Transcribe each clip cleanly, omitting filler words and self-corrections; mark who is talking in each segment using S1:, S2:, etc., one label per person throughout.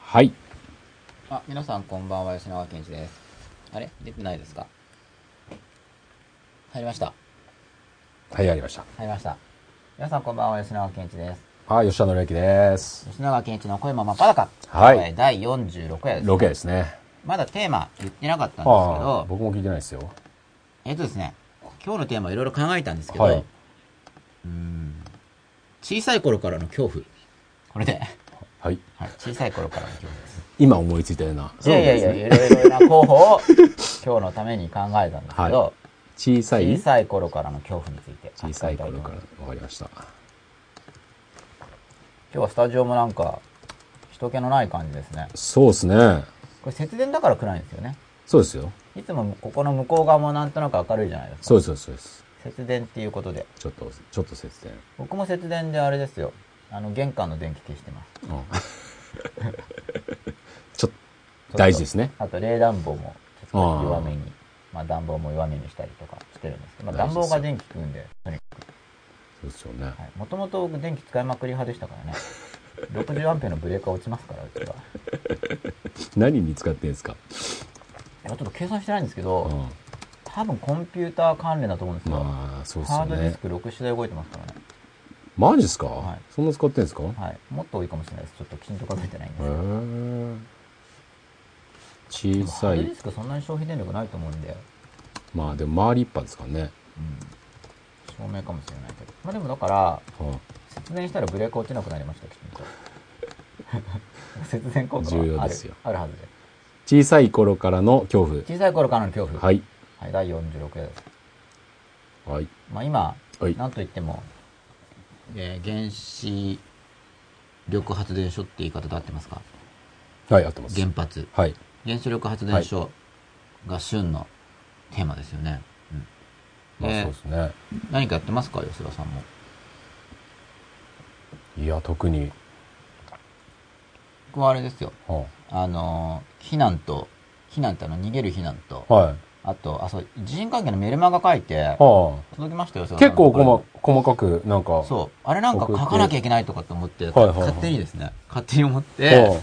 S1: はい。
S2: 皆さんこんばんは、吉永健一です。あれ出てないですか？入りました。
S1: はい、やりました。
S2: 入りました。皆さんこんばんは、吉永健一です。
S1: 吉田紀之です。
S2: 吉永健一の声も真っ裸。
S1: はい
S2: 今日第46夜です、ね。
S1: ロケですね。
S2: まだテーマ言ってなかったんですけど、
S1: 僕も聞いてないですよ。
S2: ですね、今日のテーマいろいろ考えたんですけど、
S1: はい、
S2: 小さい頃からの恐怖。これで、
S1: はい。
S2: 小さい頃からの恐怖です。
S1: 今思いついたような。
S2: いや、いろいろな候補を今日のために考えたんですけど、
S1: 小さい
S2: 頃からの恐怖について。
S1: 小さい頃から、わかりました。
S2: 今日はスタジオもなんか、人気のない感じですね。
S1: そうですね。
S2: これ節電だから暗いんですよね。
S1: そうですよ。
S2: いつもここの向こう側もなんとなく明るいじゃないですか。
S1: そうです、そうです。
S2: 節電っていうことで。
S1: ちょっと節電。
S2: 僕も節電であれですよ。玄関の電気消してます。
S1: ちょっと大事ですね。
S2: あと冷暖房もちょっと弱めに、暖房も弱めにしたりとかしてるんですけど、暖房が電気食うんで、とにかく。
S1: そうですよね。
S2: もともと僕電気使いまくり派でしたからね。60アンペアのブレーカー落ちますから、うちは。
S1: 何に使ってんですか？
S2: ちょっと計算してないんですけど、多分コンピューター関連だと思うんですよ。
S1: そうですよね。
S2: ハードディスク6種で動いてますからね。
S1: マジですか？そんな使ってんですか？
S2: はい。もっと多いかもしれないです。ちょっときちんと数えてないんですけど。小さい。ハードディスクそんなに消費電力ないと思うんで。
S1: でも周り一派ですからね。
S2: 照明かもしれないけど。でもだから、節電したらブレーカー落ちなくなりました、きちんと。節電効果は
S1: 重要ですよ。
S2: あるはずで。
S1: 小さい頃からの恐怖。
S2: 小さい頃からの恐怖。
S1: はい。
S2: 第46夜です。
S1: はい。
S2: 今、なんといっても、原子力発電所って言い方で合ってますか？
S1: はい、合ってます。
S2: 原発。
S1: はい。
S2: 原子力発電所が旬のテーマですよね。
S1: そうですね。
S2: 何かやってますか、吉田さんも。
S1: いや、特に。
S2: 僕はあれですよ。避難って逃げる避難と、あと、地震関係のメルマガ書いて、届きましたよ、
S1: 結構細かく、なんか。
S2: そう。あれなんか書かなきゃいけないとかって思って、勝手にですね、勝手に思って、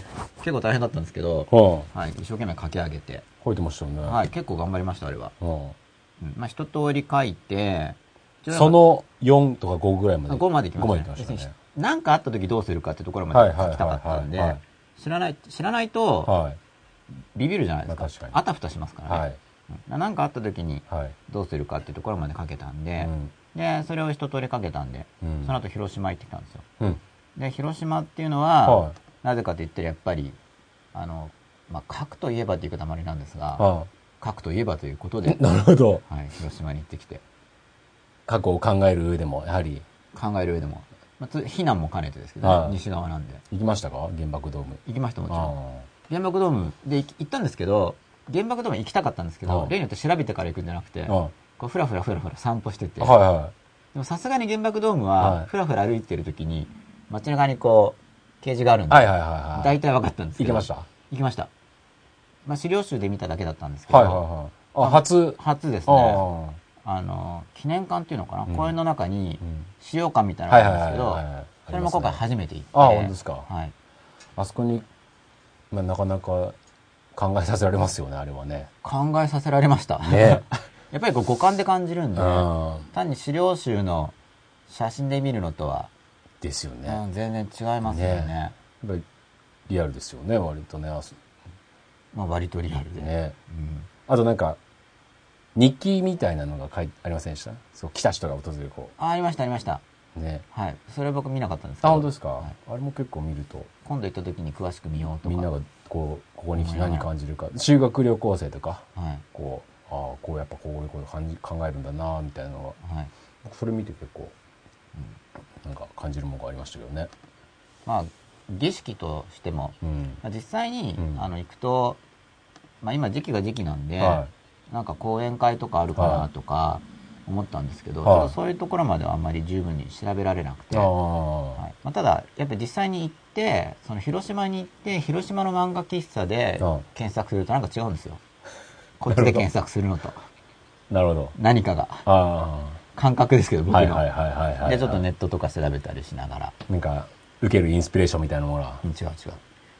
S2: 結構大変だったんですけど、一生懸命書き上げて。
S1: 書いてましたよね。
S2: はい、結構頑張りました、あれは。一通り書いて、
S1: その4とか5ぐらいまで。
S2: 5まで行きましたね。何かあった時どうするかってところまで書きたかったんで、知らないと、ビビるじゃないですか。あたふたしますからね。何かあった時にどうするかっていうところまで書けたんで、で、それを一通り書けたんで、その後広島行ってきたんですよ。で、広島っていうのは、なぜかと言ったらやっぱり、書くといえばっていう言い方もあれなんですが、書くといえばということで、
S1: なるほど。
S2: 広島に行ってきて。
S1: 過去を考える上でも、やはり。
S2: 考える上でも。避難も兼ねてですけど、西側なんで。
S1: 行きましたか？原爆ドーム。
S2: 行きました、もちろん。原爆ドームで行ったんですけど、原爆ドーム行きたかったんですけど、例によって調べてから行くんじゃなくて、ふらふら散歩してて。でもさすがに原爆ドームは、ふらふら歩いてる時に、街中に掲示があるんで、大体分かったんですけど。
S1: 行きました？
S2: 行きました。資料集で見ただけだったんですけど、初ですね。記念館っていうのかな、公園の中に資料館みたいなのがあるんですけど、それも今回初めて行って。
S1: 本当ですか。あそこに、なかなか考えさせられますよね、あれはね。
S2: 考えさせられました。ね。やっぱり五感で感じるんで、単に資料集の写真で見るのとは、
S1: ですよね。
S2: 全然違いますよね。や
S1: っぱりリアルですよね、割とね。
S2: 割とリアルで。
S1: ね。あとなんか、日記みたいなのがありませんでした？そう、来た人が訪れる
S2: ありました、ありました。
S1: ね。
S2: はい。それ僕見なかったんですけど。
S1: 本当ですか？あれも結構見ると。
S2: 今度行った時に詳しく見ようとか。
S1: みんながここに来て何感じるか。修学旅行生とか、やっぱこういうこと考えるんだなみたいなのが。それ見て結構、なんか感じるものがありましたけどね。
S2: 儀式としても、実際に行くと、今時期が時期なんで、なんか講演会とかあるかなとか思ったんですけど、ちょっとそういうところまではあんまり十分に調べられなくて、ただやっぱり実際に行ってその広島に行って広島の漫画喫茶で検索するとなんか違うんですよ。こっちで検索するのと。
S1: なるほど。
S2: 何かが感覚ですけど僕の。でちょっとネットとか調べたりしながら。
S1: なんか受けるインスピレーションみたいなものは。
S2: 違う。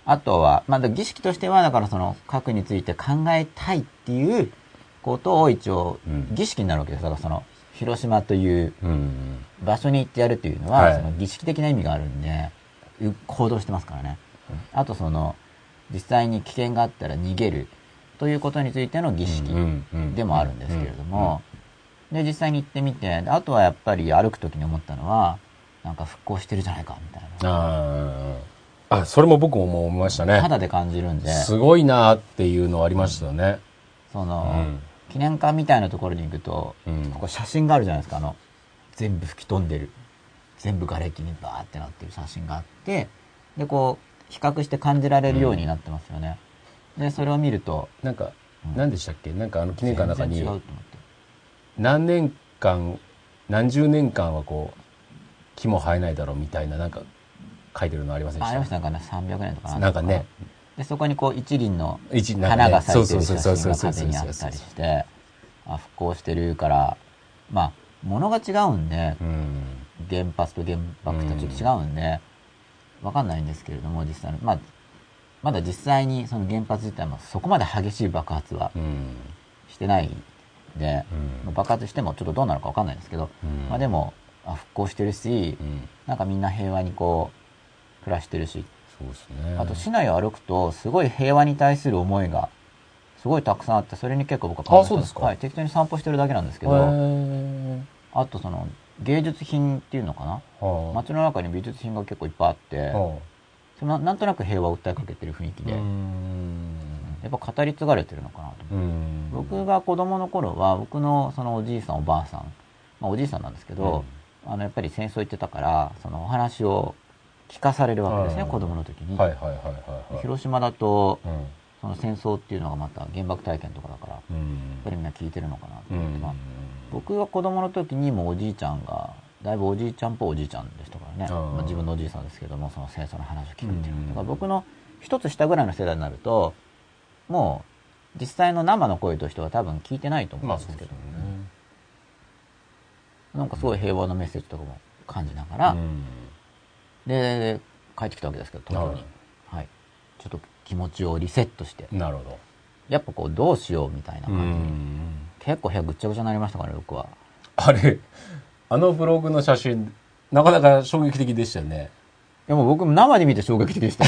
S2: あとは、まあ、儀式としては、だからその核について考えたいっていうことを一応、儀式になるわけです。だからその、広島という場所に行ってやるっていうのは、その儀式的な意味があるんで、行動してますからね。あとその、実際に危険があったら逃げるということについての儀式でもあるんですけれども、で、実際に行ってみて、あとはやっぱり歩くときに思ったのは、なんか復興してるじゃないか、みたい
S1: な。それも僕も思いましたね。
S2: 肌で感じるんで。
S1: すごいなっていうのはありましたよね。
S2: その、記念館みたいなところに行くと、ここ写真があるじゃないですか、全部吹き飛んでる。全部瓦礫にバーってなってる写真があって、で、こう、比較して感じられるようになってますよね。で、それを見ると。
S1: なんか、何でしたっけ、なんか記念館の中に、何年間、何十年間はこう、木も生えないだろうみたいな、なんか、書いてるのありませんでした？
S2: ありました、なんかね、300年とか
S1: なんかね。
S2: で、そこにこう、一輪の花が咲いてる写真が壁にあったりして、復興してるから、まあ、物が違うんで、原発と原爆とちょっと違うんで、わかんないんですけれども、実際に、まあ、まだ実際にその原発自体もそこまで激しい爆発はしてないんで、爆発してもちょっとどうなるかわかんないんですけど、まあでも、復興してるし、なんかみんな平和にこう、暮らしてるし、
S1: そうですね。
S2: あと市内を歩くと、すごい平和に対する思いが、すごいたくさんあって、それに結構僕は感じた。
S1: そうですか。
S2: はい、適当に散歩してるだけなんですけど、あとその、芸術品っていうのかな、街の中に美術品が結構いっぱいあって、そのなんとなく平和を訴えかけてる雰囲気で、やっぱ語り継がれてるのかなと思って。僕が子供の頃は、僕のそのおじいさんおばあさん、まあおじいさんなんですけど、やっぱり戦争行ってたから、そのお話を聞かされるわけですね、子供の時に。広島だと、その戦争っていうのがまた原爆体験とかだから、やっぱりみんな聞いてるのかなと思って、僕が子供の時にもおじいちゃんが、だいぶおじいちゃんっぽいおじいちゃんでしたからね、まあ、自分のおじいさんですけども、その戦争の話を聞くっていうのは、だから僕の一つ下ぐらいの世代になると、もう実際の生の声としては多分聞いてないと思うんですけど、なんかすごい平和なメッセージとかも感じながら、で帰ってきたわけですけど、東京に、はい、ちょっと気持ちをリセットして、
S1: なるほど、
S2: やっぱこうどうしようみたいな感じに、結構部屋ぐっちゃぐちゃになりましたからね、僕は。
S1: あれ、あのブログの写真なかなか衝撃的でしたよね。
S2: いやもう僕も生で見て衝撃的でした。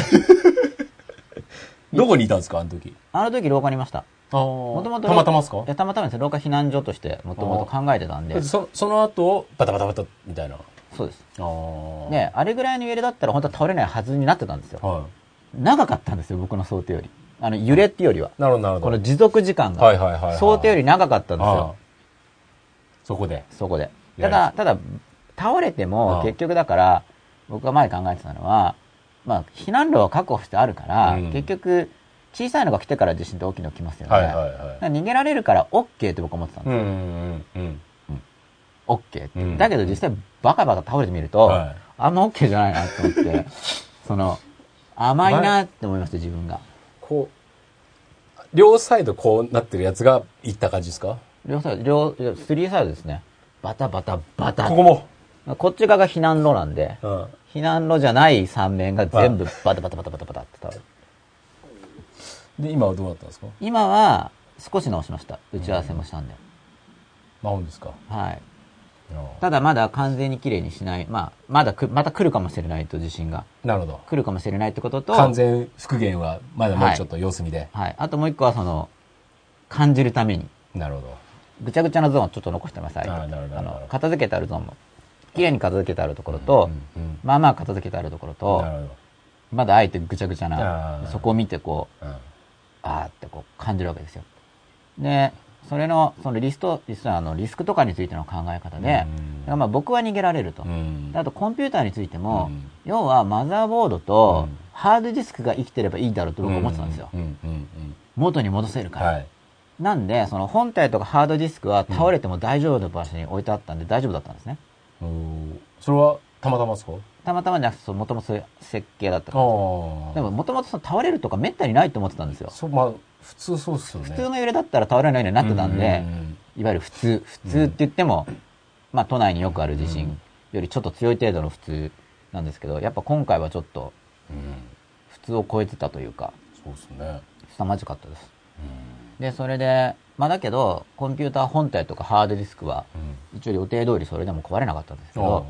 S1: どこにいたんですか、あの時。
S2: あの時廊下にいました。
S1: もともとたまたまですか？
S2: いや、たまたまです。廊下避難所としてもともと考えてたんで。
S1: その後バタバタバタみたいな。
S2: そうです。ね、あれぐらいの揺れだったら本当は倒れないはずになってたんですよ。長かったんですよ、僕の想定より。揺れっていうよりは。
S1: なるほどなるほど。
S2: この持続時間が想定より長かったんですよ。
S1: そこで。
S2: ただ倒れても結局だから、僕が前考えてたのは、まあ避難路は確保してあるから、結局小さいのが来てから地震って大きいの来ますよね。逃げられるから OK って僕は思ってたんですよ。OK って。だけど実際バカバカ倒れてみると、あんま OK じゃないなと思って、甘いなって思いました、自分が。
S1: こう、両サイドこうなってるやつがいった感じですか？
S2: 両サイド、3サイドですね。バタバタバタ。
S1: ここも。
S2: こっち側が避難路なんで、避難路じゃない3面が全部バタバタバタバタバタって倒れる。
S1: で、今はどうなったんですか？
S2: 今は少し直しました。打ち合わせもしたんで。
S1: まあ、本ですか？
S2: はい。ただまだ完全にきれいにしない。まあ、また来るかもしれないと、地震が。
S1: なるほど。
S2: 来るかもしれないってことと。
S1: 完全復元はまだもうちょっと様子見で。
S2: はい。あともう一個は感じるために。
S1: なるほど。
S2: ぐちゃぐちゃなゾーンをちょっと残してます。片付けてあるゾーンも。きれいに片付けてあるところと、まあまあ片付けてあるところと、まだあえてぐちゃぐちゃな、そこを見てこう、あーってこう感じるわけですよ。で、そのリスクとかについての考え方で、まあ僕は逃げられると。あとコンピューターについても、要はマザーボードとハードディスクが生きてればいいだろうと僕は思ってたんですよ。元に戻せるから。なんで、本体とかハードディスクは倒れても大丈夫な場所に置いてあったんで大丈夫だったんですね。
S1: それはたまたまですか？
S2: たまたまじゃなくて、もともとそういう設計だったから。でも、もともと倒れるとかめったにないと思ってたんですよ。
S1: まあ、普通そうっすよね。
S2: 普通の揺れだったら倒れないようになってたんで、いわゆる普通って言っても、まあ、都内によくある地震よりちょっと強い程度の普通なんですけど、やっぱ今回はちょっと、普通を超えてたというか。
S1: そうですね。
S2: 凄まじかったです。で、それで、だけど、コンピューター本体とかハードディスクは、一応予定通りそれでも壊れなかったんですけど、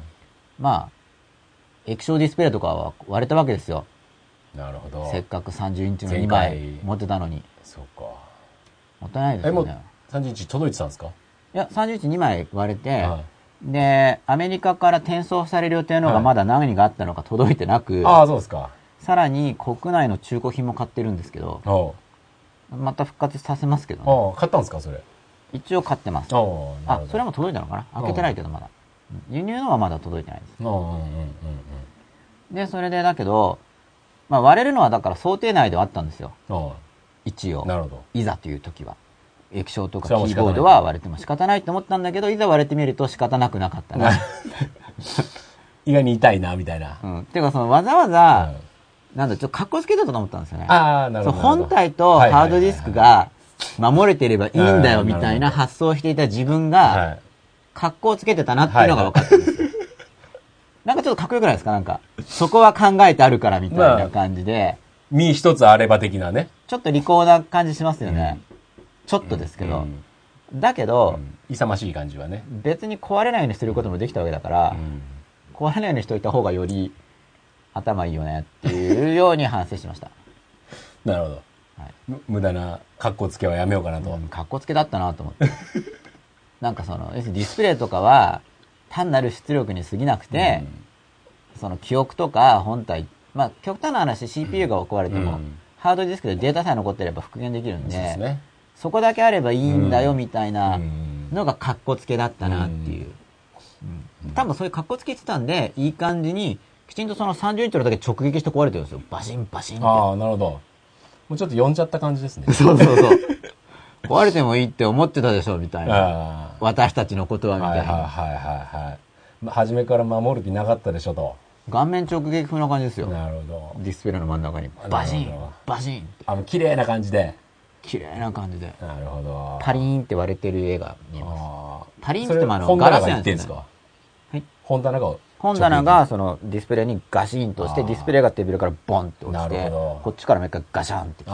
S2: 液晶ディスプレイとかは割れたわけですよ。
S1: なるほど。
S2: せっかく30インチの2枚持ってたのに。
S1: そうか。
S2: もったいないですよね。
S1: もう30インチ届いてたんですか？
S2: いや、30インチ2枚割れて、で、アメリカから転送される予定のがまだ何があったのか届いてなく、
S1: そうですか。
S2: さらに国内の中古品も買ってるんですけど、また復活させますけど
S1: ね。買ったんですかそれ？
S2: 一応買ってます。それも届いたのかな？開けてないけどまだ。輸入のはまだ届いてないです。で、それでだけど、割れるのはだから想定内ではあったんですよ。一応。
S1: なるほど。
S2: いざという時は。液晶とかキーボードは割れても仕方ないと思ったんだけど、いざ割れてみると仕方なくなかったな。
S1: 意外に痛いな、みたいな。
S2: てかわざわざ、ちょっと格好つけたと思ったんですよね。
S1: なるほど。
S2: 本体とハードディスクが守れていればいいんだよみたいな発想をしていた自分が、格好つけてたなっていうのが分かったんですよ。ちょっとかっこよくないですか？そこは考えてあるからみたいな感じで。
S1: 身一つあれば的なね。
S2: ちょっと利口な感じしますよね。ちょっとですけど。だけど、
S1: 勇ましい感じはね。
S2: 別に壊れないようにすることもできたわけだから、壊れないようにしといた方がより頭いいよねっていうように反省しました。
S1: なるほど。無駄な格好つけはやめようかなと。
S2: 格好つけだったなと思って。要するにディスプレイとかは単なる出力に過ぎなくて、記憶とか本体、極端な話 CPU が壊れても、ハードディスクでデータさえ残ってれば復元できるんで、そこだけあればいいんだよみたいなのが格好つけだったなっていう。多分そういう格好つけてたんで、いい感じに、きちんと30インチのだけ直撃して壊れてるんですよ。バシンバシンって。
S1: なるほど。もうちょっと呼んじゃった感じですね。
S2: そう。壊れてもいいって思ってたでしょみたいな。私たちのことはみたいな。
S1: 初めから守る気なかったでしょと。
S2: 顔面直撃風な感じですよ。
S1: なるほ
S2: ど。ディスプレイの真ん中にバシンバシンって。
S1: 綺麗な感じで。
S2: 綺麗な感じで。
S1: なるほど。
S2: パリーンって割れてる絵が見えます。パリーンって
S1: ガラスなんですか？はい。本棚が
S2: ディスプレイにガシンとして、ディスプレイがテーブルからボンって落ちて、こっちからもう一回ガシャンってきて。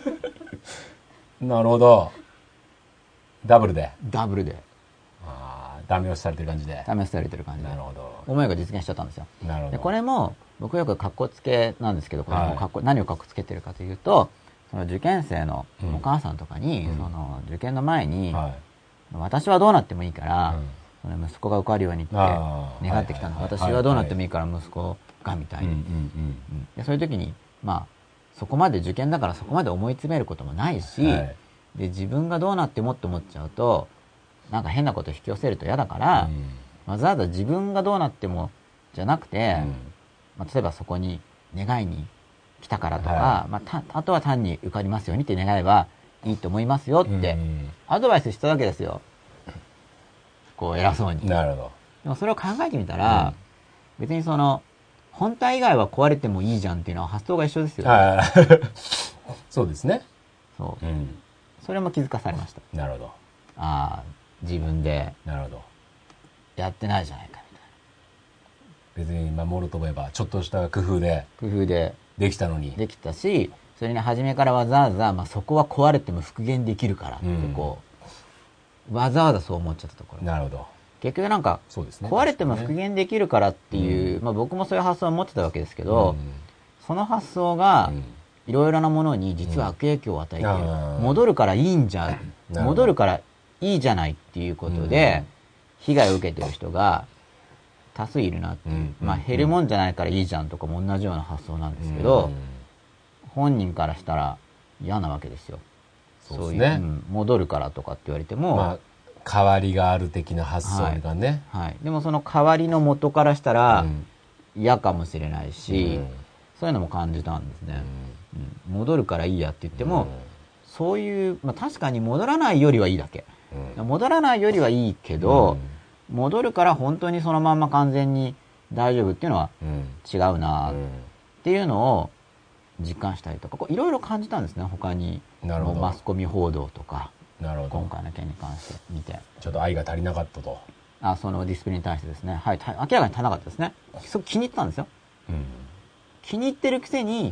S1: なるほど。ダブルで。ダメ押しされてる感じで。
S2: ダメ押しされてる感じで。
S1: なるほど。
S2: 思いが実現しちゃったんですよ。
S1: なるほど。
S2: で、これも、僕よく格好つけなんですけど、これも何を格好つけてるかというと、受験生のお母さんとかに、受験の前に、私はどうなってもいいから、息子が受かるようにって願ってきたの。私はどうなってもいいから息子がみたいに。そういう時に、そこまで受験だからそこまで思い詰めることもないし、で、自分がどうなってもって思っちゃうと、変なこと引き寄せると嫌だから、わざわざ自分がどうなってもじゃなくて、例えばそこに願いに来たからとか、あとは単に受かりますようにって願えばいいと思いますよってアドバイスしたわけですよ。偉そうに。
S1: なるほど。
S2: でもそれを考えてみたら、別に本体以外は壊れてもいいじゃんっていうのは発想が一緒ですよね。
S1: そうですね。
S2: そう。それも気づかされました。
S1: なるほど。
S2: 自分で。
S1: なるほど。
S2: やってないじゃないかみたいな。
S1: 別に守ると思えば、ちょっとした工夫で。できたのに。
S2: できたし、それに初めからわざわざ、そこは壊れても復元できるからってわざわざそう思っちゃったところ。
S1: なるほど。
S2: 結局そうですね、壊れても復元できるからっていう、僕もそういう発想を持ってたわけですけど、その発想が、いろいろなものに実は悪影響を与えている。戻るからいいんじゃ、戻るからいいじゃないっていうことで、被害を受けてる人が多数いるなっていう。減るもんじゃないからいいじゃんとかも同じような発想なんですけど、本人からしたら嫌なわけですよ。そういう、戻るからとかって言われても、
S1: 代わりがある的な発想がね。
S2: でもその代わりの元からしたら嫌かもしれないし、そういうのも感じたんですね。戻るからいいやって言っても、そういう、確かに戻らないよりはいいだけ。戻らないよりはいいけど、戻るから本当にそのまんま完全に大丈夫っていうのは違うなっていうのを実感したりとか、いろいろ感じたんですね、他に。マスコミ報道とか、今回の件に関して見て。
S1: ちょっと愛が足りなかったと。
S2: そのディスプレイに対してですね。明らかに足りなかったですね。気に入ったんですよ。気に入ってるくせに、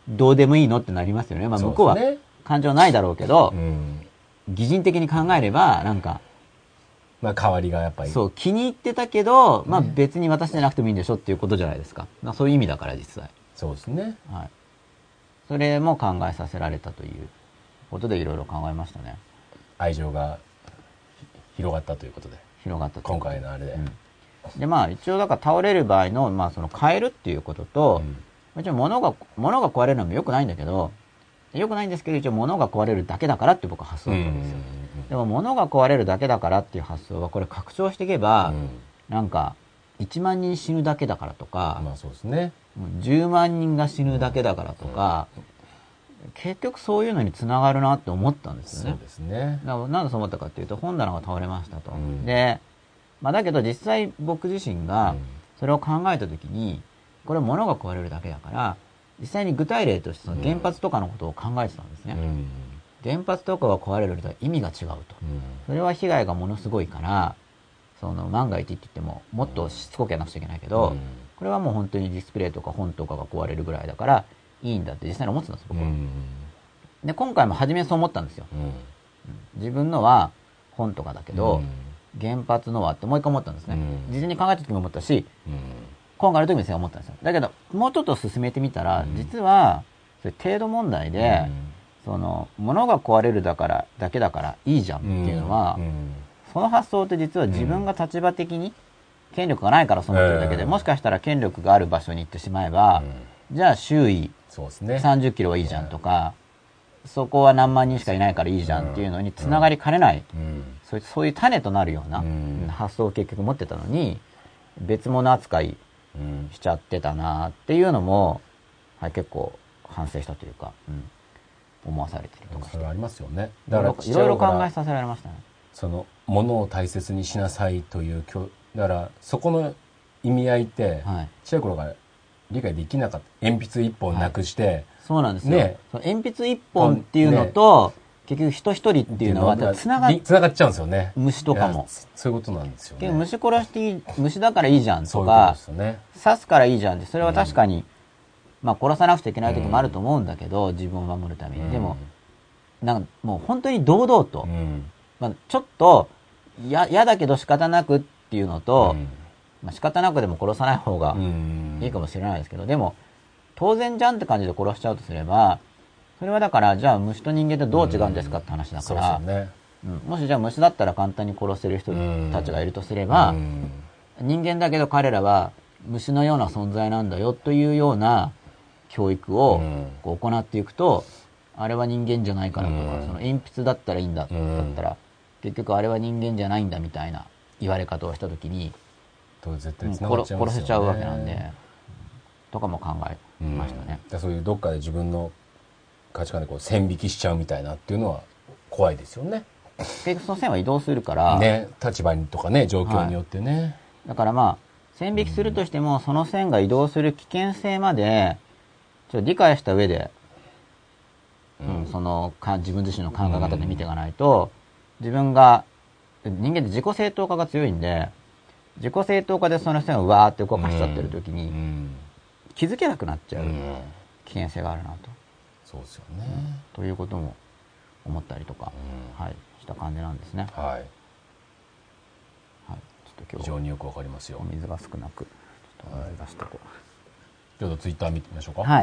S2: どうでもいいのってなりますよね。まあ向こうは感情ないだろうけど、擬人的に考えれば、なんか、
S1: まあ代わりがやっぱり。
S2: そう、気に入ってたけど、まあ別に私じゃなくてもいいんでしょっていうことじゃないですか。そういう意味だから実際。
S1: そうですね。
S2: はい。それも考えさせられたということでいろいろ考えましたね。
S1: 愛情が広がったということで。
S2: 広がったと。
S1: 今回のあれで。
S2: で、まあ一応だから倒れる場合の、まあその変えるっていうことと、もちろん物が壊れるのも良くないんだけど、良くないんですけど、一応物が壊れるだけだからって僕は発想だったんですよ。でも物が壊れるだけだからっていう発想はこれ拡張していけば、なんか1万人死ぬだけだからとか、
S1: まあそうですね。
S2: 10万人が死ぬだけだからとか、結局そういうのにつながるなって思ったんですよね。
S1: そうですね。
S2: なんでそう思ったかっていうと、本棚が倒れましたと。で、まあだけど実際僕自身がそれを考えたときに、これ物が壊れるだけだから、実際に具体例としてその原発とかのことを考えてたんですね。原発とかが壊れるとは意味が違うと。それは被害がものすごいから、その万が一って言ってももっとしつこくやらなくちゃいけないけど、これはもう本当にディスプレイとか本とかが壊れるぐらいだからいいんだって実際に思ってたんです、僕は。で、今回も初めそう思ったんですよ。自分のは本とかだけど、原発のはってもう一回思ったんですね。事前に考えた時も思ったし、今回の時も思ったんですよ。だけど、もうちょっと進めてみたら、実は、それ程度問題で、その、物が壊れるだけだからいいじゃんっていうのは、その発想って実は自分が立場的に権力がないからそう思ってるだけで、もしかしたら権力がある場所に行ってしまえば、じゃあ周囲30キロはいいじゃんとか、そこは何万人しかいないからいいじゃんっていうのに繋がりかねない、そういう種となるような発想を結局持ってたのに、別物扱いしちゃってたなっていうのも、はい、結構反省したというか、思わされてるとかして。
S1: それはありますよね。
S2: だからいろいろ考えさせられましたね。
S1: その、物を大切にしなさいという、だからそこの意味合いって、小さい頃から理解できなかった。鉛筆一本なくして、
S2: そうなんですよ。ね、その鉛筆一本っていうのと、結局人一人っていうのはつながっちゃうんですよね。虫とかも。
S1: そういうことなんですよね。
S2: 虫殺していい、虫だからいいじゃんとか、刺すからいいじゃんって、それは確かに、まあ殺さなくちゃいけない時もあると思うんだけど、自分を守るために。でも、なんかもう本当に堂々と、まあちょっと嫌だけど仕方なくっていうのと、まあ仕方なくでも殺さない方がいいかもしれないですけど、でも、当然じゃんって感じで殺しちゃうとすれば、それはだから、じゃあ虫と人間ってどう違うんですかって話だから、もしじゃあ虫だったら簡単に殺せる人たちがいるとすれば、人間だけど彼らは虫のような存在なんだよというような教育をこう行っていくと、あれは人間じゃないからとか、その鉛筆だったらいいんだったら、結局あれは人間じゃないんだみたいな言われ方をしたときに、殺せちゃうわけなんで、とかも考えましたね。
S1: そういうどっかで自分の価値観でこう線引きしちゃうみたいなっていうのは怖いですよね。
S2: 結局その線は移動するから。
S1: ね、立場にとかね、状況によってね。
S2: だからまあ、線引きするとしても、その線が移動する危険性まで、ちょっと理解した上で、その自分自身の考え方で見ていかないと、自分が、人間って自己正当化が強いんで、自己正当化でその線をわーって動かしちゃってる時に、気づけなくなっちゃう危険性があるなと。
S1: そうですよね。
S2: ということも思ったりとか、はい、した感じなんですね。はい。はい、ちょっと今日
S1: 非常によくわかりますよ。
S2: お水が少なく、ちょっとお水出してこう。
S1: ちょっとツイッター見てみましょうか。
S2: はい。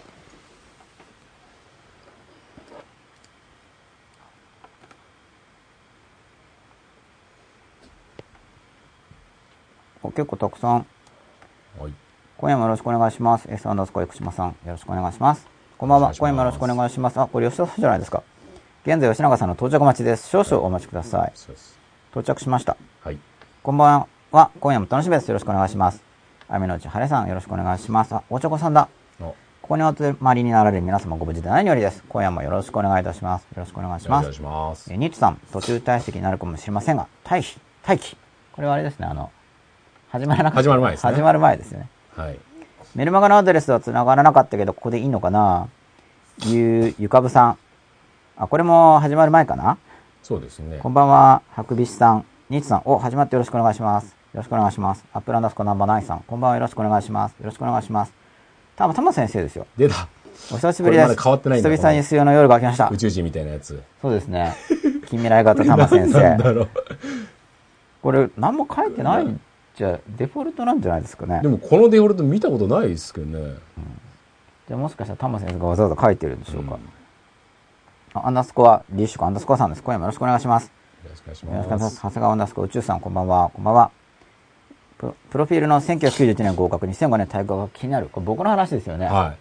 S2: 結構たくさん。はい。今夜もよろしくお願いします。S アンダースコア生島さん、よろしくお願いします。こんばんは。今夜もよろしくお願いします。あ、これ吉田さんじゃないですか。現在吉永さんの到着待ちです。少々お待ちください。到着しました。はい。こんばんは。今夜も楽しみです。よろしくお願いします。雨のうち晴れさん、よろしくお願いします。あ、おちょこさんだ。ここにお集まりになられる皆様ご無事で何よりです。今夜もよろしくお願いいたします。よろしくお願いします。お願いします。ニッチさん、途中退席になるかもしれませんが、待機。これはあれですね、始まる前ですね。始まる前ですよね。はい。メルマガのアドレスは繋がらなかったけど、ここでいいのかな？ゆかぶさん。あ、これも始まる前かな？
S1: そうですね。
S2: こんばんは、ハクビシさん。ニーチさん。始まってよろしくお願いします。よろしくお願いします。アップランダスコナンバー9さん。こんばんは、よろしくお願いします。よろしくお願いします。たま先生ですよ。
S1: 出た。
S2: お久しぶりです。
S1: まだ変わってないんだ。
S2: 久々に水曜の夜が来ました。
S1: 宇宙人みたいなやつ。
S2: そうですね。近未来型玉先生。
S1: なんだろう。
S2: これ、何も書いてないんじゃ、デフォルトなんじゃないですかね。
S1: でも、このデフォルト見たことないですけどね。
S2: じゃあ、もしかしたら玉先生がわざわざ書いてるんでしょうか。アンダースコア、リーシュコアンダースコアさんです。今夜もよろしくお願いします。
S1: よろしくお願いし
S2: よろしくお
S1: ます。
S2: 願いします。長谷川アンダースコア宇宙さん、こんばんは。こんばんは。プロフィールの1991年合格、2005年退学が気になる。これ僕の話ですよね。
S1: はい。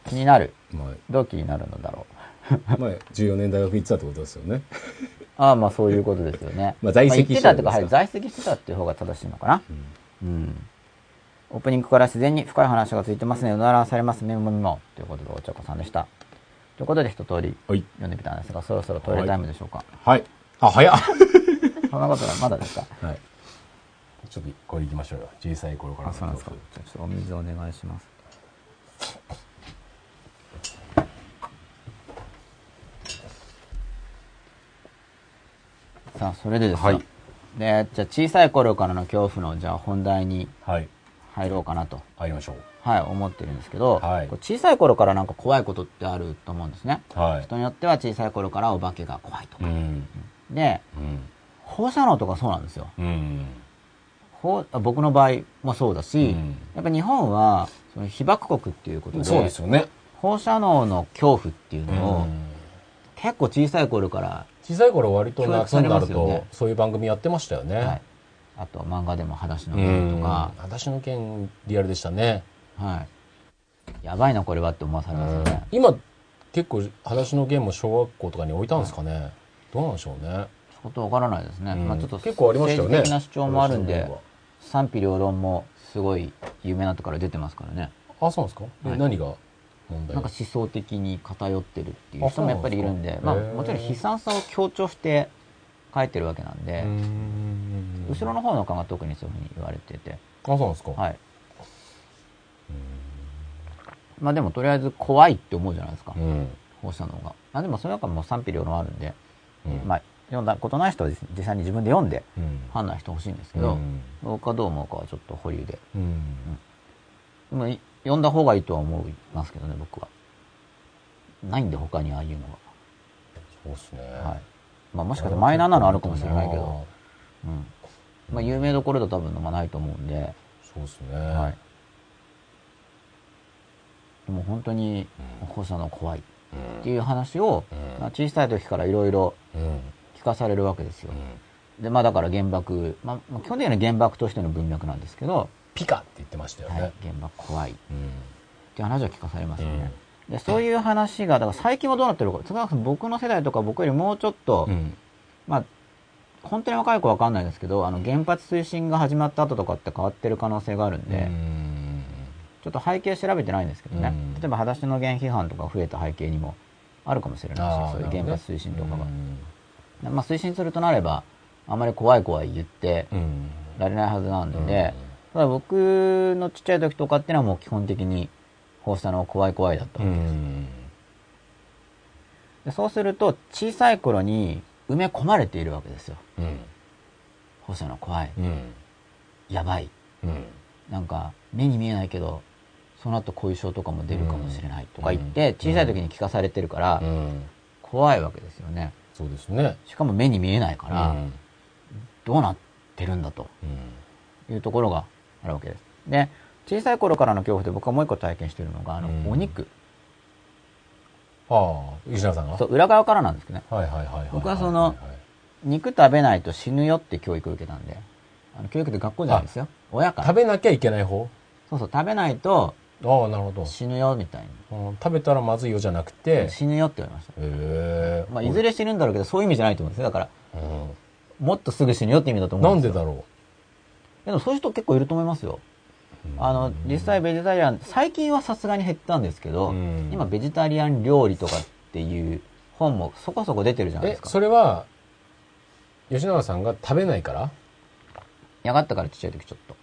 S2: 気になる。
S1: まあ、
S2: どう気になるのだろ
S1: う。まあ、14年大学行ってたってことですよね。
S2: ああ、まあそういうことですよね。
S1: まあ在籍して
S2: たっていうか、はい、在籍してたっていう方が正しいのかな。オープニングから自然に深い話がついてますね。うならされますメモメモ。ということで、お茶子さんでした。ということで、一通り読んでみたんですが、そろそろトイレタイムでしょうか。
S1: はい。あ、早っ。
S2: そんなことない。まだですか。
S1: はい。ちょっとこれ行きましょうよ。小さい頃から。
S2: あ、そうなんですか。じゃあちょっとお水お願いします。さあ、それでですね。はい。で、じゃあ小さい頃からの恐怖の、じゃあ本題に入ろうかなと。
S1: 入りましょう。
S2: はい、思ってるんですけど、
S1: はい、
S2: 小さい頃からなんか怖いことってあると思うんですね。
S1: はい、
S2: 人によっては小さい頃からお化けが怖いとか。で、放射能とかそうなんですよ。僕の場合もそうだし、やっぱ日本はその被爆国っていうことで、
S1: そうですよね。
S2: 放射能の恐怖っていうのを、結構小さい頃から
S1: 小さい頃割と夏になるとそういう番組やってましたよね。はい、
S2: あと漫画でも裸足の剣とか。
S1: 裸足の剣リアルでしたね。
S2: はい。やばいなこれはって思わされますよね。
S1: 今結構裸足の剣も小学校とかに置いたんですかね。はい、どうなんでしょうね。
S2: ちょっとわからないですね。まあちょっと
S1: 結構ありましたよね。
S2: 政治的な主張もあるんで、賛否両論もすごい有名なところから出てますからね。
S1: あ、そうなんですか。はい、何が問題？
S2: なんか思想的に偏ってるっていう人もやっぱりいるんで、まあもちろん悲惨さを強調して書いてるわけなんで、後ろの方の巻が特にそういうふうに言われてて。
S1: あ、そうなんですか。
S2: はい。まあでもとりあえず怖いって思うじゃないですか。放射能が。あ、でもそれはもう賛否両論あるんで、まあ読んだことない人は実際に自分で読んで判断してほしいんですけど、僕はどう思うかはちょっと保留で。でも読んだ方がいいとは思いますけどね、僕は。ないんで他にああいうのが。
S1: そうですね。
S2: はい。まあもしかしたらマイナーなのあるかもしれないけど、まあ有名どころだと多分飲まないと思うんで。
S1: そうですね。
S2: はい。でも本当に放射能怖いっていう話を、小さい時からいろいろ聞かされるわけですよ。で、まあだから原爆、まあ基本的には原爆としての文脈なんですけど、
S1: ピカって言ってましたよね。はい、
S2: 原爆怖いっていう話は聞かされますよね。で、そういう話が、だから最近はどうなってるか、少なくとも僕の世代とか僕よりもうちょっと、まあ、本当に若い子はわかんないですけど、原発推進が始まった後とかって変わってる可能性があるんで、ちょっと背景調べてないんですけどね。例えば、裸足の原批判とか増えた背景にもあるかもしれないし、そういう原発推進とかが。まあ、推進するとなれば、あまり怖い言ってられないはずなんで、ただ僕のちっちゃい時とかっていうのはもう基本的に放射能怖いだったわけです。でそうすると、小さい頃に埋め込まれているわけですよ。放射能怖い。やばい。なんか、目に見えないけど、その後後遺症とかも出るかもしれないとか言って、小さい時に聞かされてるから、怖いわけですよね。
S1: そうですね。
S2: しかも目に見えないから、どうなってるんだというところがあるわけです。で、小さい頃からの恐怖で僕はもう一個体験しているのが、お肉。
S1: ああ、吉永さんが？
S2: そう、裏側からなんですけどね。僕は肉食べないと死ぬよって教育を受けたんで、教育って学校じゃないですよ。親から。
S1: 食べなきゃいけない方？
S2: そうそう、食べないと、
S1: ああ、なるほど。
S2: 死ぬよみたい
S1: に。食べたらまずいよじゃなくて、
S2: 死ぬよって言われました。まあ、いずれ死ぬんだろうけど、そういう意味じゃないと思うんですよ。だから、もっとすぐ死ぬよって意味だと思うんですよ。
S1: なんでだろ
S2: う。でもそういう人結構いると思いますよ。実際ベジタリアン、最近はさすがに減ったんですけど、今ベジタリアン料理とかっていう本もそこそこ出てるじゃないですか。
S1: それは、吉永さんが食べないから？
S2: やがったからちっちゃい時ちょっと。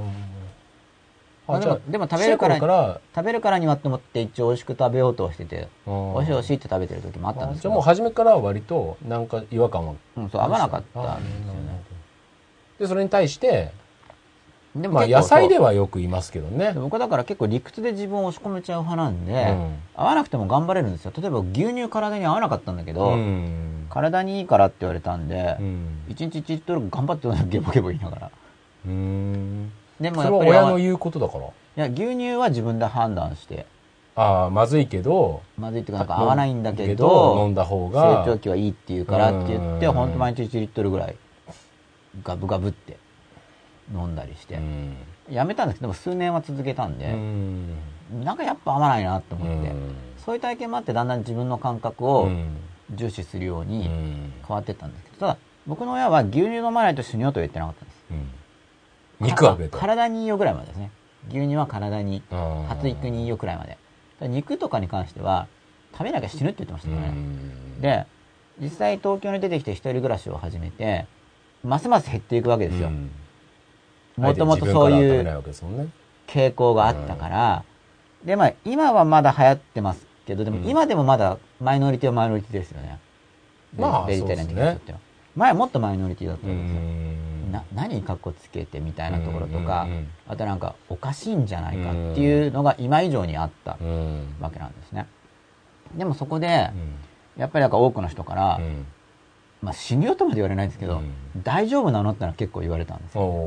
S2: でも食べるからにはって思って一応美味しく食べようとしてて、美味しいって食べてる時もあったんですけど。
S1: じゃあもう初めから割となんか違和感は。
S2: そう、合わなかったんですよね。
S1: で、それに対して、 でも野菜ではよくいますけどね。
S2: 僕はだから結構理屈で自分を押し込めちゃう派なんで、合わなくても頑張れるんですよ。例えば牛乳体に合わなかったんだけど、体にいいからって言われたんで、1日1リットル頑張ってゲボゲボ言いながら。
S1: でもやっぱり親の言うことだから。い
S2: や、牛乳は自分で判断して。
S1: まずいけど、
S2: まずいっていうかなんか合わないんだけど、
S1: 飲んだ方が
S2: 成長期はいいって言うからって言って、ほんと毎日1リットルぐらいガブガブって飲んだりして、やめたんですけど数年は続けたんで、なんかやっぱ合わないなって思って、そういう体験もあってだんだん自分の感覚を重視するように変わっていったんですけど、ただ僕の親は牛乳飲まないと死ぬよとは言ってなかったんです。
S1: 肉は
S2: 体にいいよぐらいまでですね。牛乳は体に、発育にいいよくらいまで。肉とかに関しては食べなきゃ死ぬって言ってましたからね。で、実際東京に出てきて一人暮らしを始めて、ますます減っていくわけですよ。もともとそういう傾向があったから。で、今はまだ流行ってますけど、でも今でもまだマイノリティはマイノリティですよね。ベジタリアン的な人っては。前はもっとマイノリティだったんですよ。何かっこつけてみたいなところとか、あとなんかおかしいんじゃないかっていうのが今以上にあったわけなんですね。でもそこで、やっぱりなんか多くの人から、死ぬよとまで言われないんですけど、大丈夫なのってのは結構言われたんですよ。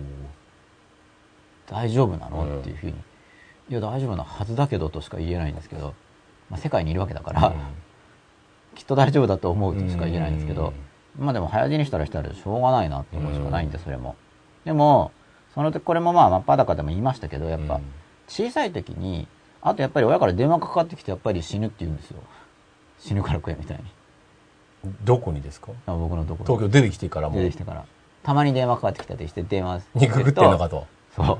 S2: 大丈夫なのっていうふうに。いや、大丈夫なはずだけどとしか言えないんですけど、世界にいるわけだから、きっと大丈夫だと思うとしか言えないんですけど、でも早死にしたらしょうがないなって思うしかないんで、それも。でも、その時これも真っ裸でも言いましたけど、やっぱ、小さい時に、あとやっぱり親から電話かかってきてやっぱり死ぬって言うんですよ。死ぬから食えみたいに。
S1: どこにですか？
S2: 僕のところ。
S1: 東京出てきてからも。
S2: 出てきてから。たまに電話かかってきたりして電話
S1: 肉食ってんのかと。
S2: そう。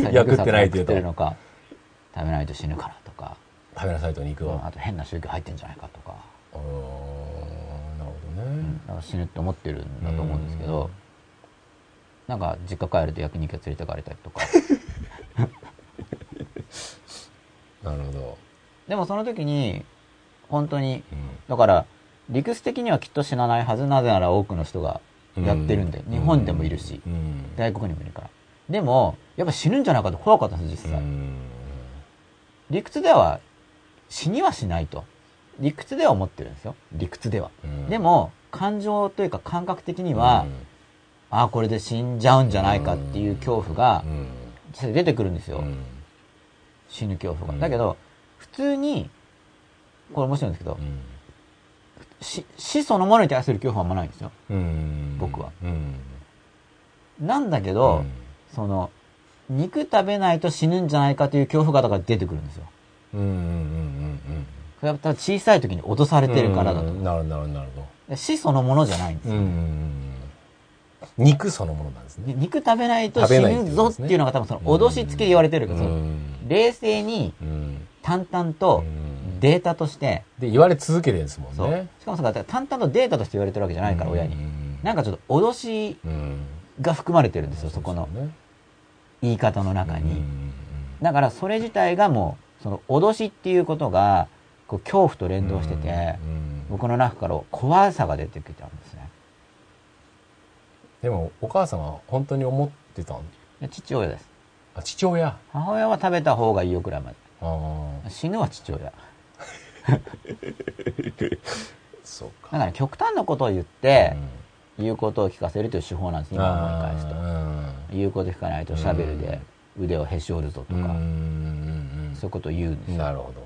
S1: いや食ってないって言うと。
S2: 食ってるのか、食べないと死ぬからとか。
S1: 食べなさいと肉を。
S2: あと変な宗教入ってんじゃないかとか。
S1: なるほどね。
S2: だから死ぬって思ってるんだと思うんですけど、なんか実家帰ると焼肉屋連れてかれたりとか。
S1: なるほど。
S2: でもその時に、本当に、だから理屈的にはきっと死なないはず、なぜなら多くの人がやってるんで、日本でもいるし、外国にもいるから。でも、やっぱ死ぬんじゃないかって怖かったんです、実際。理屈では死にはしないと。理屈では思ってるんですよ。理屈では。でも、感情というか感覚的には、これで死んじゃうんじゃないかっていう恐怖が、出てくるんですよ。死ぬ恐怖が。だけど、普通に、これ面白いんですけど、死そのものに対する恐怖はあんまないんですよ。僕は。なんだけど、肉食べないと死ぬんじゃないかという恐怖が出てくるんですよ。それは小さい時に脅されてるからだと。
S1: なるほ
S2: ど。死そのものじゃないんですよ。
S1: 肉そのものなんですね。
S2: 肉食べないと死ぬぞっていうのが多分その脅し付けで言われてるけど、冷静に淡々とデータとして
S1: で言われ続けてるんですもんね。
S2: しかも淡々とデータとして言われてるわけじゃないから親に。なんかちょっと脅しが含まれてるんですよ、そこの言い方の中に。だからそれ自体がもうその脅しっていうことが恐怖と連動してて、僕の中から怖さが出てきちゃうんですね。
S1: でもお母さんは本当に思ってたん？
S2: 父親です。
S1: 父親。
S2: 母親は食べた方がいいよくらいまで。死ぬは父親。
S1: そうか。
S2: だから極端なことを言って、言うことを聞かせるという手法なんです、今思い返すと。言うこと聞かないとシャベルで腕をへし折るぞとか、そういうことを言うんですよ。
S1: なるほど。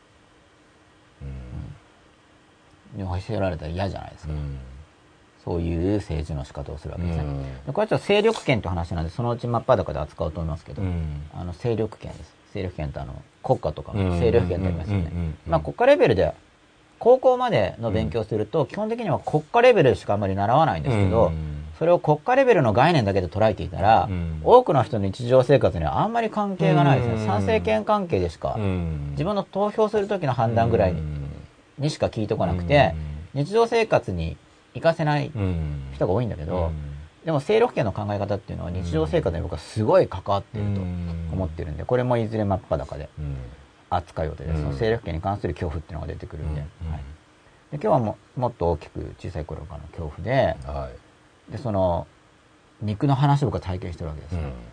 S2: でもへし折られたら嫌じゃないですか。そういう政治の仕方をするわけですね。これはちょっと勢力圏という話なんで、そのうち真っ裸で扱おうと思いますけど、勢力圏です。勢力圏って国家とかも勢力圏ってありますよね。国家レベルで、高校までの勉強をすると、基本的には国家レベルしかあんまり習わないんですけど、それを国家レベルの概念だけで捉えていたら、多くの人の日常生活にはあんまり関係がないですね。参政権関係でしか、自分の投票する時の判断ぐらいにしか聞いてこなくて、日常生活に活かせない人が多いんだけど、でも勢力圏の考え方っていうのは日常生活に僕はすごい関わっていると思ってるんで、これもいずれ真っ裸で扱う予定です。その勢力圏に関する恐怖っていうのが出てくるんで。で今日はもっと大きく小さい頃からの恐怖で、でその肉の話を僕は体験してるわけですよ。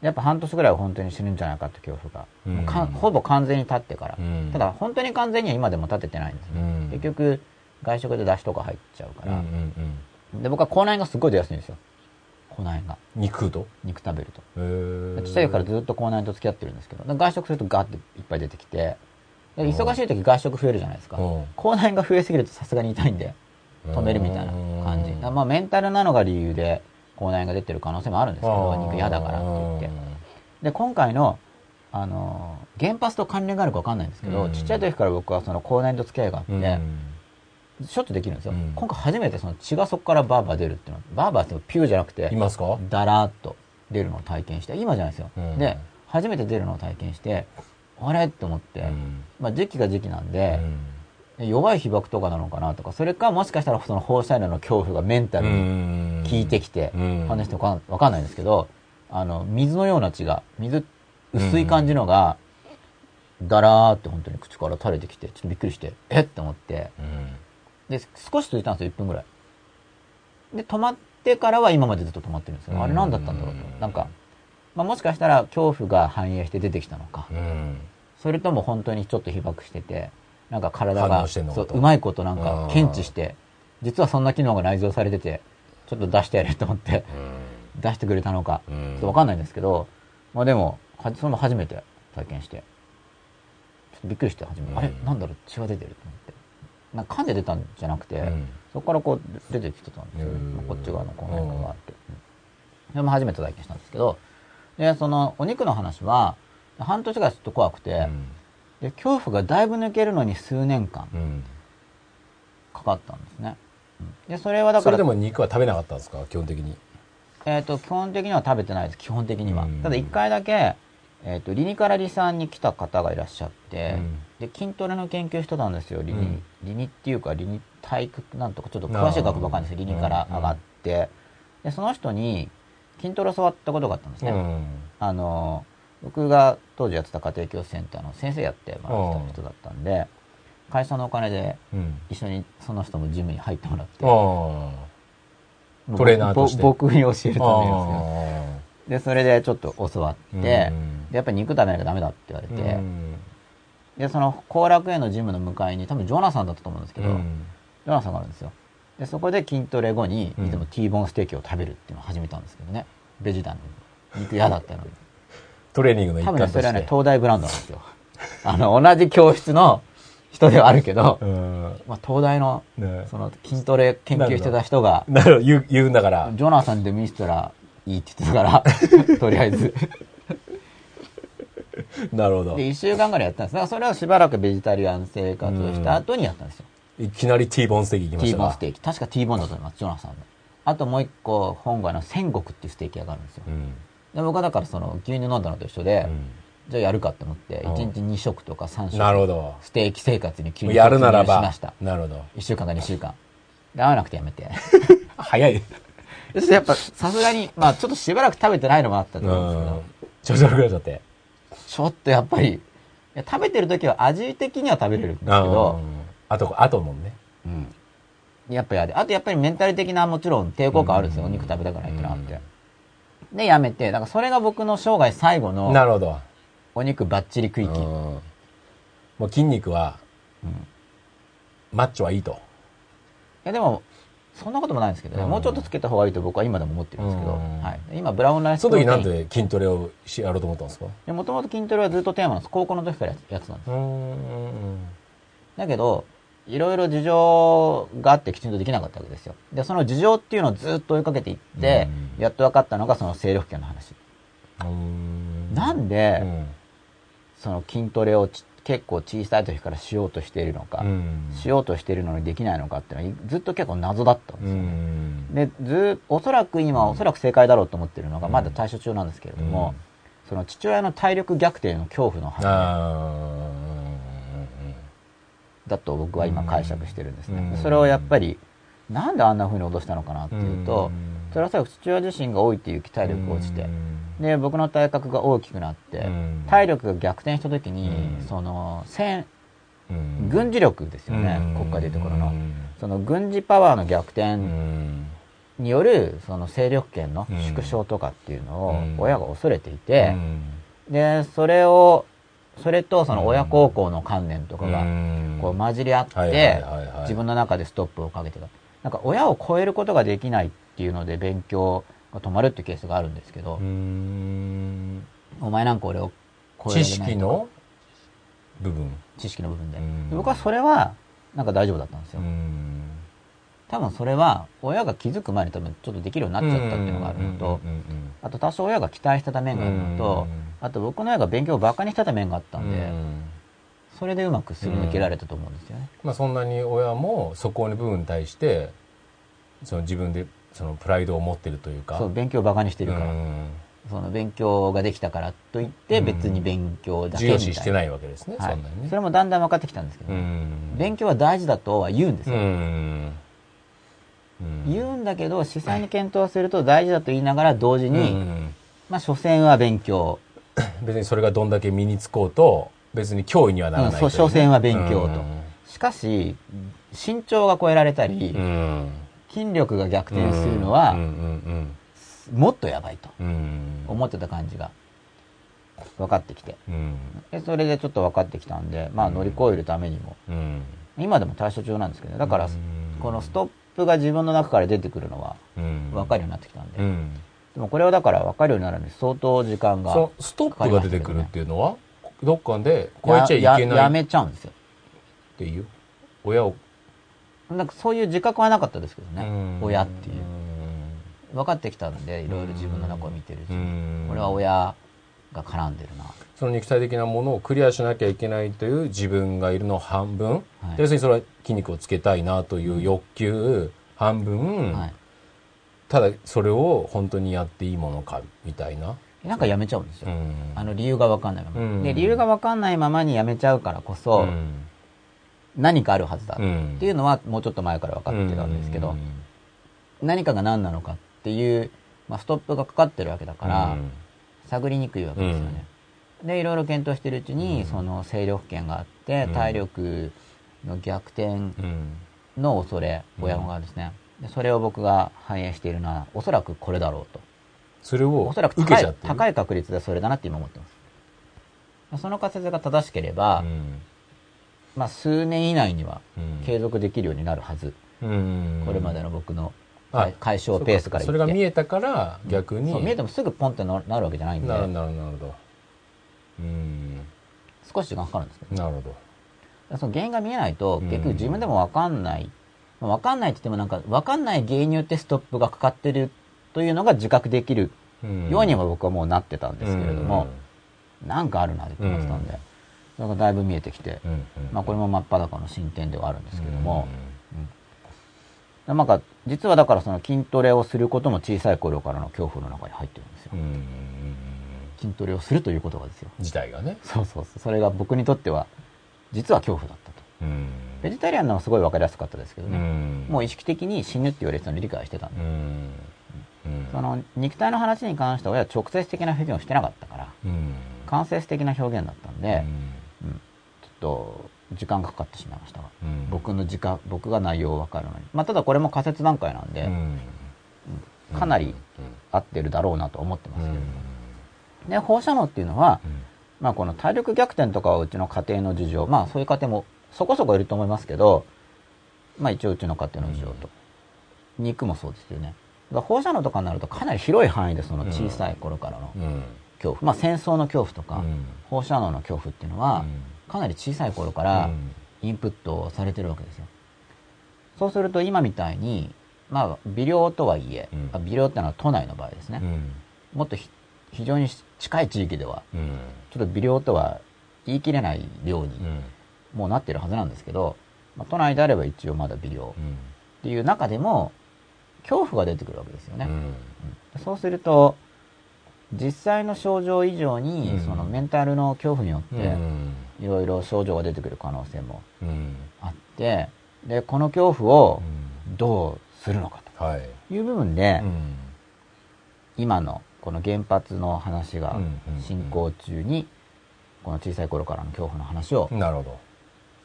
S2: やっぱ半年ぐらいは本当に死ぬんじゃないかって恐怖が、ほぼ完全に立ってから、ただ本当に完全には今でも立ててないんですね、結局外食で出汁とか入っちゃうから、で僕は口内炎がすごい出やすいんですよ。口内炎が
S1: 肉食
S2: べると、ちっちゃい時からずっと口内炎と付き合ってるんですけど、外食するとガーっていっぱい出てきて、忙しい時外食増えるじゃないですか、口内炎が増えすぎるとさすがに痛いんで止めるみたいな感じ、まあメンタルなのが理由で口内炎が出てる可能性もあるんですけど、肉嫌だからって言って、で今回の原発と関連があるか分かんないんですけど、ちっちゃい時から僕はその口内炎と付き合いがあって、しょっちゅうできるんですよ、今回初めてその血がそこからバーバー出るっていうの、バーバーってピューじゃなくて
S1: いますか、
S2: ダラーっと出るのを体験して、今じゃないですよ、で初めて出るのを体験して、あれって思って、まあ時期が時期なんで、弱い被爆とかなのかなとか、それかもしかしたらその放射能の恐怖がメンタルに効いてきて話してわかんないんですけど、水のような血が、薄い感じのがダラーって本当に口から垂れてきて、ちょっとびっくりして、えって思って、で少し続いたんですよ、1分ぐらいで。止まってからは今までずっと止まってるんですよ。あれ何だったんだろうと、なんか、まあ、もしかしたら恐怖が反映して出てきたのか、それとも本当にちょっと被爆してて、なんか体がうまいことなんか検知して、実はそんな機能が内蔵されてて、ちょっと出してやれと思って出してくれたのかちょっと分かんないんですけど、まあでもその初めて体験して、ちょっとびっくりして、あれなんだろう、血が出てると思って、なんか噛んで出たんじゃなくて、そこからこう出てきてたんですよ、こっち側のこの辺があって、でも初めて体験したんですけど、でそのお肉の話は半年ぐらいちょっと怖くて、で恐怖がだいぶ抜けるのに数年間かかったんですね、でそれはだから
S1: それでも肉は食べなかったんですか、基本的に。
S2: 基本的には食べてないです、基本的には。ただ一回だけ、リニからリさんに来た方がいらっしゃって、で筋トレの研究してたんですよ、リニっていうかリニ体育なんとか、ちょっと詳しい学部わかんないですけど、リニから上がって、でその人に筋トレを教わったことがあったんですね、僕が当時やってた家庭教師センターの先生やってもらった人だったんで、会社のお金で一緒にその人もジムに入ってもらって、
S1: トレーナーとして
S2: 僕に教えるためですよ。でそれでちょっと教わって、でやっぱり肉食べなきゃダメだって言われて、でその後楽園のジムの向かいに多分ジョナサンだったと思うんですけど、ジョナサンがあるんですよ。でそこで筋トレ後にいつも T ボーンステーキを食べるっていうのを始めたんですけどね、ベジタンの肉嫌だったのに
S1: トレーニングの一環として。
S2: 多分それはね、東大ブランドなんですよ。同じ教室の人ではあるけど、まあ、東大の、その筋トレ研究してた人が、
S1: 言うんだから。
S2: ジョナサンで見せたらいいって言ってたから、とりあえず。
S1: なるほど。
S2: で、1週間ぐらいやったんです。だからそれはしばらくベジタリアン生活をした後にやったんですよ。
S1: いきなり T ボーンステーキ行きましたか。
S2: T ボーンステーキ。確か T ボーンだと思います、ジョナサンの。あともう一個、本郷の戦国っていうステーキ屋があるんですよ。で僕はだからその牛乳飲んだのと一緒で、じゃあやるかって思って、1日2食とか3食、ステーキ生活に急に
S1: やるならば
S2: しました。
S1: なるほど。
S2: 1週間か2週間。で、合わなくてやめて。
S1: 早い。
S2: そしてやっぱさすがに、まあちょっとしばらく食べてないのもあったと思うんですけど、
S1: 調子悪くなっちゃって。
S2: ちょっとやっぱり、食べてる時は味的には食べれるんですけど、
S1: あともね。
S2: やっぱやで。あとやっぱりメンタル的なもちろん抵抗感あるんですよ。お肉食べたくないってなって。で、やめて、だからそれが僕の生涯最後の、
S1: なるほど。
S2: お肉バッチリ食い切る。
S1: もう筋肉は、マッチョはいいと。い
S2: やでも、そんなこともないんですけどね、もうちょっとつけた方がいいと僕は今でも思ってるんですけど、はい、今ブラウンライス
S1: プロテイン。その時なんで筋トレをやろうと思ったんですか？
S2: もともと筋トレはずっとテーマなんです。高校の時からやってたんです。だけど、いろいろ事情があってきちんとできなかったわけですよ。で、その事情っていうのをずっと追いかけていって、やっと分かったのがその勢力圏の話。なんで、その筋トレを結構小さい時からしようとしているのか、しようとしているのにできないのかっていうのはずっと結構謎だったんですよね。で、おそらく今、おそらく正解だろうと思っているのが、まだ対処中なんですけれども、その父親の体力逆転の恐怖の話だと僕は今解釈してるんですね。それをやっぱり、なんであんな風に脅したのかなっていうと、それはおそらく父親自身が老いていき体力が落ちて、で、僕の体格が大きくなって、体力が逆転した時に、その、軍事力ですよね、国家でいうところの。その軍事パワーの逆転によるその勢力圏の縮小とかっていうのを親が恐れていて、でそれとその親孝行の観念とかがこう混じり合って自分の中でストップをかけてた。なんか親を超えることができないっていうので勉強が止まるっていうケースがあるんですけど、お前なんか俺を超えられないとか。知識の部分で。僕はそれはなんか大丈夫だったんですよ。多分それは親が気づく前に多分ちょっとできるようになっちゃったっていうのがあるのと、あと多少親が期待してた面があるのと、あと僕の親が勉強をバカにしてた面があったんで、それでうまくすり抜けられたと思うんですよね。
S1: まあそんなに親もそこの部分に対してその自分でそのプライドを持ってるというか、
S2: そう勉強をバカにしてるから、その勉強ができたからといって別に勉強だけみたいな、
S1: 重視してないわけですね、
S2: はい、
S1: そんなにね。
S2: それもだんだん分かってきたんですけど、勉強は大事だとは言うんですよ。言うんだけど実際に検討すると大事だと言いながら同時に、まあ所詮は勉強、
S1: 別にそれがどんだけ身につこうと別に脅威にはならないという、ね、
S2: 所詮は勉強と、しかし身長が超えられたり、筋力が逆転するのはもっとやばいと思ってた感じが分かってきて、でそれでちょっと分かってきたんで、まあ乗り越えるためにも、今でも対処中なんですけど、だからこのストップが自分の中から出てくるのは分かるようになってきたんで、でもこれはだから分かるようになるのに相当時間がかかりましたけどね。ストップが出てくるっていうのはどっかで超えちゃいけない、 やめちゃうんですよ
S1: っていう親を
S2: なんかそういう自覚はなかったですけどね、親っていう分かってきたんで、いろいろ自分の中を見てるうちに、これは親が絡んでるな、
S1: その肉体的なものをクリアしなきゃいけないという自分がいるの半分、要するにそれは筋肉をつけたいなという欲求半分、ただそれを本当にやっていいものかみたいな、
S2: なんかやめちゃうんですよ、理由が分かんないまま、で理由が分かんないままにやめちゃうからこそ、何かあるはずだっていうのはもうちょっと前から分かってたんですけど、何かが何なのかっていう、まあ、ストップがかかってるわけだから、探りにくいわけですよね。でいろいろ検討してるうちに、その勢力圏があって体力の逆転の恐れ、親がですね、でそれを僕が反映しているのはおそらくこれだろうと。
S1: それを
S2: おそらく高い確率でそれだなって今思ってます。その仮説が正しければ、まあ、数年以内には継続できるようになるはず、これまでの僕の解消ペースから言って、
S1: それが見えたから逆に、
S2: そう見えてもすぐポンってなるわけじゃないんで、
S1: なるほど、
S2: 少し時間かかるんですけど、
S1: なるほど、
S2: その原因が見えないと結局自分でも分かんない、分かんないって言ってもなんか分かんない原因によってストップがかかってるというのが自覚できるようには僕はもうなってたんですけれども、なんかあるなって思ってたんで、それがだいぶ見えてきて、まあこれも真っ裸の進展ではあるんですけども、なんか実はだからその筋トレをすることも小さい頃からの恐怖の中に入ってるんですよ。筋トレをするということがですよ。
S1: 自体がね。
S2: そう。それが僕にとっては実は恐怖だったと。ベジタリアンのはすごい分かりやすかったですけどね。もう意識的に死ぬって言われてたのに理解してたんで。その肉体の話に関しては親は直接的な表現をしてなかったから、間接的な表現だったんで、ちょっと時間がかかってしまいましたが、僕が内容を分かるのに、まあ、ただこれも仮説段階なんで、かなり合ってるだろうなと思ってますけれども、で放射能っていうのは、まあ、この体力逆転とかはうちの家庭の事情、まあそういう家庭もそこそこいると思いますけど、まあ一応うちの家庭の事情と、肉もそうですよね。だから放射能とかになるとかなり広い範囲でその小さい頃からの恐怖、まあ戦争の恐怖とか、放射能の恐怖っていうのは、かなり小さい頃からインプットされてるわけですよ。そうすると今みたいに、まあ微量とはいえ、微量ってのは都内の場合ですね、もっと非常に近い地域では、ちょっと微量とは言い切れない量にもうなってるはずなんですけど、まあ、都内であれば一応まだ微量っていう中でも恐怖が出てくるわけですよね。そうすると実際の症状以上にそのメンタルの恐怖によっていろいろ症状が出てくる可能性もあって、でこの恐怖をどうするのかという部分で、今のこの原発の話が進行中にこの小さい頃からの恐怖の話を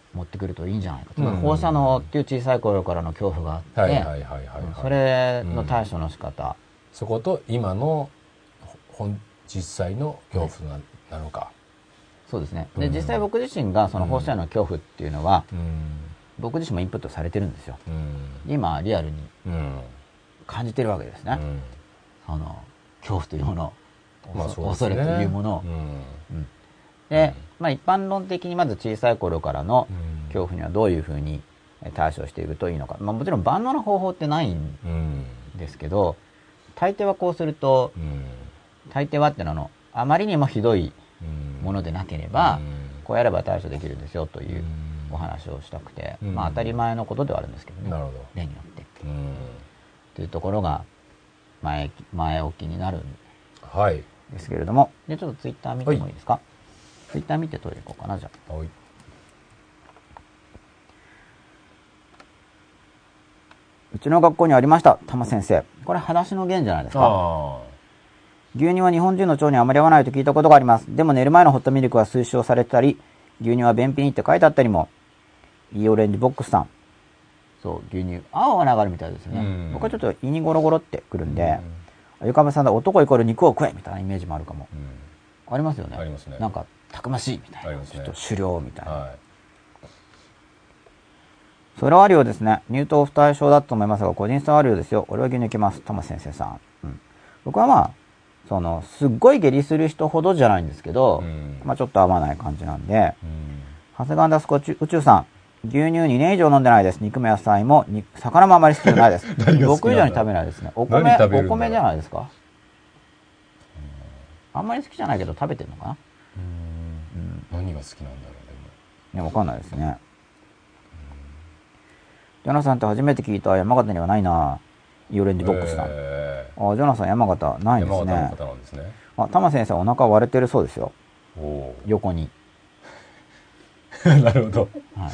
S2: 持ってくるといいんじゃないかと。放射能っていう小さい頃からの恐怖があって、それの対処の仕方。
S1: そこと今の実際の恐怖なのか。
S2: そうですね。で、実際僕自身がその放射能の恐怖っていうのは、僕自身もインプットされてるんですよ。今、リアルに感じてるわけですね。その、恐怖というものを、恐れというものを。で、一般論的にまず小さい頃からの恐怖にはどういうふうに対処していくといいのか。もちろん万能な方法ってないんですけど、大抵はこうすると、大抵はっていうのはあまりにもひどいものでなければ、こうやれば対処できるんですよというお話をしたくて、当たり前のことではあるんですけどね。例によって。というところが前置きになるんですけれども、でちょっとツイッター見てもいいですか？ツイッター見てトイレ行こうかな、じゃあ。うちの学校にありました、玉先生。これ、裸足の弦じゃないですか。牛乳は日本人の腸にあまり合わないと聞いたことがあります。でも寝る前のホットミルクは推奨されてたり、牛乳は便秘にって書いてあったりも。いいオレンジボックスさん。そう、牛乳。青が流るみたいですよね。僕はちょっと胃にゴロゴロってくるんで、ゆかめさんだ、男イコール肉を食えみたいなイメージもあるかも。ありますよね。
S1: ありますね。
S2: なんか、たくましいみたいな。ちょっと狩猟みたいな。それはあるようですね。乳糖不対症だと思いますが、個人差はあるようですよ。俺は牛乳いきます。玉先生さん。僕はすっごい下痢する人ほどじゃないんですけど、ちょっと合わない感じなんで、長谷川ダスコ宇宙さん。牛乳2年以上飲んでないです。肉も野菜も、魚もあまり好きじゃないです。僕以上に食べないですね。お米じゃないですか？あんまり好きじゃないけど食べてるのかな？
S1: 何が好きなんだろう、
S2: でも。わかんないですね。ジョナサンって初めて聞いた。山形にはないな。イオレンジボックスさん。ジョナサン山形ないですね。
S1: 山形の方なんですね。
S2: 玉先生お腹割れてるそうですよ。横に。
S1: なるほど。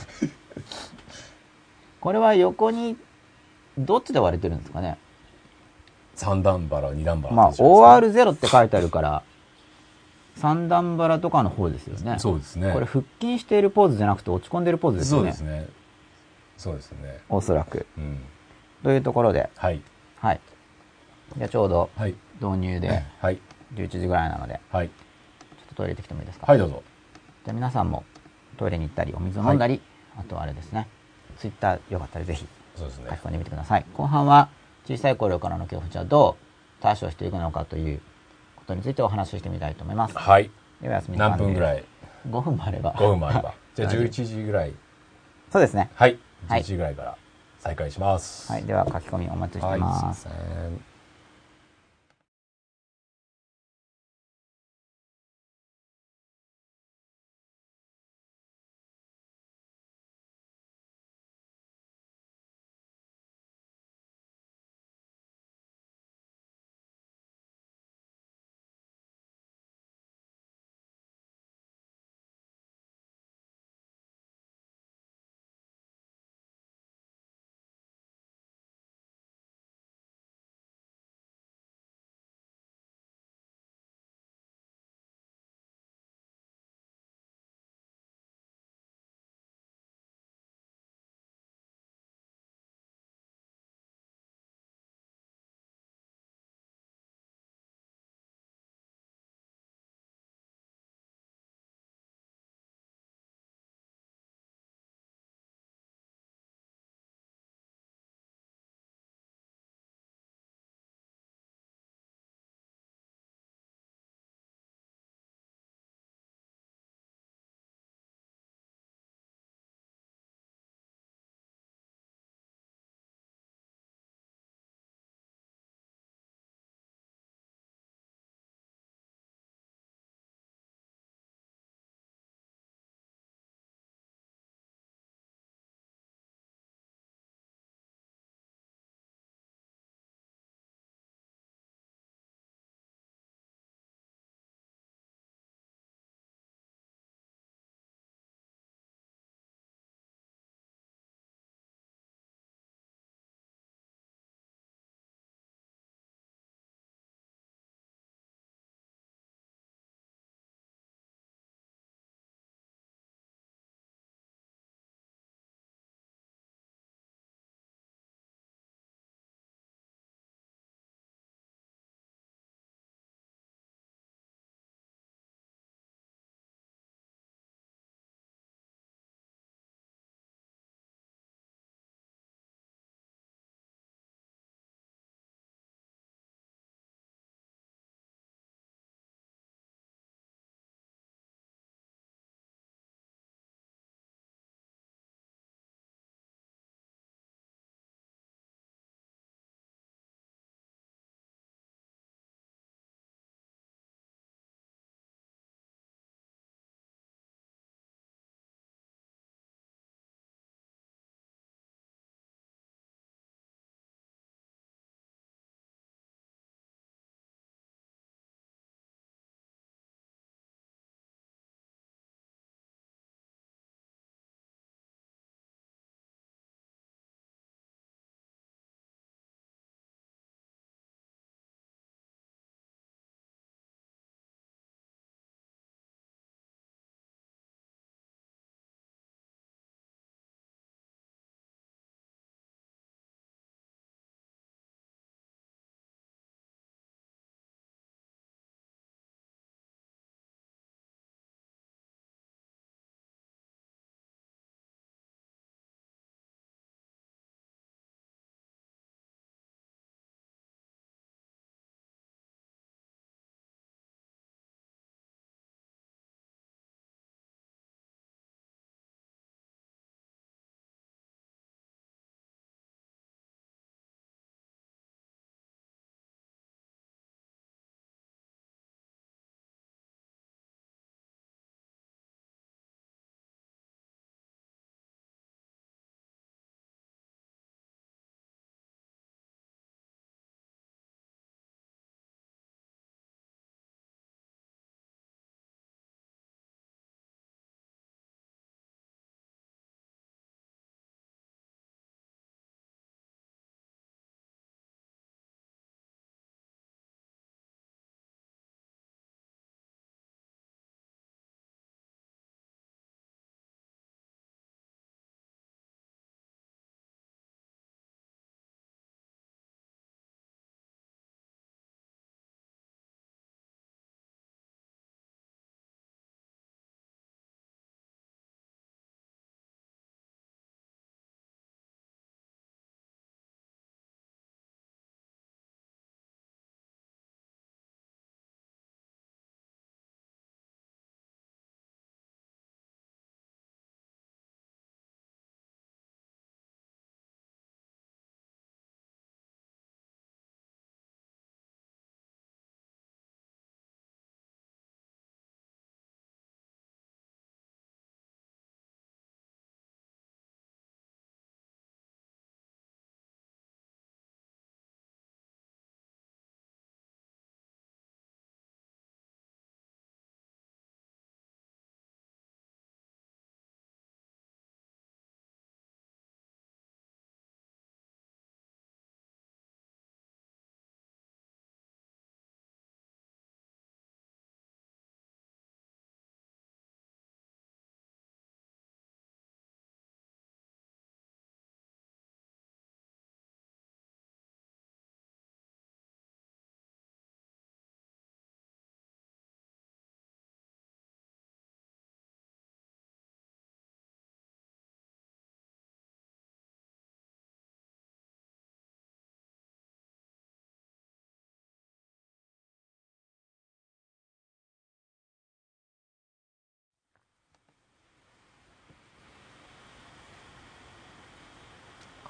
S2: これは横に、どっちで割れてるんですかね。
S1: 3段腹、2段腹。
S2: OR0 って書いてあるから、3段腹とかの方ですよね。
S1: そうですね。
S2: これ腹筋しているポーズじゃなくて落ち込んでいるポーズですよね。
S1: そうですね。
S2: おそらく。というところで。
S1: はい。
S2: じゃあちょうど導入で11時ぐらいなので、ちょっとトイレ行ってきてもいいですか？
S1: はい、どうぞ。
S2: じゃあ皆さんもトイレに行ったり、お水を飲んだり、あとはあれですね、ツイッターよかったらぜひ書き込んでみてください。後半は小さい頃からの恐怖、じゃあどう対処していくのかということについてお話ししてみたいと思います。では休みの
S1: 何分ぐらい
S2: ？5分もあれば。
S1: 5分もあれば。じゃあ11時ぐらい。
S2: そうですね。
S1: はい。11時ぐらいから再開します。
S2: では書き込みお待ちしてます。
S1: すいません。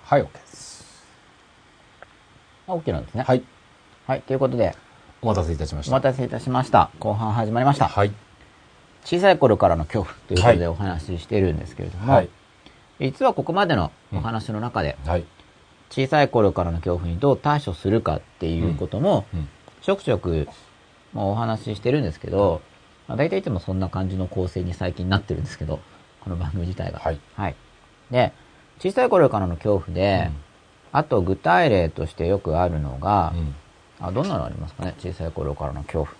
S1: はい、OK です。
S2: OK なんですね。
S1: はい。
S2: はい、ということで。
S1: お待たせいたしました。
S2: お待たせいたしました。後半始まりました。
S1: はい。
S2: 小さい頃からの恐怖ということでお話ししているんですけれども、はい、実はここまでのお話の中で、はい、小さい頃からの恐怖にどう対処するかっていうことも、ちょくちょくお話ししてるんですけど、大体いつもそんな感じの構成に最近なってるんですけど、この番組自体が。はい。はい。で、小さい頃からの恐怖で、あと具体例としてよくあるのが、どんなのありますかね、小さい頃からの恐怖。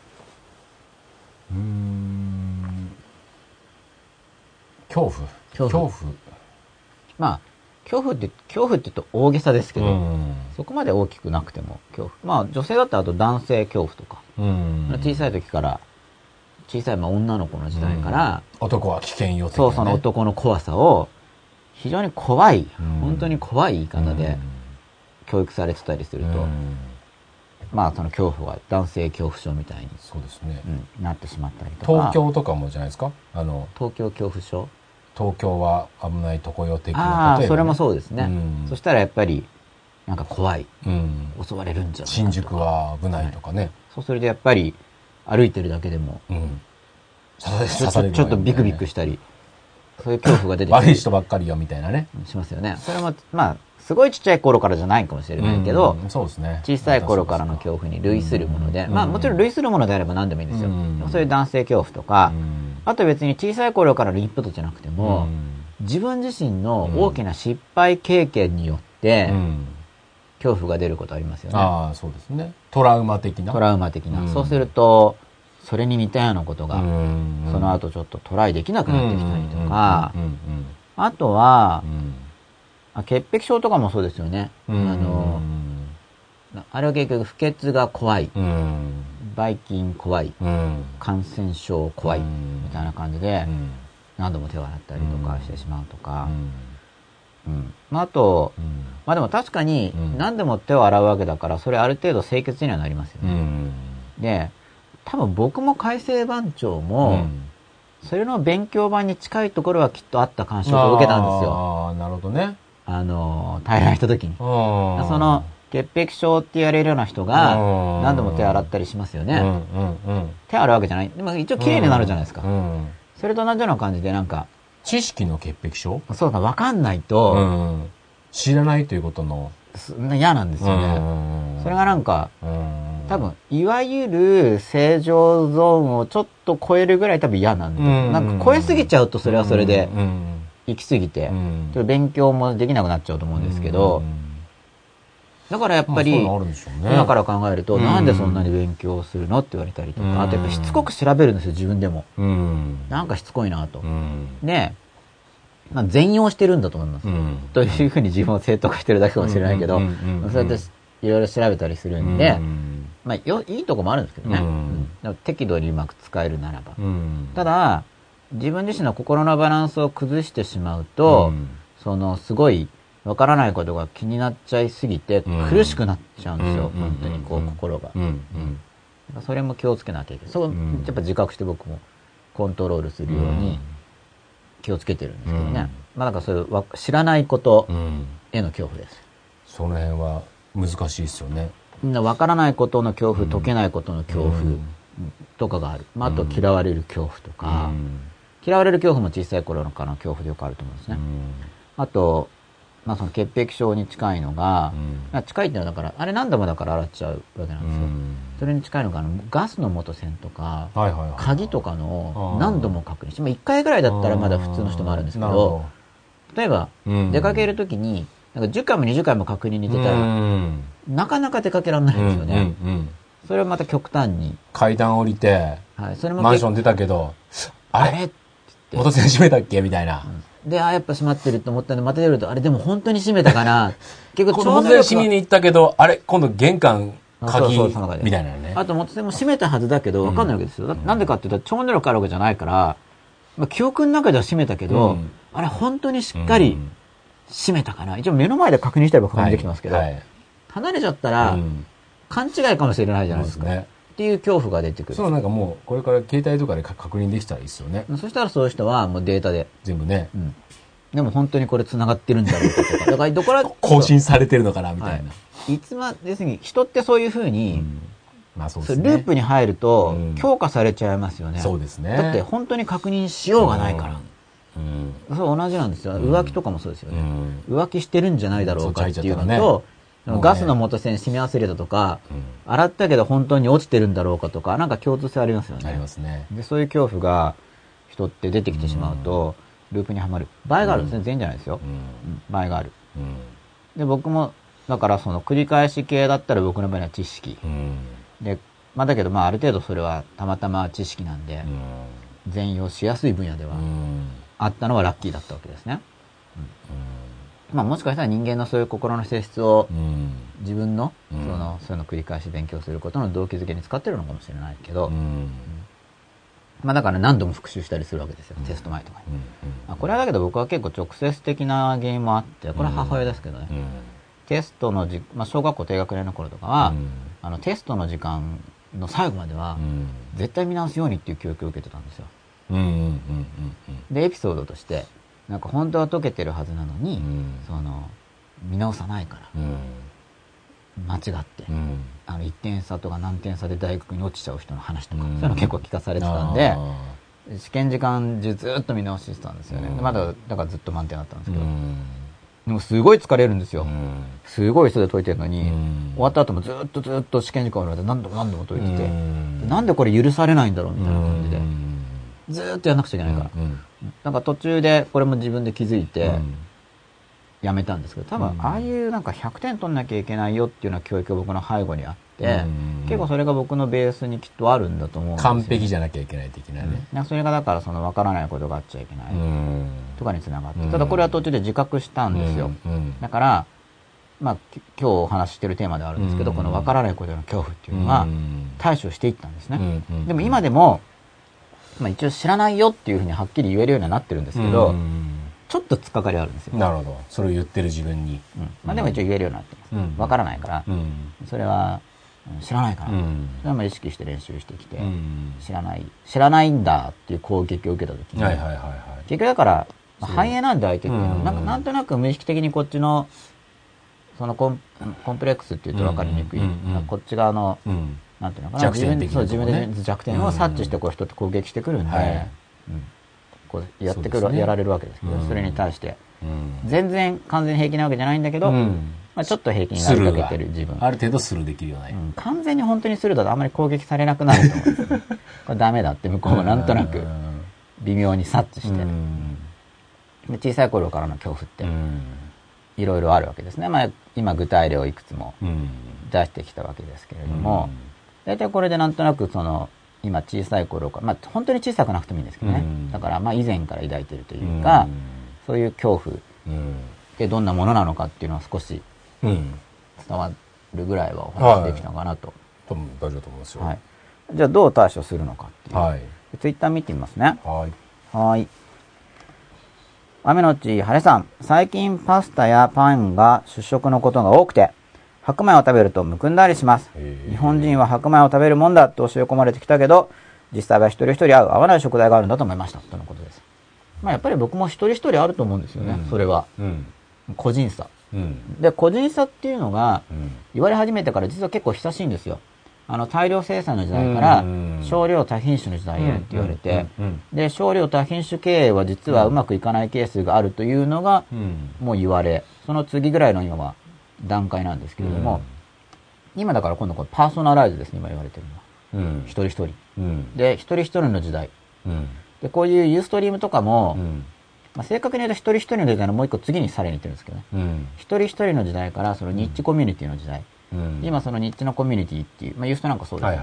S1: 恐怖。
S2: まあ、恐怖って言うと大げさですけど、そこまで大きくなくても恐怖。まあ、女性だったらあと男性恐怖とか、小さい時から、小さい女の子の時代から、
S1: 男は危険よ、ね、
S2: そう、その男の怖さを、非常に怖い、本当に怖い言い方で教育されてたりすると、まあその恐怖は男性恐怖症みたいに
S1: そうですね、
S2: なってしまったりとか。
S1: 東京とかもじゃないですか、
S2: 東京恐怖症、
S1: 東京は危ないとこよ的な、
S2: ああ、それもそうですね、そしたらやっぱりなんか怖い、襲われるんじゃないかとか、
S1: 新宿は危ないとかね、
S2: そうするとやっぱり歩いてるだけでも、刺される、ちょっとビクビクしたり、そういう恐怖が出てくる。
S1: 悪い人ばっかりよみたいなね。
S2: しますよね。それも、まあ、すごいちっちゃい頃からじゃないかもしれないけど、
S1: そうですね。
S2: 小さい頃からの恐怖に類するもので、まあもちろん類するものであれば何でもいいんですよ。そういう男性恐怖とか、あと別に小さい頃からのインプットじゃなくても、自分自身の大きな失敗経験によって、恐怖が出ることありますよね。
S1: ああ、そうですね。トラウマ的な。
S2: そうすると、それに似たようなことが、その後ちょっとトライできなくなってきたりとか、あとは、潔癖症とかもそうですよね。あれは結局不潔が怖い、ばい菌怖い、感染症怖い、みたいな感じで、何度も手を洗ったりとかしてしまうとか、あと、まあでも確かに何でも手を洗うわけだから、それある程度清潔にはなりますよね。で、多分僕も改正番長も、それの勉強版に近いところはきっとあった感触を受けたんですよ。
S1: ああ、なるほどね。
S2: 平らげた時に。その、潔癖症って言われるような人が、何度も手洗ったりしますよね。手洗うわけじゃない。でも一応綺麗になるじゃないですか。それと同じような感じでなんか。
S1: 知識の潔癖症？
S2: そうだ、わかんないと、
S1: 知らないということの。
S2: 嫌なんですよね。それがなんか、多分、いわゆる正常ゾーンをちょっと超えるぐらい多分嫌なんで、なんか超えすぎちゃうとそれはそれで、行き過ぎて、ちょっと勉強もできなくなっちゃうと思うんですけど、だからやっぱり、今から考えると、なんでそんなに勉強するのって言われたりとか、あとやっぱしつこく調べるんですよ、自分でも。なんかしつこいなと。で、まあ、全容してるんだと思います。というふうに自分を正当化してるだけかもしれないけど、そうやっていろいろ調べたりするんで、まあ、いいとこもあるんですけどね。適度にうまく使えるならば。ただ、自分自身の心のバランスを崩してしまうと、すごい、わからないことが気になっちゃいすぎて、苦しくなっちゃうんですよ、本当に心が。それも気をつけなきゃいけない。そう、やっぱ自覚して僕もコントロールするように気をつけてるんですけどね。まあなんかそういう知らないことへの恐怖です。
S1: その辺は難しいですよね。
S2: わからないことの恐怖、解けないことの恐怖とかがある。まああと嫌われる恐怖とか、嫌われる恐怖も小さい頃からの恐怖でよくあると思うんですね。あと、まあその潔癖症に近いのが、近いっていうのはだから、あれ何度もだから洗っちゃうわけなんですよ。それに近いのが、ガスの元栓とか、鍵とかの何度も確認して、まあ1回ぐらいだったらまだ普通の人もあるんですけど、例えば、出かけるときに、なんか10回も20回も確認に出たら、なかなか出かけられないんですよね。それはまた極端に。
S1: 階段降りて、マンション出たけど、あれ元栓閉めたっけみたいな。
S2: で、やっぱ閉まってると思ったんで、また出ると、あれでも本当に閉めたかな。
S1: 結構元栓閉めに行ったけど、あれ今度玄関鍵みたいなね。
S2: あと元栓も閉めたはずだけど、わかんないわけですよ。なんでかっていうと、超能力あるわけじゃないから、まあ、記憶の中では閉めたけど、あれ本当にしっかり閉めたかな。一応目の前で確認してれば確認できてますけど、離れちゃったら、勘違いかもしれないじゃないですか。っていう恐怖が出てくる。
S1: そうなんかもう、これから携帯とかで確認できたらいいですよね。
S2: そしたらそういう人はもうデータで。
S1: 全部ね。
S2: でも本当にこれ繋がってるんだろうかとか。だからどこら
S1: 更新されてるのかなみたいな。
S2: 要するに人ってそういう風に、
S1: まあそうですね。
S2: ループに入ると強化されちゃいますよね。
S1: そうですね。
S2: だって本当に確認しようがないから。そう同じなんですよ。浮気とかもそうですよね。浮気してるんじゃないだろうかっていうのと、ガスの元栓締め忘れたとか、洗ったけど本当に落ちてるんだろうかとか、なんか共通性ありますよね。
S1: ありますね。
S2: で、そういう恐怖が人って出てきてしまうと、ループにはまる場合があるんですね。全員じゃないですよ。場合がある。で、僕も、だからその繰り返し系だったら僕の場合は知識。で、まあだけどある程度それはたまたま知識なんで、全用しやすい分野ではあったのはラッキーだったわけですね。まあもしかしたら人間のそういう心の性質を自分のそういうのを繰り返し勉強することの動機づけに使ってるのかもしれないけど、まあだから何度も復習したりするわけですよ、テスト前とかに。これはだけど僕は結構直接的な原因もあって、これは母親ですけどね。テストの小学校低学年の頃とかは、テストの時間の最後までは、絶対見直すようにっていう教育を受けてたんですよ。で、エピソードとして、なんか本当は解けてるはずなのに、見直さないから、間違って、1点差とか何点差で大学に落ちちゃう人の話とか、そういうの結構聞かされてたんで、試験時間中ずっと見直してたんですよね。まだ、だからずっと満点だったんですけど、でもすごい疲れるんですよ。すごい人で解いてるのに、終わった後もずっと試験時間を終わって何度も解いてて、なんでこれ許されないんだろうみたいな感じで、ずっとやんなくちゃいけないから。なんか途中でこれも自分で気づいて、やめたんですけど、多分ああいうなんか100点取んなきゃいけないよっていうような教育が僕の背後にあって、結構それが僕のベースにきっとあるんだと思うんですよ。
S1: 完璧じゃなきゃいけない的なね。
S2: それがだから分からないことがあっちゃいけないとかにつながって、ただこれは途中で自覚したんですよ。だから、まあ今日お話ししてるテーマではあるんですけど、この分からないことへの恐怖っていうのは対処していったんですね。でも今でも、まあ一応知らないよっていうふうにはっきり言えるようにはなってるんですけど、ちょっと突っかかりあるんですよ。
S1: なるほど。それを言ってる自分に。
S2: まあでも一応言えるようになってます。わからないから、それは知らないから、それはまあ意識して練習してきて、知らないんだっていう攻撃を受けたときに、結局だから、反映なんで相手っていうのは、なんとなく無意識的にこっちの、そのコンプレックスっていうと分かりにくい、こっち側の、なんていうのかな、自分で弱点を察知してこう人って攻撃してくるんで、こうやってくる、やられるわけですけど、それに対して、全然完全に平気なわけじゃないんだけど、まあちょっと平気になりかけてる自分。
S1: ある程度スルーできるよね。
S2: 完全に本当にスルーだとあんまり攻撃されなくなると思うんですね。これダメだって向こうがなんとなく微妙に察知して。小さい頃からの恐怖って、いろいろあるわけですね。まあ今具体例をいくつも出してきたわけですけれども、大体これでなんとなく今小さい頃から、まあ本当に小さくなくてもいいんですけどね。だからまあ以前から抱いているというか、そういう恐怖ってどんなものなのかっていうのは少し伝わるぐらいはお話できたかなと。
S1: 多分大丈夫だと思いますよ。
S2: じゃあどう対処するのかっていう。ツイッター見てみますね。はい。雨のち晴れさん、最近パスタやパンが主食のことが多くて、白米を食べるとむくんだりします。日本人は白米を食べるもんだって教え込まれてきたけど、実際は一人一人合う合わない食材があるんだと思いました。とのことです。まあやっぱり僕も一人一人あると思うんですよね。それは。個人差。で、個人差っていうのが言われ始めてから実は結構久しいんですよ。大量生産の時代から少量多品種の時代へって言われて、で、少量多品種経営は実はうまくいかないケースがあるというのがもう言われ、その次ぐらいの今は段階なんですけれども、今だから今度これパーソナライズですね、今言われてるのは。一人一人。で、一人一人の時代。で、こういうユーストリームとかも、まあ、正確に言うと一人一人の時代のもう一個次にされに言ってるんですけどね。一人一人の時代からそのニッチコミュニティの時代。今そのニッチのコミュニティっていう、まあユーストなんかそうですね。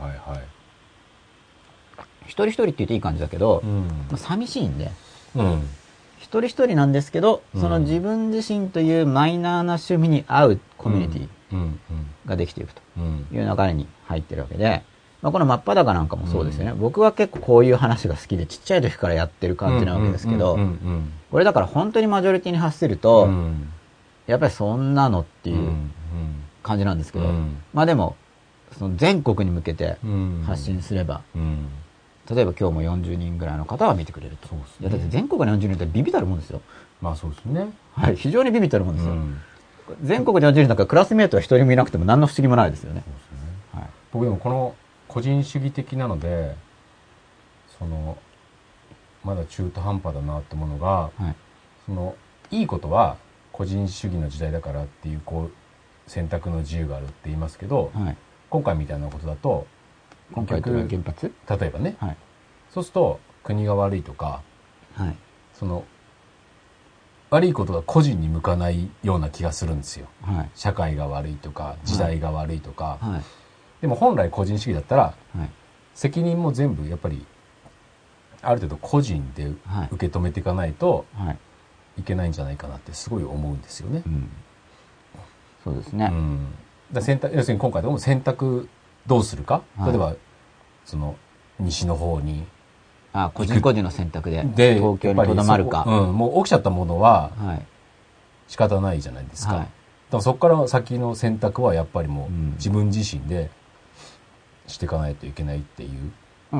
S2: 一人一人って言っていい感じだけど、まあ、寂しいんで、一人一人なんですけど、その自分自身というマイナーな趣味に合うコミュニティができていくという流れに入ってるわけで、まあ、この真っ裸なんかもそうですよね。僕は結構こういう話が好きでちっちゃい時からやってる感じなわけですけど、これだから本当にマジョリティに発すると、やっぱりそんなのっていう感じなんですけど、まあでも、その全国に向けて発信すれば、 例えば今日も40人ぐらいの方は見てくれると。そうですね。だって全国の40人ってビビたるもんですよ。
S1: まあそうですね。
S2: はい、非常にビビたるもんですよ。全国で40人だからクラスメートは一人もいなくても何の不思議もないですよね。そうですね。はい、
S1: 僕でもこの個人主義的なので、まだ中途半端だなってものが、いいことは個人主義の時代だからっていう選択の自由があるって言いますけど、今回みたいなことだと、
S2: 今回というのは原発？
S1: 例えばね、そうすると国が悪いとか、悪いことが個人に向かないような気がするんですよ。社会が悪いとか時代が悪いとか、でも本来個人主義だったら、責任も全部やっぱりある程度個人で受け止めていかないといけないんじゃないかなってすごい思うんですよね。
S2: そうですね。
S1: 要するに今回でも選択どうするか、例えば西の方に
S2: 個人個人の選択で東京にとどまるか、
S1: もう起きちゃったものは仕方ないじゃないですか。だからそこから先の選択はやっぱりもう自分自身でしていかないといけないっていう。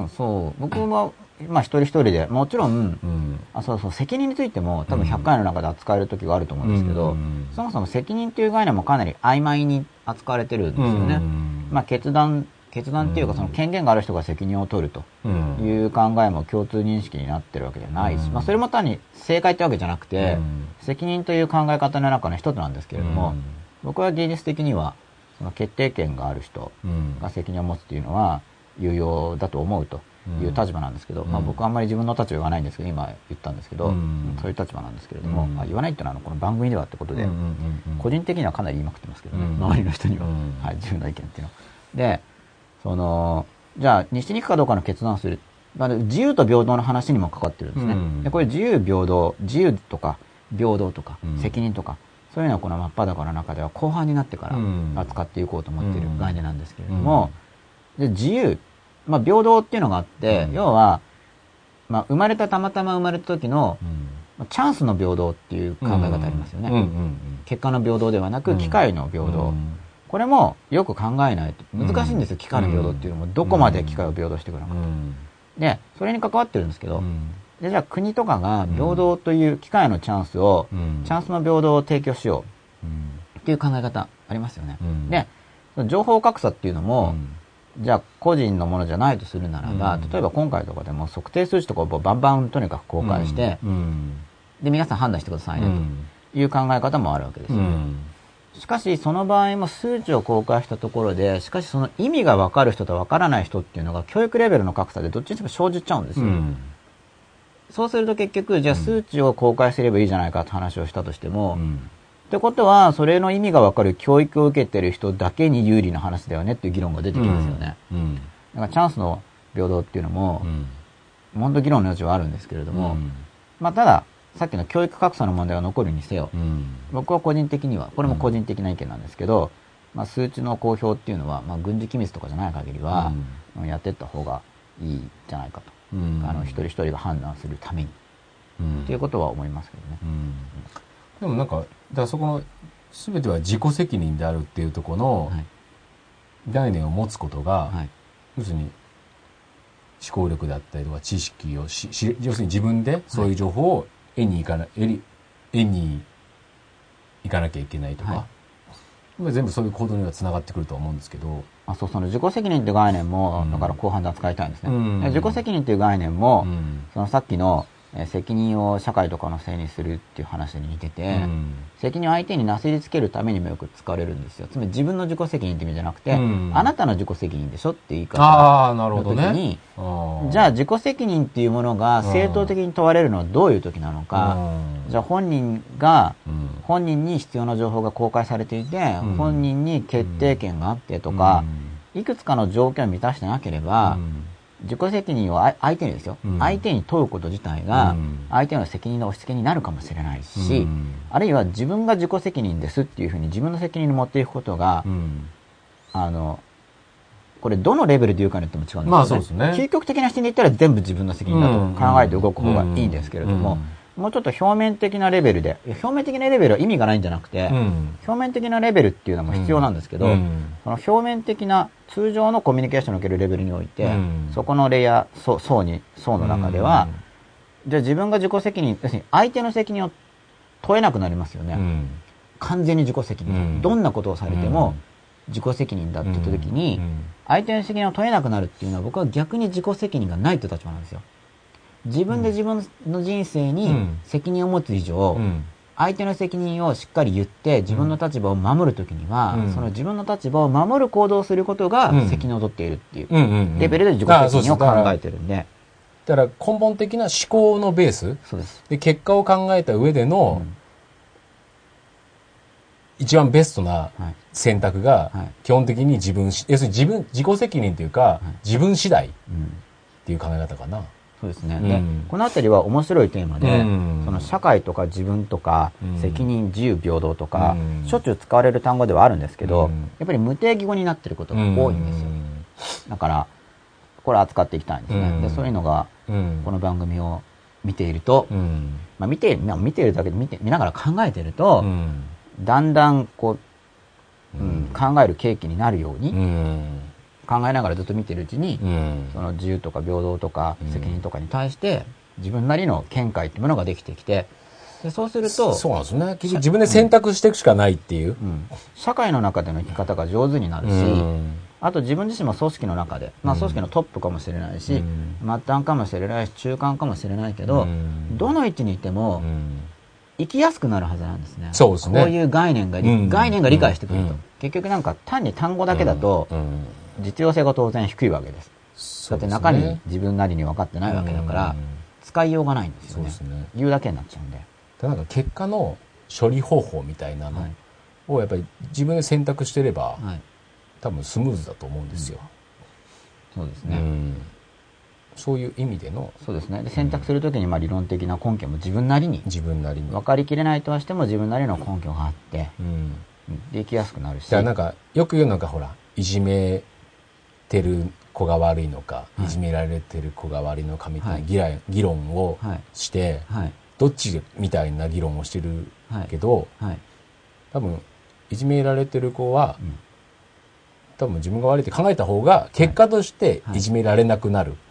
S2: そう。僕は一人一人でもちろん、責任についても多分100回の中で扱える時があると思うんですけど、そもそも責任という概念もかなり曖昧に扱われてるんですよね。決断っていうか、その権限がある人が責任を取るという考えも共通認識になってるわけじゃないし、それも単に正解ってわけじゃなくて、責任という考え方の中の一つなんですけれども、僕は現実的にはその決定権がある人が責任を持つっていうのは有用だと思うという立場なんですけど、僕はあんまり自分の立場言わないんですけど、今言ったんですけど、そういう立場なんですけれども、言わないっていうのはこの番組ではってことで、個人的にはかなり言いまくってますけどね、周りの人には、自由な意見っていうの。で、じゃあ西に行くかどうかの決断をする。自由と平等の話にもかかってるんですね。で、これ自由とか平等とか責任とか、そういうのはこの真っ裸の中では後半になってから扱っていこうと思っている概念なんですけれども、で自由、平等っていうのがあって、要は、たまたま生まれた時の、チャンスの平等っていう考え方ありますよね。結果の平等ではなく、機会の平等。これもよく考えないと難しいんですよ、機会の平等っていうのも。どこまで機会を平等していくのかと。で、それに関わってるんですけど、じゃあ国とかが平等という機会のチャンスの平等を提供しようっていう考え方ありますよね。で、情報格差っていうのも、じゃあ個人のものじゃないとするならば、例えば今回とかでも測定数値とかをバンバンとにかく公開して、で、皆さん判断してくださいねという考え方もあるわけですよね。しかしその場合も数値を公開したところで、しかしその意味が分かる人と分からない人っていうのが教育レベルの格差でどっちにしても生じちゃうんですよ。そうすると結局、じゃあ数値を公開すればいいじゃないかって話をしたとしても、ってことは、それの意味が分かる教育を受けてる人だけに有利な話だよねっていう議論が出てきますよね。だからチャンスの平等っていうのも、本当議論の余地はあるんですけれども、ただ、さっきの教育格差の問題は残るにせよ、僕は個人的には、これも個人的な意見なんですけど、数値の公表っていうのは、軍事機密とかじゃない限りは、やっていった方がいいんじゃないかと。一人一人が判断するために。っていうことは思いますけどね。
S1: でもだからそこの、全ては自己責任であるっていうところの概念を持つことが、要するに思考力であったりとか知識を要するに自分でそういう情報を得に行かなきゃいけないとか、全部そういう行動にはつながってくるとは思うんですけど。
S2: その自己責任って概念も、だから後半で扱いたいんですね。自己責任っていう概念も、そのさっきの責任を社会とかのせいにするっていう話に似てて、責任を相手になすりつけるためにもよく使われるんですよ。つまり自分の自己責任って意味じゃなくて、あなたの自己責任でしょって言い方の時に、じゃあ自己責任っていうものが正当的に問われるのはどういう時なのか、じゃあ本人に必要な情報が公開されていて、本人に決定権があってとか、いくつかの条件を満たしてなければ、自己責任を相手にですよ、相手に問うこと自体が相手の責任の押し付けになるかもしれないし、あるいは自分が自己責任ですっていうふうに自分の責任に持っていくことが、これどのレベルで言うかによっても違うんですよね。究極的な視点で言ったら全部自分の責任だと考えて動く方がいいんですけれども、 もうちょっと表面的なレベルで、表面的なレベルは意味がないんじゃなくて、表面的なレベルっていうのも必要なんですけど、その表面的な通常のコミュニケーションにおけるレベルにおいて、そこのレイヤー、層の中では、じゃあ自分が自己責任、要するに相手の責任を問えなくなりますよね。完全に自己責任。どんなことをされても自己責任だって言った時に、相手の責任を問えなくなるっていうのは僕は逆に自己責任がないって立場なんですよ。自分で自分の人生に責任を持つ以上、相手の責任をしっかり言って自分の立場を守るときには、その自分の立場を守る行動をすることが責任を取っているっていうレベルで自己責任を考えてるんで。
S1: だから根本的な思考のベースで結果を考えた上での一番ベストな選択が基本的に要するに自己責任というか自分次第っていう考え方かな。
S2: そうですね。で、このあたりは面白いテーマで、その社会とか自分とか、責任、自由、平等とか、しょっちゅう使われる単語ではあるんですけど、やっぱり無定義語になってることが多いんですよ。だから、これ扱っていきたいんですね。で、そういうのが、この番組を見ていると、見ているだけで見ながら考えていると、だんだんこう、考える契機になるように、考えながらずっと見てるうちに、その自由とか平等とか責任とかに対して自分なりの見解っていうものができてきて、でそうすると
S1: そうなんですね。結局自分で選択していくしかないっていう、
S2: 社会の中での生き方が上手になるし、あと自分自身も組織の中で、組織のトップかもしれないし、末端かもしれないし中間かもしれないけど、どの位置にいても生きやすくなるはずなんですね。
S1: そうですね。
S2: こういう概念が理解してくると、結局なんか単に単語だけだと、実用性が当然低いわけです。だって中に自分なりに分かってないわけだから、使いようがないんですよね。言うだけになっちゃうんで。
S1: なんか結果の処理方法みたいなのをやっぱり自分で選択してれば、多分スムーズだと思うんですよ。
S2: そうですね。
S1: そういう意味での。
S2: そうですね。で選択するときに理論的な根拠も自分なりに。分かりきれないとはしても自分なりの根拠があって、できやすくなるし。
S1: なんかよく言うのがほら、いじめてる子が悪いのか、いじめられてる子が悪いのかみたいな議論をして、どっちみたいな議論をしてるけど、多分いじめられてる子は、多分自分が悪いって考えた方が結果としていじめられなくなる。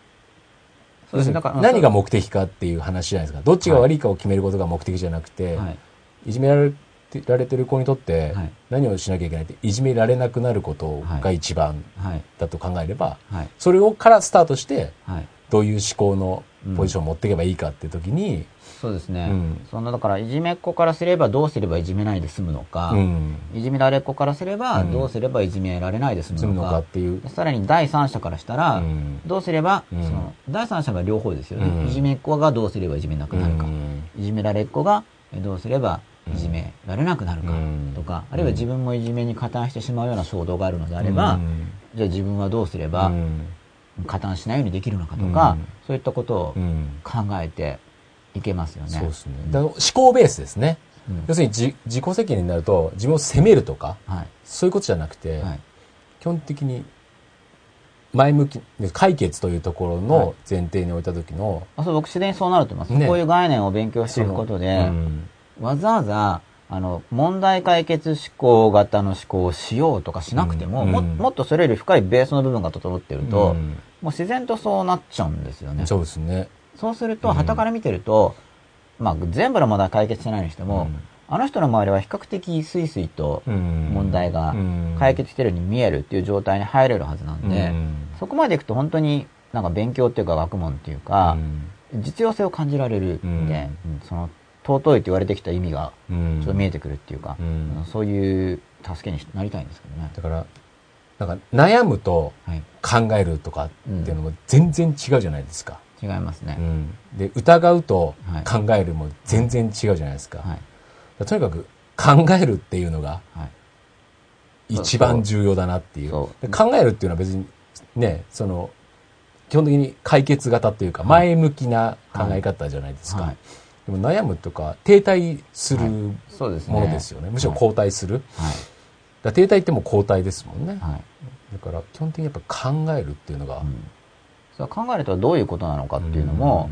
S1: 何が目的かっていう話じゃないですか。どっちが悪いかを決めることが目的じゃなくて、いじめられてる子にとって何をしなきゃいけないっていじめられなくなることが一番だと考えれば、それからスタートしてどういう思考のポジションを持っていけばいいかっていう時に、
S2: そうですね、だからいじめっ子からすればどうすればいじめないで済むのか、いじめられっ子からすればどうすればいじめられないで済むのかっていう、さらに第三者からしたらどうすれば、その第三者が両方ですよね、いじめっ子がどうすればいじめなくなるか、いじめられっ子がどうすればいじめられなくなるかとか、あるいは自分もいじめに加担してしまうような衝動があるのであれば、じゃあ自分はどうすれば加担しないようにできるのかとか、そういったことを考えていけますよね。
S1: そうですね。だから思考ベースですね。要するに自己責任になると自分を責めるとか、そういうことじゃなくて、基本的に前向き解決というところの前提に置いた時の、
S2: 僕自然にそうなると思います。こういう概念を勉強していくことで、わざわざ問題解決思考型の思考をしようとかしなくても、もっとそれより深いベースの部分が整っていると、もう自然とそうなっちゃうんですよね。
S1: そうですね。
S2: そうすると、傍から見てると、全部の問題解決してないにしても、あの人の周りは比較的スイスイと問題が解決してるように見えるっていう状態に入れるはずなんで、そこまでいくと本当になんか勉強っていうか学問っていうか、実用性を感じられるんで、その尊いと言われてきた意味がちょっと見えてくるっていうか、そういう助けになりたいんですけどね。
S1: だからなんか悩むと考えるとかっていうのも全然違うじゃないですか。
S2: 違いますね。
S1: で疑うと考えるも全然違うじゃないですか。とにかく考えるっていうのが一番重要だなっていう。考えるっていうのは別にね、その基本的に解決型っていうか前向きな考え方じゃないですか。でも悩むとか停滞するものですよね。むしろ後退する。だ停滞ってもう後退ですもんね。だから基本的にやっぱ考えるっていうのが、
S2: 考えるとはどういうことなのかっていうのも、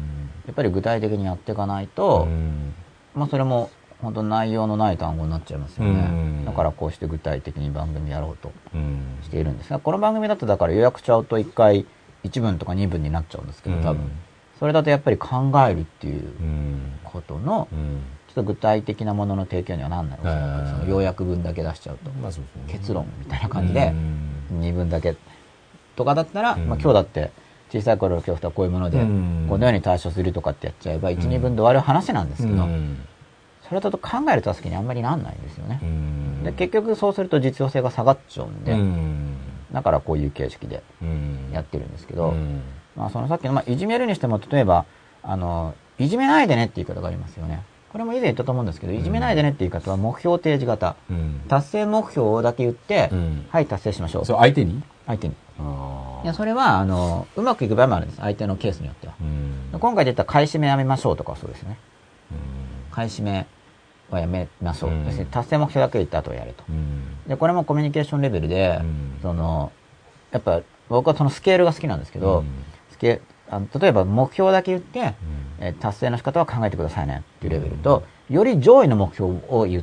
S2: っぱり具体的にやっていかないと、それも本当内容のない単語になっちゃいますよね。だからこうして具体的に番組やろうとしているんですが、この番組だとだから予約しちゃうと1回1分とか2分になっちゃうんですけど、多分それだとやっぱり考えるっていうことのちょっと具体的なものの提供にはなんないですよ。その要約文だけ出しちゃうと、結論みたいな感じで2分だけとかだったら、今日だって小さい頃の恐怖とはこういうもので、このように対処するとかってやっちゃえば1、2分で終わる話なんですけど、それだと考える助けにあんまりなんないんですよね。で結局そうすると実用性が下がっちゃうんで、だからこういう形式でやってるんですけど、そのさっきの、いじめるにしても、例えばいじめないでねって言い方がありますよね。これも以前言ったと思うんですけど、いじめないでねって言い方は目標提示型、達成目標だけ言って、はい達成しましょう。
S1: そう相手に
S2: いやそれはうまくいく場合もあるんです、相手のケースによっては。今回出た買い占めやめましょうとかはそうですよね。買い占めはやめましょう。達成目標だけ言った後はやれと。で、これもコミュニケーションレベルで、やっぱ僕はそのスケールが好きなんですけど、例えば目標だけ言って、達成の仕方は考えてくださいねっていうレベルと、より上位の目標を言って、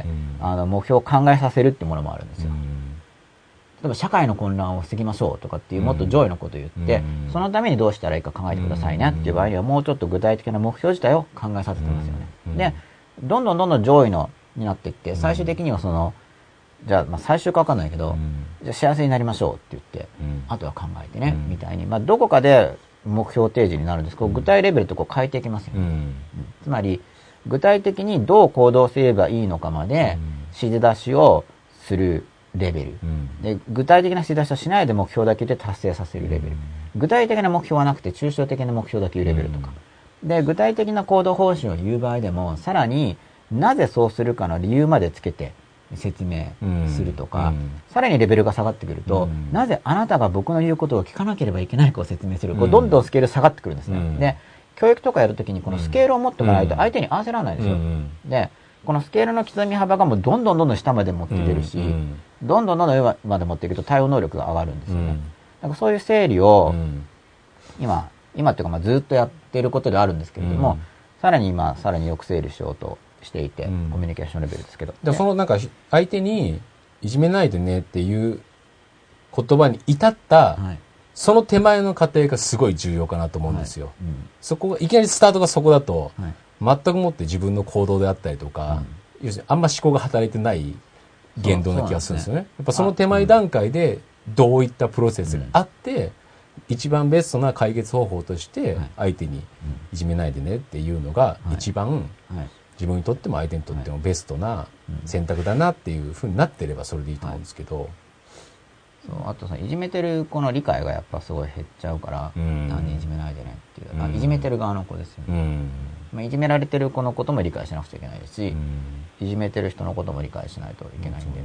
S2: 目標を考えさせるっていうものもあるんですよ。例えば社会の混乱を防ぎましょうとかっていうもっと上位のことを言って、そのためにどうしたらいいか考えてくださいねっていう場合にはもうちょっと具体的な目標自体を考えさせてますよね。で、どんどん上位のになっていって、最終的にはじゃあ最終かわかんないけど、じゃあ幸せになりましょうって言って、あとは考えてね、みたいに、どこかで目標提示になるんですけど、具体レベルとこう変えていきますよね。つまり、具体的にどう行動すればいいのかまで指示出しをするレベル、で具体的な指示出しをしないで目標だけで達成させるレベル、具体的な目標はなくて抽象的な目標だけいうレベルとか、で具体的な行動方針を言う場合でもさらになぜそうするかの理由までつけて説明するとか、さらにレベルが下がってくると、なぜあなたが僕の言うことを聞かなければいけないかを説明する、こうどんどんスケール下がってくるんですね。で教育とかやるときにこのスケールを持っておかないと相手に合わせられないんですよ。でこのスケールの刻み幅がもうどんどん下まで持っていけるし、どんどん上まで持っていくと対応能力が上がるんですよね。だからそういう整理を今っていうかずっとやってることであるんですけれども、さらによく整理しようとしていて、コミュニケーションレベルですけど。
S1: でそのなんか相手にいじめないでねっていう言葉に至った、その手前の過程がすごい重要かなと思うんですよ。そこがいきなりスタートがそこだと、全くもって自分の行動であったりとか、要するにあんま思考が働いてない言動な気がするんですよね。やっぱその手前段階でどういったプロセスがあって、一番ベストな解決方法として相手にいじめないでねっていうのが一番自分にとっても相手にとってもベストな選択だなっていうふうになってればそれでいいと思うんですけど、
S2: あといじめてる子の理解がやっぱすごい減っちゃうから、何でいじめないでねっていう、いじめてる側の子ですよね。いじめられてる子のことも理解しなくちゃいけないですし、いじめてる人のことも理解しないといけないんで、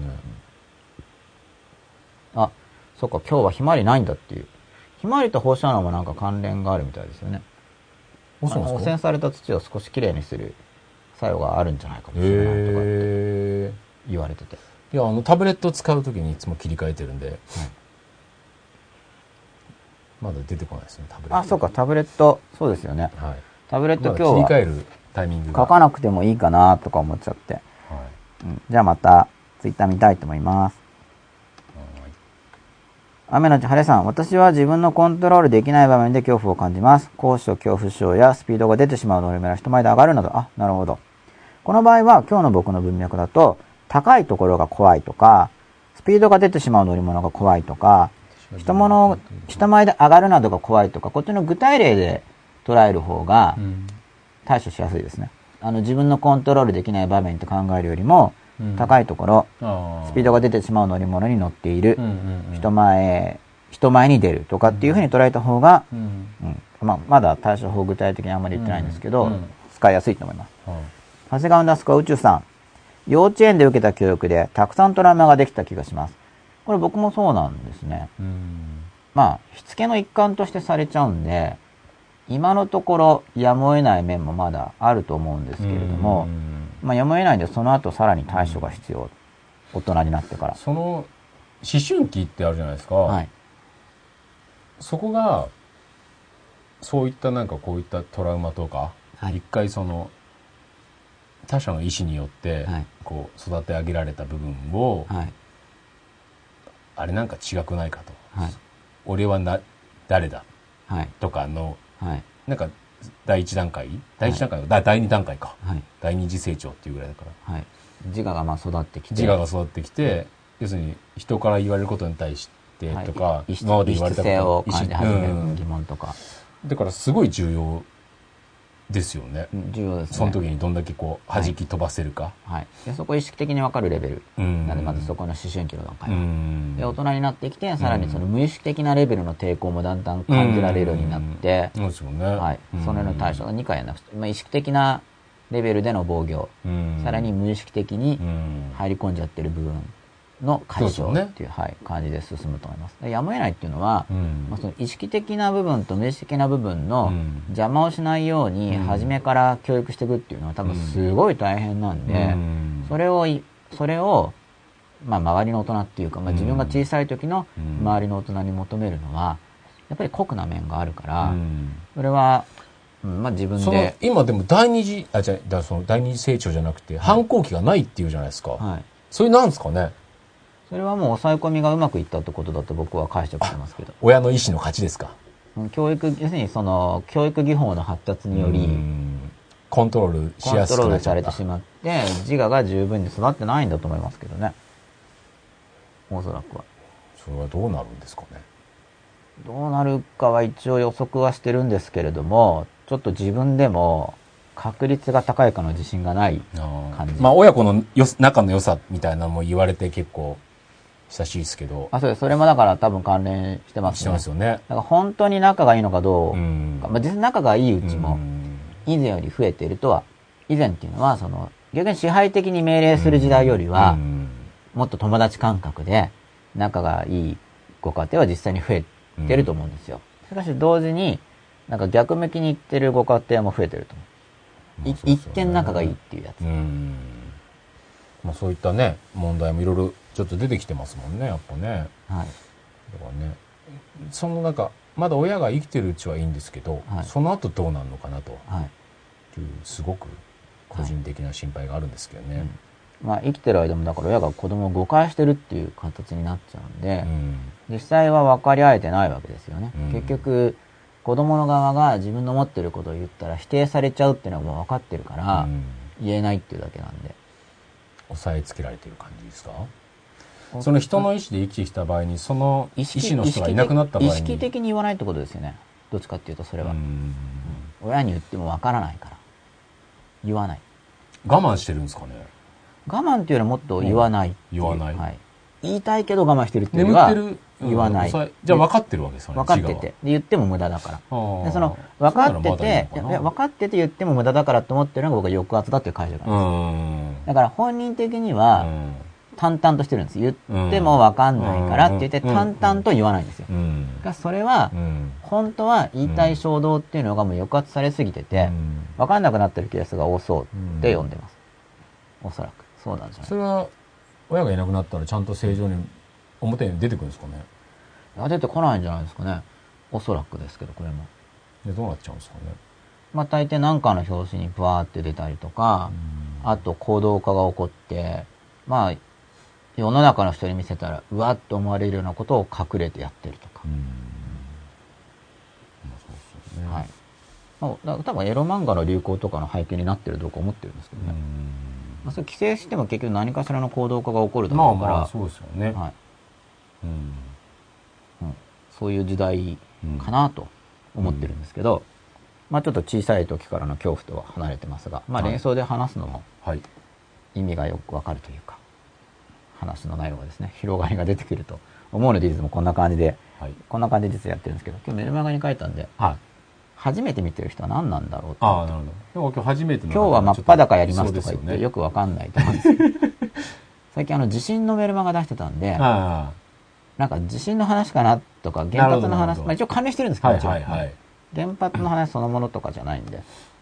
S2: そっか今日はひまわりないんだっていう、ひまわりと放射能もなんか関連があるみたいですよね。汚染された土を少しきれいにする作用があるんじゃないかもしれないとかって言われてて、
S1: いやタブレットを使うときにいつも切り替えてるんで、まだ出てこないですねタブレット。
S2: そうかタブレット、そうですよね。タブレット今日は
S1: 切り替えるタイミングが
S2: 書かなくてもいいかなとか思っちゃって、じゃあまたツイッター見たいと思います。雨のち晴れさん、私は自分のコントロールできない場面で恐怖を感じます。高所恐怖症やスピードが出てしまう乗り物が人前で上がるなど。なるほど。この場合は今日の僕の文脈だと、高いところが怖いとか、スピードが出てしまう乗り物が怖いとか、人前で上がるなどが怖いとか、こっちの具体例で捉える方が対処しやすいですね。自分のコントロールできない場面と考えるよりも、高いところ、スピードが出てしまう乗り物に乗っている、人前に出るとかっていうふうに捉えた方が、まだ対処法具体的にあんまり言ってないんですけど、使いやすいと思います。長谷川ナスカ宇宙さん、幼稚園で受けた教育でたくさんトラウマができた気がします。これ僕もそうなんですね。しつけの一環としてされちゃうんで、今のところやむを得ない面もまだあると思うんですけれども、やむを得ないんでその後さらに対処が必要。大人になってから。
S1: その思春期ってあるじゃないですか。そこがそういったなんかこういったトラウマとか、一回その他者の意思によってこう育て上げられた部分を、あれなんか違くないかと、俺は誰だ、とかの、なんか第一段階第二段階か、第二次成長っていうぐらいだから、
S2: 自我がまあ育ってきて、
S1: 自我が育ってきて、要するに人から言われることに対してとか、
S2: 今まで言われたことを感じ始める疑問とか、
S1: だからすごい重要ですよね。
S2: 重要ですね。
S1: その時にどんだけこう弾き飛ばせるか。
S2: でそこを意識的に分かるレベルなので、まずそこの思春期の段階で大人になってきて、さらにその無意識的なレベルの抵抗もだんだん感じられるようになって、
S1: そうですよね。
S2: それの対象が2回やなくて、意識的なレベルでの防御、さらに無意識的に入り込んじゃってる部分の解消っていう、感じで進むと思います。やむを得ないっていうのは、その意識的な部分と無意識的な部分の邪魔をしないように初めから教育していくっていうのは多分すごい大変なんで、それをまあ周りの大人っていうか、自分が小さい時の周りの大人に求めるのはやっぱり酷な面があるから、それは自分で
S1: 今でも第二次成長じゃなくて反抗期がないっていうじゃないですか。それなんですかね。
S2: それはもう抑え込みがうまくいったってことだと僕は解釈してますけど。
S1: 親の意思の勝ちですか。
S2: 要するにその教育技法の発達により
S1: コントロールしやすくなっちゃった。コントロール
S2: されてしまって自我が十分に育ってないんだと思いますけどね。おそらくは。
S1: それはどうなるんですかね。
S2: どうなるかは一応予測はしてるんですけれども、ちょっと自分でも確率が高いかの自信がない感じ。
S1: 親子の仲の良さみたいなのも言われて結構親しいですけど。
S2: そうです。それもだから多分関連してますね。
S1: してますよね。
S2: だから本当に仲がいいのかどうか。実際仲がいいうちも以前より増えているとは、以前っていうのはその逆に支配的に命令する時代よりはもっと友達感覚で仲がいいご家庭は実際に増えてると思うんですよ。しかし同時になんか逆向きにいってるご家庭も増えてると思う。一見仲がいいっていうやつ。
S1: そういったね問題もいろいろちょっと出てきてますもんね、やっぱね。だからね、そのなんかまだ親が生きてるうちはいいんですけど、その後どうなるのかなというすごく個人的な心配があるんですけどね。
S2: 生きてる間もだから親が子供を誤解してるっていう形になっちゃうんで、実際は分かり合えてないわけですよね。結局子供の側が自分の持ってることを言ったら否定されちゃうっていうのはもう分かってるから、言えないっていうだけなんで。
S1: 押さえつけられてる感じですか？その人の意思で生きてきた場合に、その意思の人がいなくなった場合に。
S2: 意識的に言わないってことですよね。どっちかっていうとそれは。親に言っても分からないから。言わない。
S1: 我慢してるんですかね？
S2: 我慢っていうよりはもっと言わない。
S1: 言わない。
S2: 言いたいけど我慢してるっていうのは言わない。
S1: じゃあ分かってるわけですよね。
S2: 分かってて。で言っても無駄だから。でその分かってて、分かってて言っても無駄だからと思ってるのが僕は抑圧だっていう解釈なんです。だから本人的には淡々としてるんです。言っても分かんないからって言って淡々と言わないんですよ。それは本当は言いたい衝動っていうのがもう抑圧されすぎてて分かんなくなってるケースが多そうって読んでます。おそらくそうなんじゃない。
S1: それは親がいなくなったらちゃんと正常に表に出てくるんですかね？
S2: 出てこないんじゃないですかね。おそらくですけど、これも。
S1: でどうなっちゃうんですかね。
S2: 大抵何かの表紙にブワーって出たりとか、あと行動化が起こって、世の中の人に見せたらうわっと思われるようなことを隠れてやってるとか。
S1: そうですよね。
S2: 多分エロ漫画の流行とかの背景になってるとか思ってるんですけどね。それ規制しても結局何かしらの行動化が起こるだろうから。
S1: そうですよね。
S2: そういう時代かなと思ってるんですけど、ちょっと小さい時からの恐怖とは離れてますが、連想で話すのも意味がよくわかるというか、話の内容がですね、広がりが出てくると思うので、いつもこんな感じで、こんな感じで実はやってるんですけど、今日メルマガに書いたんで、初めて見てる人は何なんだろうと。
S1: なるほど。今日初めての。
S2: 今日は真っ裸やりますとか言ってよくわかんないと思うんですけど、最近地震のメルマガ出してたんで、なんか地震の話かなとか原発の話、一応関連してるんですけど、原発の話そのものとかじゃないんで。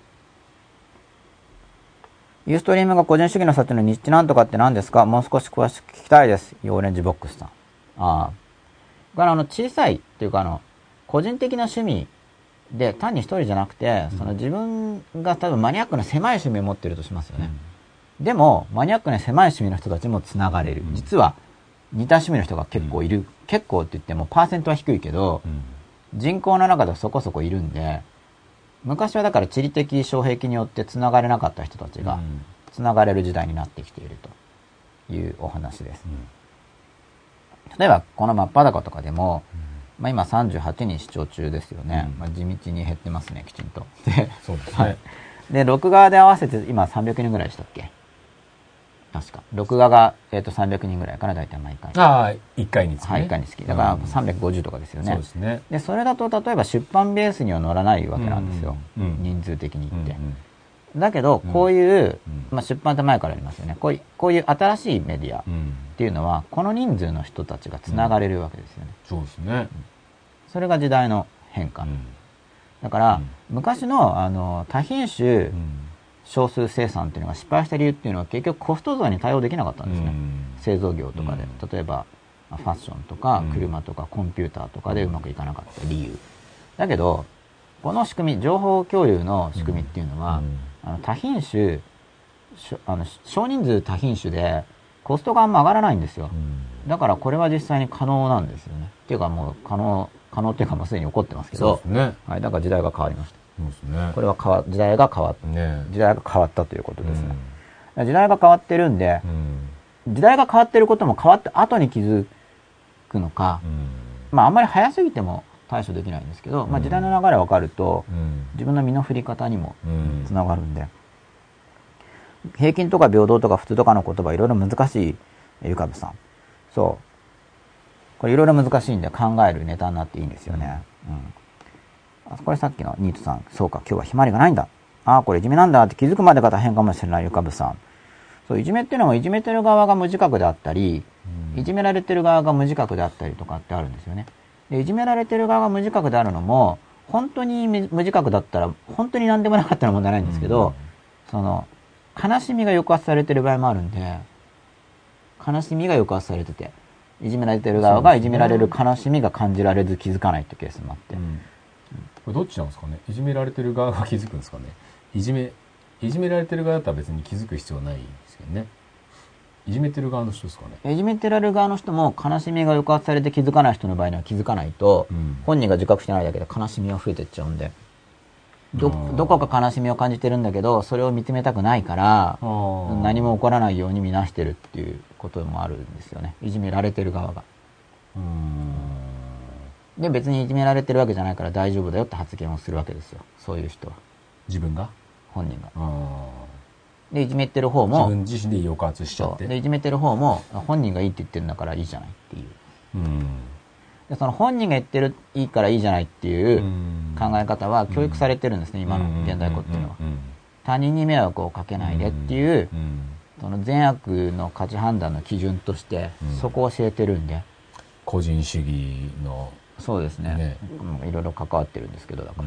S2: ユーストリームが個人主義の差というのニッチなんとかって何ですか？もう少し詳しく聞きたいです。オレンジボックスさん。小さいっていうか個人的な趣味で、単に一人じゃなくて、その自分が多分マニアックな狭い趣味を持ってるとしますよね。でも、マニアックな狭い趣味の人たちも繋がれる。実は、似た趣味の人が結構いる。結構って言っても、パーセントは低いけど、人口の中ではそこそこいるんで、昔はだから地理的障壁によって繋がれなかった人たちが、繋がれる時代になってきているというお話です。例えば、この真っ裸とかでも、まあ今38人視聴中ですよね。まあ地道に減ってますね、きちんと。で、
S1: そうですね。
S2: で、録画で合わせて今300人ぐらいでしたっけ？確か。録画が、300人ぐらいかな、大体毎回。
S1: ああ、1回につき、ね。
S2: はい、1回につき。だから350とかですよね。
S1: そうですね。
S2: で、それだと例えば出版ベースには乗らないわけなんですよ。人数的に言って。だけど、こういう、まあ出版って前からありますよね。こういう新しいメディアっていうのは、この人数の人たちが繋がれるわけですよね。
S1: そうですね。
S2: それが時代の変化。だから、昔の、多品種、少数生産っていうのが失敗した理由っていうのは結局コスト増に対応できなかったんですね。製造業とかで。例えば、ファッションとか車とかコンピューターとかでうまくいかなかった理由。だけど、この仕組み、情報共有の仕組みっていうのは、多品種、少人数多品種でコストがあんま上がらないんですよ。だからこれは実際に可能なんですよね。っていうかもう可能っていうかもうすでに起こってますけど。
S1: そうですね。
S2: はい、だから時代が変わりました。
S1: そうですね。
S2: これは時代が変わったということですね。時代が変わってるんで、時代が変わってることも変わった後に気づくのか、まああんまり早すぎても対処できないんですけど、まあ時代の流れ分かると、自分の身の振り方にもつながるんで、平均とか平等とか普通とかの言葉いろいろ難しい、ゆかぶさん。そう。これいろいろ難しいんで考えるネタになっていいんですよね。これさっきのニートさん。そうか、今日はひまわりがないんだ。ああ、これいじめなんだって気づくまでが大変かもしれないゆかぶさん。そう、いじめっていうのもいじめてる側が無自覚であったり、いじめられてる側が無自覚であったりとかってあるんですよね。で、いじめられてる側が無自覚であるのも、本当に無自覚だったら、本当に何でもなかったら問題ないんですけど、その、悲しみが抑圧されてる場合もあるんで、悲しみが抑圧されてて、いじめられてる側がいじめられる悲しみが感じられず気づかないってケースもあって。
S1: これどっちなんですかね。いじめられてる側が気づくんですかね。いじめられてる側だったら別に気づく必要ないんですけどね。いじめてる側の人ですかね。
S2: いじめてられる側の人も悲しみが抑圧されて気づかない人の場合には気づかないと、本人が自覚してないだけで悲しみは増えていっちゃうんで、どこか悲しみを感じてるんだけど、それを見つめたくないから、何も起こらないように見なしてるっていうこともあるんですよね。いじめられてる側が。で、別にいじめられてるわけじゃないから大丈夫だよって発言をするわけですよ。そういう人は。
S1: 自分が？
S2: 本人が。で、いじめてる方も。
S1: 自分自身で抑圧しちゃって。
S2: で、いじめてる方も、本人がいいって言ってるんだからいいじゃないっていう。で、その本人が言ってるいいからいいじゃないっていう考え方は教育されてるんですね、今の現代語っていうのは。他人に迷惑をかけないでっていう、その善悪の価値判断の基準として、そこを教えてるんで。
S1: 個人主義の。
S2: そうですね。いろいろ関わってるんですけど、だから。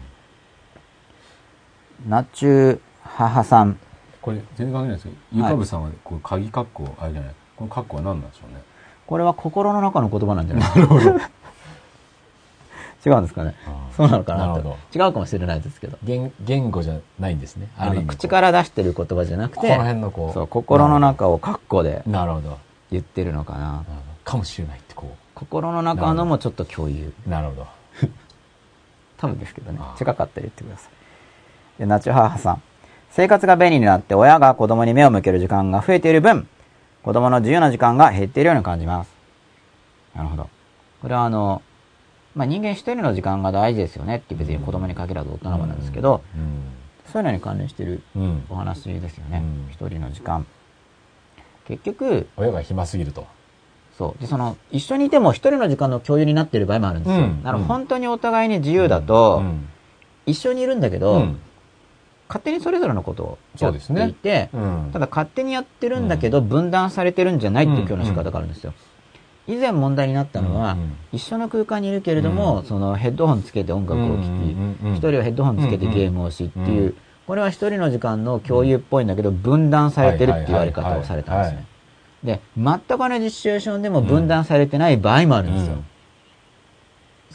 S2: ナチュ母さん。
S1: これ全然関係ないですけど、ゆかぶさんはこう鍵括弧あれじゃない。この括弧は何なんでしょうね。
S2: これは心の中の言葉なんじゃない
S1: ですか。なるほど。
S2: 違うんですかね。そうなのかなと。違うかもしれないですけど。
S1: 言語じゃないんですね。
S2: 口から出してる言葉じゃなくて、
S1: この辺のこう。
S2: そう、心の中を括弧で。
S1: なるほど。
S2: 言ってるのかな。
S1: かもしれないってこう。
S2: 心の中のもちょっと共有。
S1: なるほど。
S2: 多分ですけどね。近かったら言ってください。で、ナチュハーハさん。生活が便利になって親が子供に目を向ける時間が増えている分、子供の自由な時間が減っているように感じます。なるほど。これはまあ、人間一人の時間が大事ですよねって別に子供に限らず大人もなんですけど、そういうのに関連しているお話ですよね。一人の時間。結局、
S1: 親が暇すぎると。
S2: そう。で、一緒にいても一人の時間の共有になっている場合もあるんですよ。だから本当にお互いに自由だと、一緒にいるんだけど、勝手にそれぞれのことをやっていて、ただ勝手にやってるんだけど、分断されてるんじゃないっていう今日の仕方があるんですよ。以前問題になったのは、一緒の空間にいるけれども、ヘッドホンつけて音楽を聴き、一人はヘッドホンつけてゲームをしっていう、これは一人の時間の共有っぽいんだけど、分断されてるっていうやり方をされたんですね。で、全く同じシチュエーションでも分断されてない場合もあるんですよ。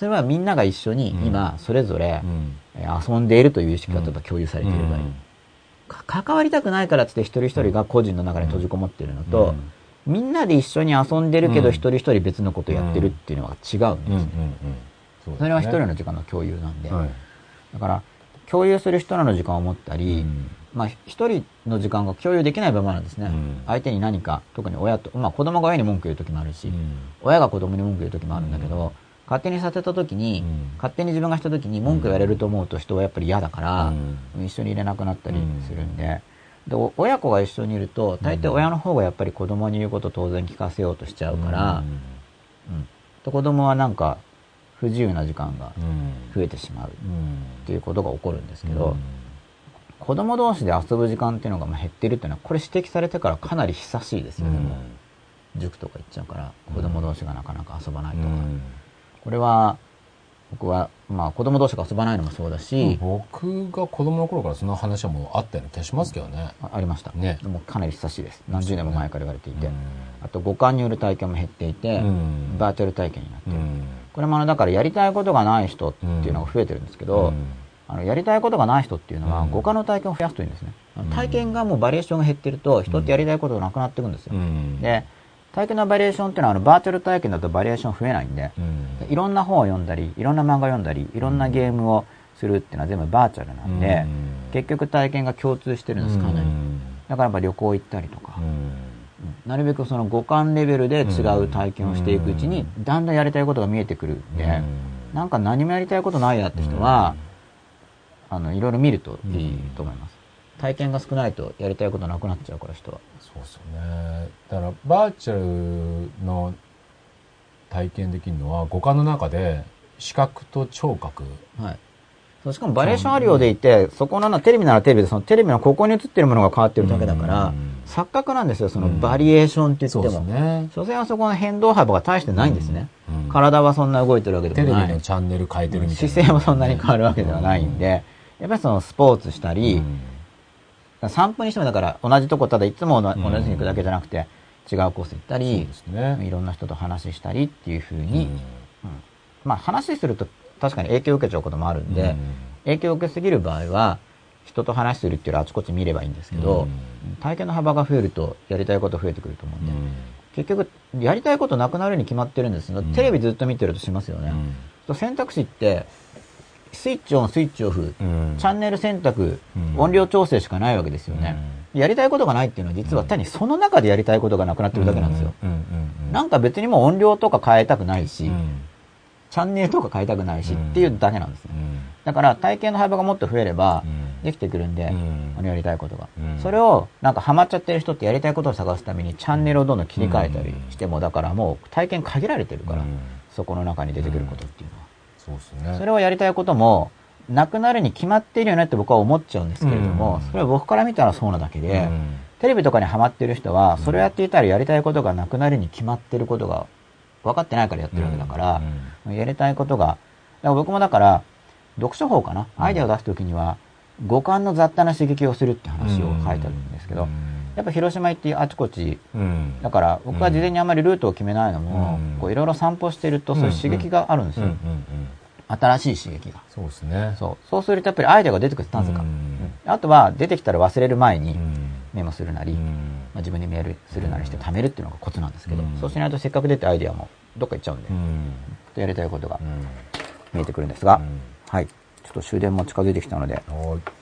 S2: それはみんなが一緒に今それぞれ遊んでいるという意識が例えば共有されている場合、関わりたくないからって一人一人が個人の中に閉じこもっているのと、みんなで一緒に遊んでるけど一人一人別のことをやってるっていうのは違うんですね。それは一人の時間の共有なんで、だから共有する人らの時間を持ったり、まあ一人の時間が共有できない場合もあるんですね。相手に何か、特に親と、まあ子供が親に文句言う時もあるし、親が子供に文句言う時もあるんだけど、勝手にさせた時に、勝手に自分がした時に文句言われると思うと人はやっぱり嫌だから、一緒にいれなくなったりするんで、で、親子が一緒にいると、大抵親の方がやっぱり子供に言うことを当然聞かせようとしちゃうから、で子供はなんか不自由な時間が増えてしまうっていうことが起こるんですけど、子供同士で遊ぶ時間っていうのが減ってるっていうのは、これ指摘されてからかなり久しいですよね、もう。塾とか行っちゃうから、子供同士がなかなか遊ばないとか。これは、僕は、まあ子供同士が遊ばないのもそうだし、
S1: 僕が子供の頃からその話はもうあったような気がしますけどね。
S2: ありました。ね。でもかなり久しいです。何十年も前から言われていて。あと五感による体験も減っていて、バーチャル体験になっている。これもだからやりたいことがない人っていうのが増えてるんですけど、やりたいことがない人っていうのは五感の体験を増やすといいんですね。体験がもうバリエーションが減ってると、人ってやりたいことがなくなっていくんですよ。で、体験のバリエーションっていうのはバーチャル体験だとバリエーション増えないんで、いろんな本を読んだり、いろんな漫画読んだり、いろんなゲームをするっていうのは全部バーチャルなんで、結局体験が共通してるんです、かなり。だからやっぱ旅行行ったりとか、なるべくその五感レベルで違う体験をしていくうちに、だんだんやりたいことが見えてくるんで、なんか何もやりたいことないやって人は、いろいろ見るといいと思います。体験が少ないとやりたいことなくなっちゃうから、人は。
S1: そうですよね。だからバーチャルの体験できるのは五感の中で視覚と聴覚。
S2: はい。しかもバリエーションあるようでいて、そこのテレビならテレビで、そのテレビのここに映ってるものが変わってるだけだから、錯覚なんですよ、そのバリエーションって言っても。そうですね。所詮はそこの変動幅が大してないんですね。体はそんな動いてるわけでもない。
S1: テレビのチャンネル変えてるみたいな。
S2: 姿勢もそんなに変わるわけではないんで、やっぱりそのスポーツしたり、散歩にしてもだから同じとこただいつも同じに行くだけじゃなくて違うコース行ったり、いろんな人と話したりっていうふうに、まあ話すると確かに影響を受けちゃうこともあるんで、影響を受けすぎる場合は人と話するっていうのはあちこち見ればいいんですけど、体験の幅が増えるとやりたいこと増えてくると思うんで、結局やりたいことなくなるに決まってるんですよ。テレビずっと見てるとしますよね。選択肢ってスイッチオン、スイッチオフ、チャンネル選択、音量調整しかないわけですよね。やりたいことがないっていうのは実は単にその中でやりたいことがなくなってるだけなんですよ。なんか別にもう音量とか変えたくないし、チャンネルとか変えたくないしっていうだけなんですね。だから体験の幅がもっと増えればできてくるんで、やりたいことが。それをなんかハマっちゃってる人ってやりたいことを探すためにチャンネルをどんどん切り替えたりしても、だからもう体験限られてるから、そこの中に出てくることっていうのは。
S1: そうですね。
S2: それをやりたいこともなくなるに決まっているよねって僕は思っちゃうんですけれども、それは僕から見たらそうなだけで、テレビとかにハマってる人はそれをやっていたらやりたいことがなくなるに決まってることが分かってないからやってるわけだから、やりたいことが、だから僕もだから読書法かな、アイデアを出すときには五感の雑多な刺激をするって話を書いてあるんですけど、やっぱ広島行ってあちこち、だから僕は事前にあんまりルートを決めないのも、いろいろ散歩してるとそういう刺激があるんですよ。新しい刺激が。
S1: そうですね。
S2: そうするとやっぱりアイデアが出てくる、なぜか。あとは出てきたら忘れる前にメモするなり、自分にメールするなりして貯めるっていうのがコツなんですけど、そうしないとせっかく出てアイデアもどっか行っちゃうんで、やりたいことが見えてくるんですが、はい。ちょっと終電も近づいてきたので、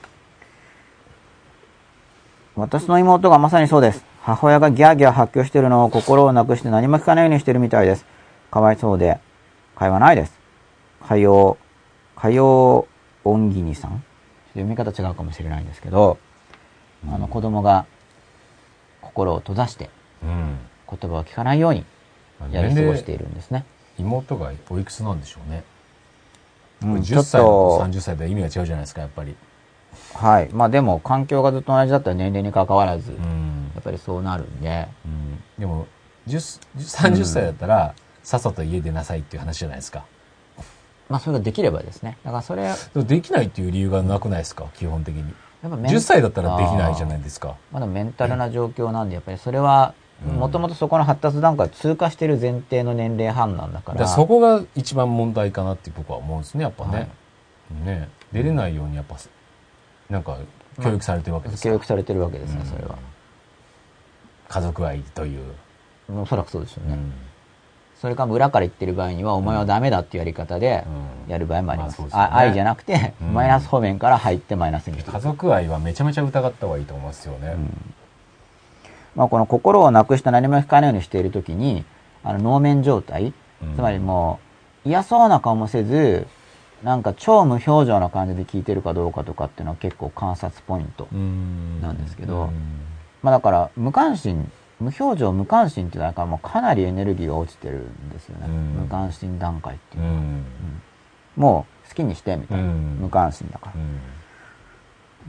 S2: 私の妹がまさにそうです。母親がギャーギャー発狂しているのを心をなくして何も聞かないようにしてるみたいです。かわいそうで、会話ないです。火曜音義にさん、読み方違うかもしれないんですけど、子供が心を閉ざして、言葉を聞かないようにやり過ごしているんですね。
S1: 妹がおいくつなんでしょうね。10歳と30歳で意味が違うじゃないですか、やっぱり。
S2: はい。まあでも環境がずっと同じだったら年齢に関わらず、やっぱりそうなるんで。
S1: でも30歳だったら、さっさと家出なさいっていう話じゃないですか。
S2: まあそれができればですね。だからそれ
S1: できないっていう理由がなくないですか、基本的に。10歳だったらできないじゃないですか。
S2: まだメンタルな状況なんで、やっぱりそれはもともとそこの発達段階を通過してる前提の年齢判断だから。
S1: そこが一番問題かなって僕は思うんですね、やっぱね。はい、ね、出れないようにやっぱ、なんか、教育されてるわけですか。
S2: 教育されてるわけですね、それは。
S1: 家族愛という。
S2: おそらくそうですよね。それか裏から言ってる場合には、お前はダメだっていうやり方でやる場合もあります。愛じゃなくて、マイナス方面から入ってマイナスに。
S1: 家族愛はめちゃめちゃ疑った方がいいと思いますよね。
S2: まあこの心をなくした何も聞かないようにしているときに、脳面状態、つまりもう嫌そうな顔もせず、なんか超無表情な感じで聞いてるかどうかとかっていうのは結構観察ポイントなんですけど、まあだから無関心、無表情無関心っていうのはもうかなりエネルギーが落ちてるんですよね。無関心段階っていうのは。もう好きにしてみたいな。無関心だから。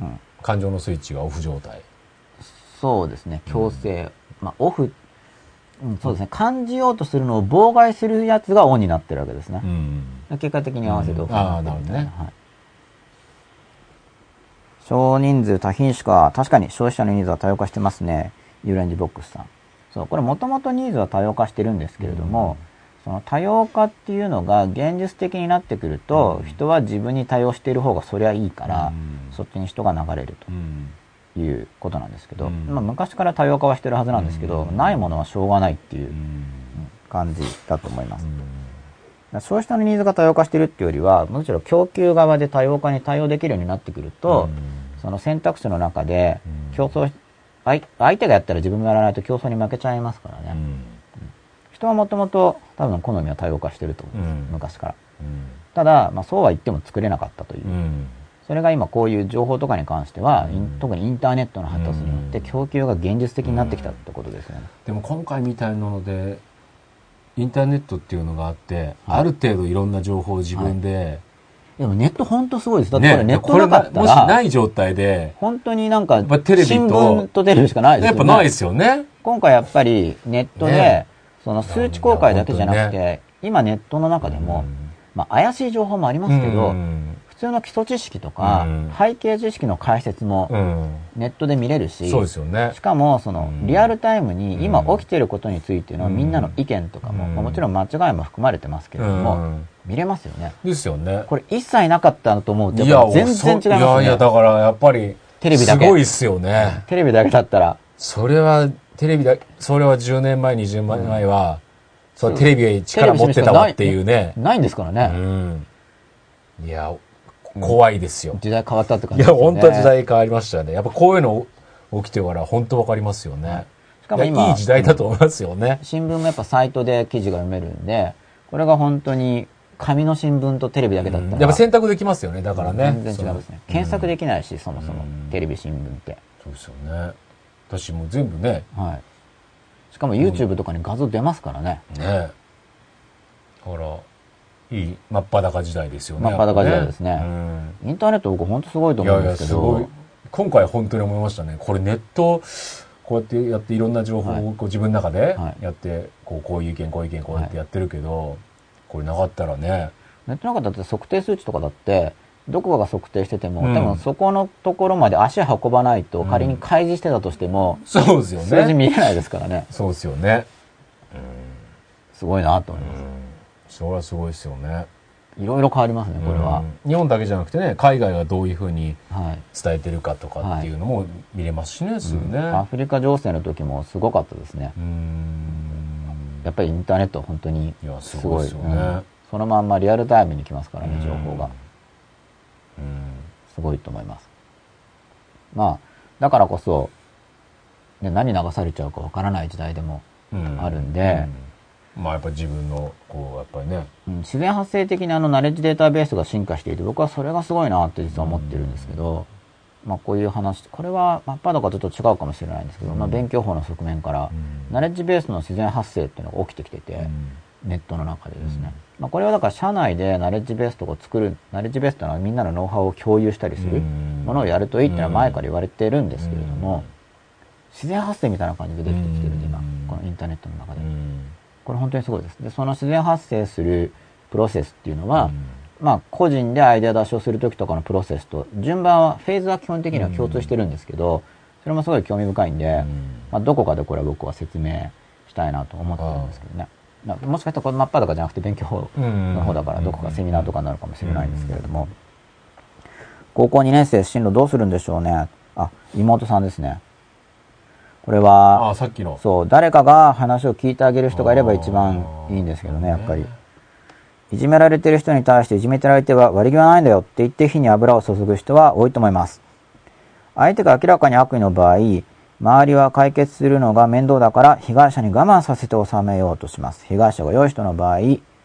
S1: 感情のスイッチがオフ状態。
S2: そうですね。強制。まあオフ、そうですね。感じようとするのを妨害するやつがオンになってるわけですね。結果的に合わせてオフになってるみたいな。はい。少人数多品種か。確かに消費者のニーズは多様化してますね。ユーレンジボックスさん。そう、これもともとニーズは多様化してるんですけれども、その多様化っていうのが現実的になってくると、人は自分に多様している方がそりゃいいから、そっちに人が流れるということなんですけど、まあ昔から多様化はしてるはずなんですけど、ないものはしょうがないっていう感じだと思います。消費者のニーズが多様化してるっていうよりは、むしろ供給側で多様化に対応できるようになってくると、その選択肢の中で競争、相手がやったら自分もやらないと競争に負けちゃいますからね。人はもともと多分好みは多様化してると思うんです、昔から。ただ、まあそうは言っても作れなかったという。それが今こういう情報とかに関しては、特にインターネットの発達によって供給が現実的になってきたってことですね。
S1: でも今回みたいなので、インターネットっていうのがあって、ある程度いろんな情報を自分で、
S2: でもネット本当すごいです。だってこれネットなかったら、
S1: もしない状態で、
S2: 本当になんか新聞とテレビしかないですよね。
S1: やっぱないですよね。
S2: 今回やっぱりネットで、その数値公開だけじゃなくて、今ネットの中でも、まあ怪しい情報もありますけど、普通の基礎知識とか、背景知識の解説もネットで見れるし、
S1: そうですよね。
S2: しかもそのリアルタイムに今起きていることについてのみんなの意見とかも、もちろん間違いも含まれてますけれども、見れますよね。
S1: ですよね。
S2: これ一切なかったと思うと全然違いますね。
S1: いやだからやっぱりテレビだけすごいっすよね。
S2: テレビだけだったら。
S1: それは10年前20年前は、そうテレビへ力持ってたわっていうね。
S2: ないんですからね。
S1: いや怖いですよ。
S2: 時代変わったって感じですね。
S1: いや本当は時代変わりましたよね。やっぱこういうの起きてから本当わかりますよね。しかも今いい時代だと思いますよね。
S2: 新聞もやっぱサイトで記事が読めるんで、これが本当に紙の新聞とテレビだけだったら、
S1: やっぱ選択できますよね。だからね。
S2: 全然違いますね。検索できないし、そもそもテレビ新聞って。
S1: そうですよね。私も全部ね。
S2: はい。しかも YouTube とかに画像出ますからね。
S1: ね。だからいい真っ裸時代ですよね。
S2: 真っ裸時代ですね。インターネット僕本当すごいと思うんですけど。
S1: いやすごい。今回本当に思いましたね。これネットこうやってやっていろんな情報をこう自分の中でやって、こういう意見こういう意見こうやってやってるけど、これなかったらね。
S2: ネットなかったら測定数値とかだってどこかが測定してても、多分そこのところまで足運ばないと、仮に開示してたとしても、
S1: そうですよね。
S2: 数字見えないですからね。
S1: そうですよね。
S2: すごいなと思います。
S1: それはすごいですよね。
S2: いろいろ変わりますね、これは。
S1: 日本だけじゃなくてね、海外がどういうふうに伝えてるかとかっていうのも見れますしね、すぐね。
S2: アフリカ情勢の時もすごかったですね。やっぱりインターネットは本当にすごい。そのまんまリアルタイムに来ますからね、情報が。すごいと思います。まあ、だからこそ、ね、何流されちゃうかわからない時代でもあるんで、
S1: まあやっぱり自分の、こう、やっぱりね。
S2: 自然発生的なナレッジデータベースが進化していて、僕はそれがすごいなって実は思ってるんですけど、まあこういう話、これは真っ裸とちょっと違うかもしれないんですけど、まあ勉強法の側面から、ナレッジベースの自然発生っていうのが起きてきてて、ネットの中でですね。まあこれはだから社内でナレッジベースとか作る、ナレッジベースというのはみんなのノウハウを共有したりするものをやるといいっていうのは前から言われてるんですけれども、自然発生みたいな感じでできてきてるんで、今、このインターネットの中で。これ本当にすごいです。で、その自然発生するプロセスっていうのは、まあ個人でアイデア出しをするときとかのプロセスと、順番は、フェーズは基本的には共通してるんですけど、 それもすごい興味深いんで、まあ、どこかでこれは僕は説明したいなと思ってるんですけどね。もしかしたらこの真っ裸じゃなくて勉強法の方だからどこかセミナーとかになるかもしれないんですけれども、高校2年生進路どうするんでしょうね。妹さんですね。これは、
S1: さっきの。
S2: そう、誰かが話を聞いてあげる人がいれば一番いいんですけどね、やっぱり。いじめられてる人に対していじめてられては悪気はないんだよって言って火に油を注ぐ人は多いと思います。相手が明らかに悪意の場合、周りは解決するのが面倒だから被害者に我慢させて収めようとします。被害者が良い人の場合、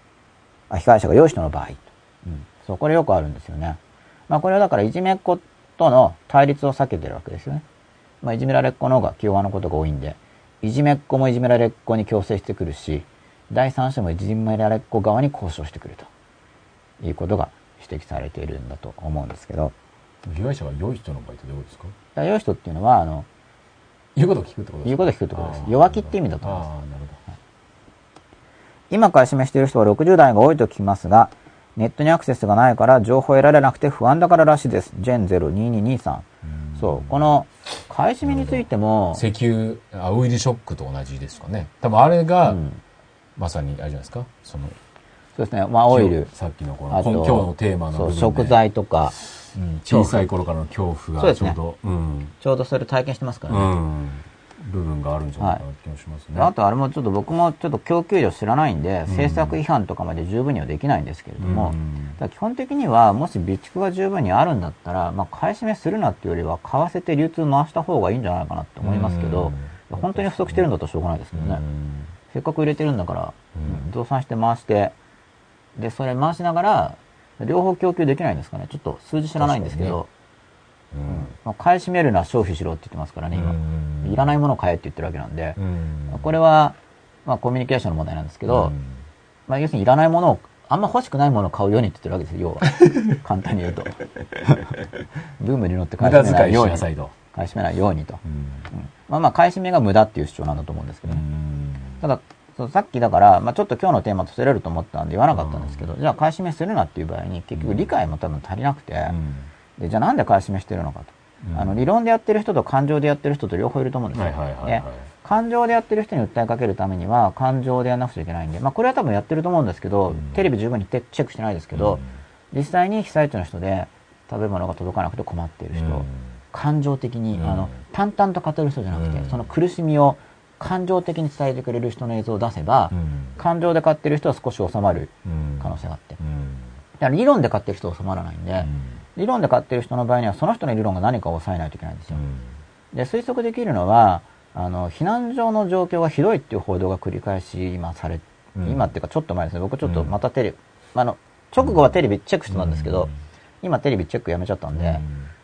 S2: そう、これよくあるんですよね。まあこれはだからいじめっ子との対立を避けてるわけですよね。まあいじめられっ子の方が気弱なことが多いんで、いじめっ子もいじめられっ子に強制してくるし、第三者もいじめられっ子側に交渉してくるということが指摘されているんだと思うんですけど。
S1: 被害者が良い人の場合ってどういうことですか？
S2: 良い人っていうのは、
S1: 言うことを聞くってことですか？
S2: 言うことを聞くってことです。弱気って意味だと思います。
S1: なるほど。
S2: 今から示している人は60代が多いと聞きますが、ネットにアクセスがないから情報を得られなくて不安だかららしいです。ジェン02223。そう。この、買い占めについても。
S1: 石油、オイルショックと同じですかね。多分あれが、まさに、あれじゃないですか。
S2: そうですね。まあ、オイル。
S1: さっきのこの、今日のテーマの部分で。
S2: 食材とか。
S1: 小さい頃からの恐怖がちょうど、
S2: ちょうどそれ体験してますからね。
S1: 部分があるんじゃないかな気もしますね。
S2: あとあれもちょっと僕もちょっと供給量知らないんで、政策違反とかまで十分にはできないんですけれども、基本的にはもし備蓄が十分にあるんだったら、まあ買い占めするなっていうよりは買わせて流通回した方がいいんじゃないかなって思いますけど、本当に不足してるんだとしょうがないですけどね。せっかく入れてるんだから、増産して回して、で、それ回しながら、両方供給できないんですかね。ちょっと数字知らないんですけど、買い占めるな消費しろって言ってますからね、今。いらないものを買えって言ってるわけなんで、これは、まあコミュニケーションの問題なんですけど、まあ要するにいらないものを、あんま欲しくないものを買うようにって言ってるわけですよ、要は。簡単に言うと。ブームに乗って買い占めないように。買い占めないようにと。まあ買い占めが無駄っていう主張なんだと思うんですけどね。ただ、さっきだから、まあちょっと今日のテーマとずれると思ったんで言わなかったんですけど、じゃあ買い占めするなっていう場合に結局理解も多分足りなくて、で、じゃあなんで買い占めしてるのかと。理論でやってる人と感情でやってる人と両方いると思うんですよ。で、感情でやってる人に訴えかけるためには感情でやらなくちゃいけないんで、まあこれは多分やってると思うんですけど、テレビ十分にチェックしてないですけど、実際に被災地の人で食べ物が届かなくて困っている人、感情的に、淡々と語る人じゃなくて、その苦しみを感情的に伝えてくれる人の映像を出せば、感情で買ってる人は少し収まる可能性があって。だから理論で買ってる人は収まらないんで、理論で買ってる人の場合にはその人の理論が何かを抑えないといけないんですよ。で、推測できるのは、避難所の状況がひどいっていう報道が繰り返し今っていうかちょっと前ですね。僕ちょっとまた直後はテレビチェックしてたんですけど、今テレビチェックやめちゃったんで、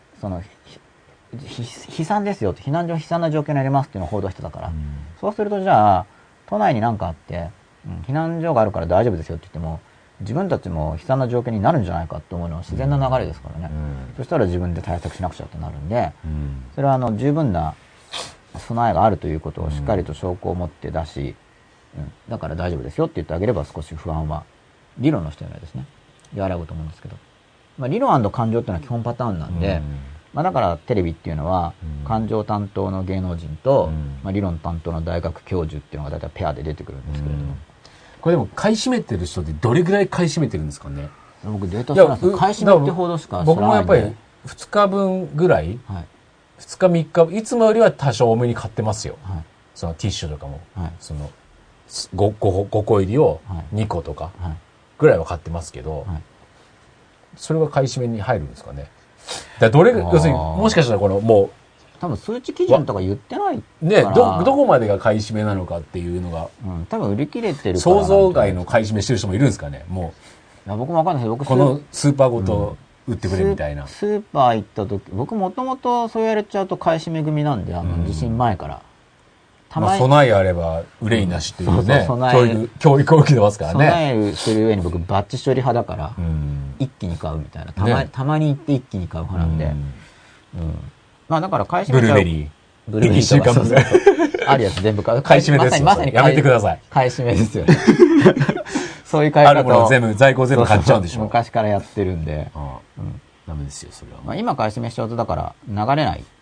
S2: 悲惨ですよって、避難所悲惨な状況になりますっていうのを報道してたから。そうするとじゃあ、都内になんかあって、避難所があるから大丈夫ですよって言っても、自分たちも悲惨な状況になるんじゃないかって思うのは自然な流れですからね。そしたら自分で対策しなくちゃってなるんで、それは十分な備えがあるということをしっかりと証拠を持って出し、だから大丈夫ですよって言ってあげれば少し不安は、理論の人にはですね、和らぐと思うんですけど。まあ理論&感情っていうのは基本パターンなんで、まあだからテレビっていうのは、感情担当の芸能人と、まあ理論担当の大学教授っていうのが大体ペアで出てくるんですけれども。
S1: これでも買い占めてる人ってどれぐらい買い占めてるんですかね？
S2: 僕データ知らないです。買い占めって報道しか知らないんで。
S1: 僕もやっぱり2日分ぐらい、2日3日、いつもよりは多少多めに買ってますよ。そのティッシュとかも、その 5個入りを2個とかぐらいは買ってますけど、それは買い占めに入るんですかね？どれ、要するに、もしかしたらこのもう、
S2: 多分数値基準とか言ってない
S1: ね、どこまでが買い占めなのかっていうのが、
S2: 多分売り切れてるから。
S1: 想像外の買い占めしてる人もいるんですかね？も
S2: う。いや僕もわかんないですけど、
S1: このスーパーごと売ってくれみたいな。
S2: スーパー行った時、僕もともとそうやれちゃうと買い占め組なんで、地震前から。
S1: まあ、備えあれば憂いなしっていうね、教育を受けてますからね。
S2: 備えする上に僕バッチ処理派だから、一気に買うみたいな。たまに行って一気に買う派なんで。まあだから買い占めちゃう。
S1: ブルーベリー。1週間分。
S2: あるやつ全部買う。
S1: 買い占めですよ。まさにやめてください。
S2: 買い占めですよね。そういう買い方を。
S1: あるもの在庫全部買っちゃうんでしょ。
S2: 昔からやってるんで。
S1: ダメですよ、それは。
S2: まあ今買い占めしちゃうとだから流れない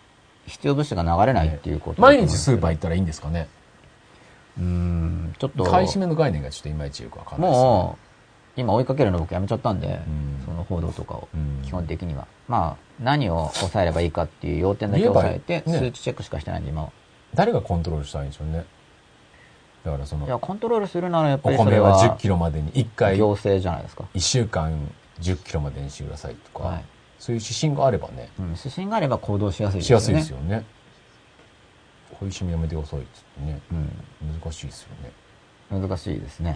S2: 必要物質が流れないっていうこと、
S1: 毎日スーパー行ったらいいんですかね。
S2: ちょっと
S1: 買い占めの概念がちょっといまいちよくわかんないです、ね、
S2: もう今追いかけるの僕やめちゃったんで、その報道とかを基本的には、まあ何を抑えればいいかっていう要点だけ抑えて、数値チェックしかしてないんで今は。
S1: 誰がコントロールしたらいいんでしょうね。だから
S2: いやコントロールするならやっぱり
S1: お米は10キロまでに1回
S2: 行政じゃないですか。
S1: 1週間10キロまでにしてくださいとか、はい、そういう指針があればね、
S2: 指針があれば行動しやすいですよね。
S1: しやすいですよね。小石もやめてくださいっつってね、難しいですよね。
S2: 難しいですね。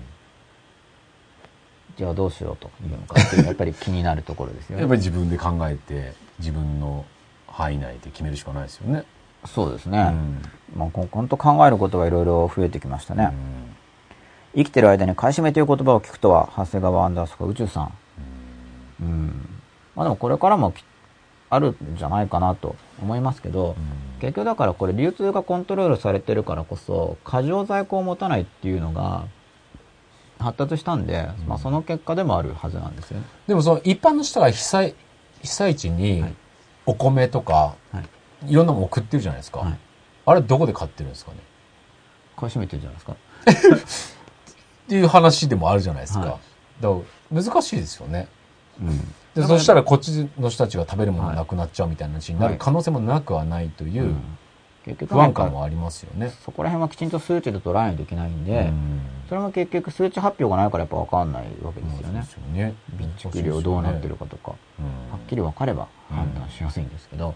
S2: じゃあどうしようというのかっていうのはやっぱり気になるところですよね。
S1: やっぱり自分で考えて自分の範囲内で決めるしかないですよね。
S2: そうですね。まあ本当考えることがいろいろ増えてきましたね。生きてる間に買い占めという言葉を聞くとは、長谷川アンダースコア宇宙さん。まあでもこれからもあるんじゃないかなと思いますけど、結局だからこれ流通がコントロールされてるからこそ過剰在庫を持たないっていうのが発達したんで、まあその結果でもあるはずなんですよね。
S1: でもその一般の人が被災地にお米とか、いろんなもの送ってるじゃないですか。あれどこで買ってるんですかね。
S2: 買い占めてるじゃないですか。
S1: っていう話でもあるじゃないですか。だから難しいですよね。でそしたらこっちの人たちが食べるものがなくなっちゃうみたいな話になる可能性もなくはないという不安感もありますよね。
S2: そこら辺はきちんと数値で捉えないといけないんで、それも結局数値発表がないからやっぱ分かんないわけですよね。備蓄量どうなってるかとか、はっきり分かれば判断しやすいんですけど、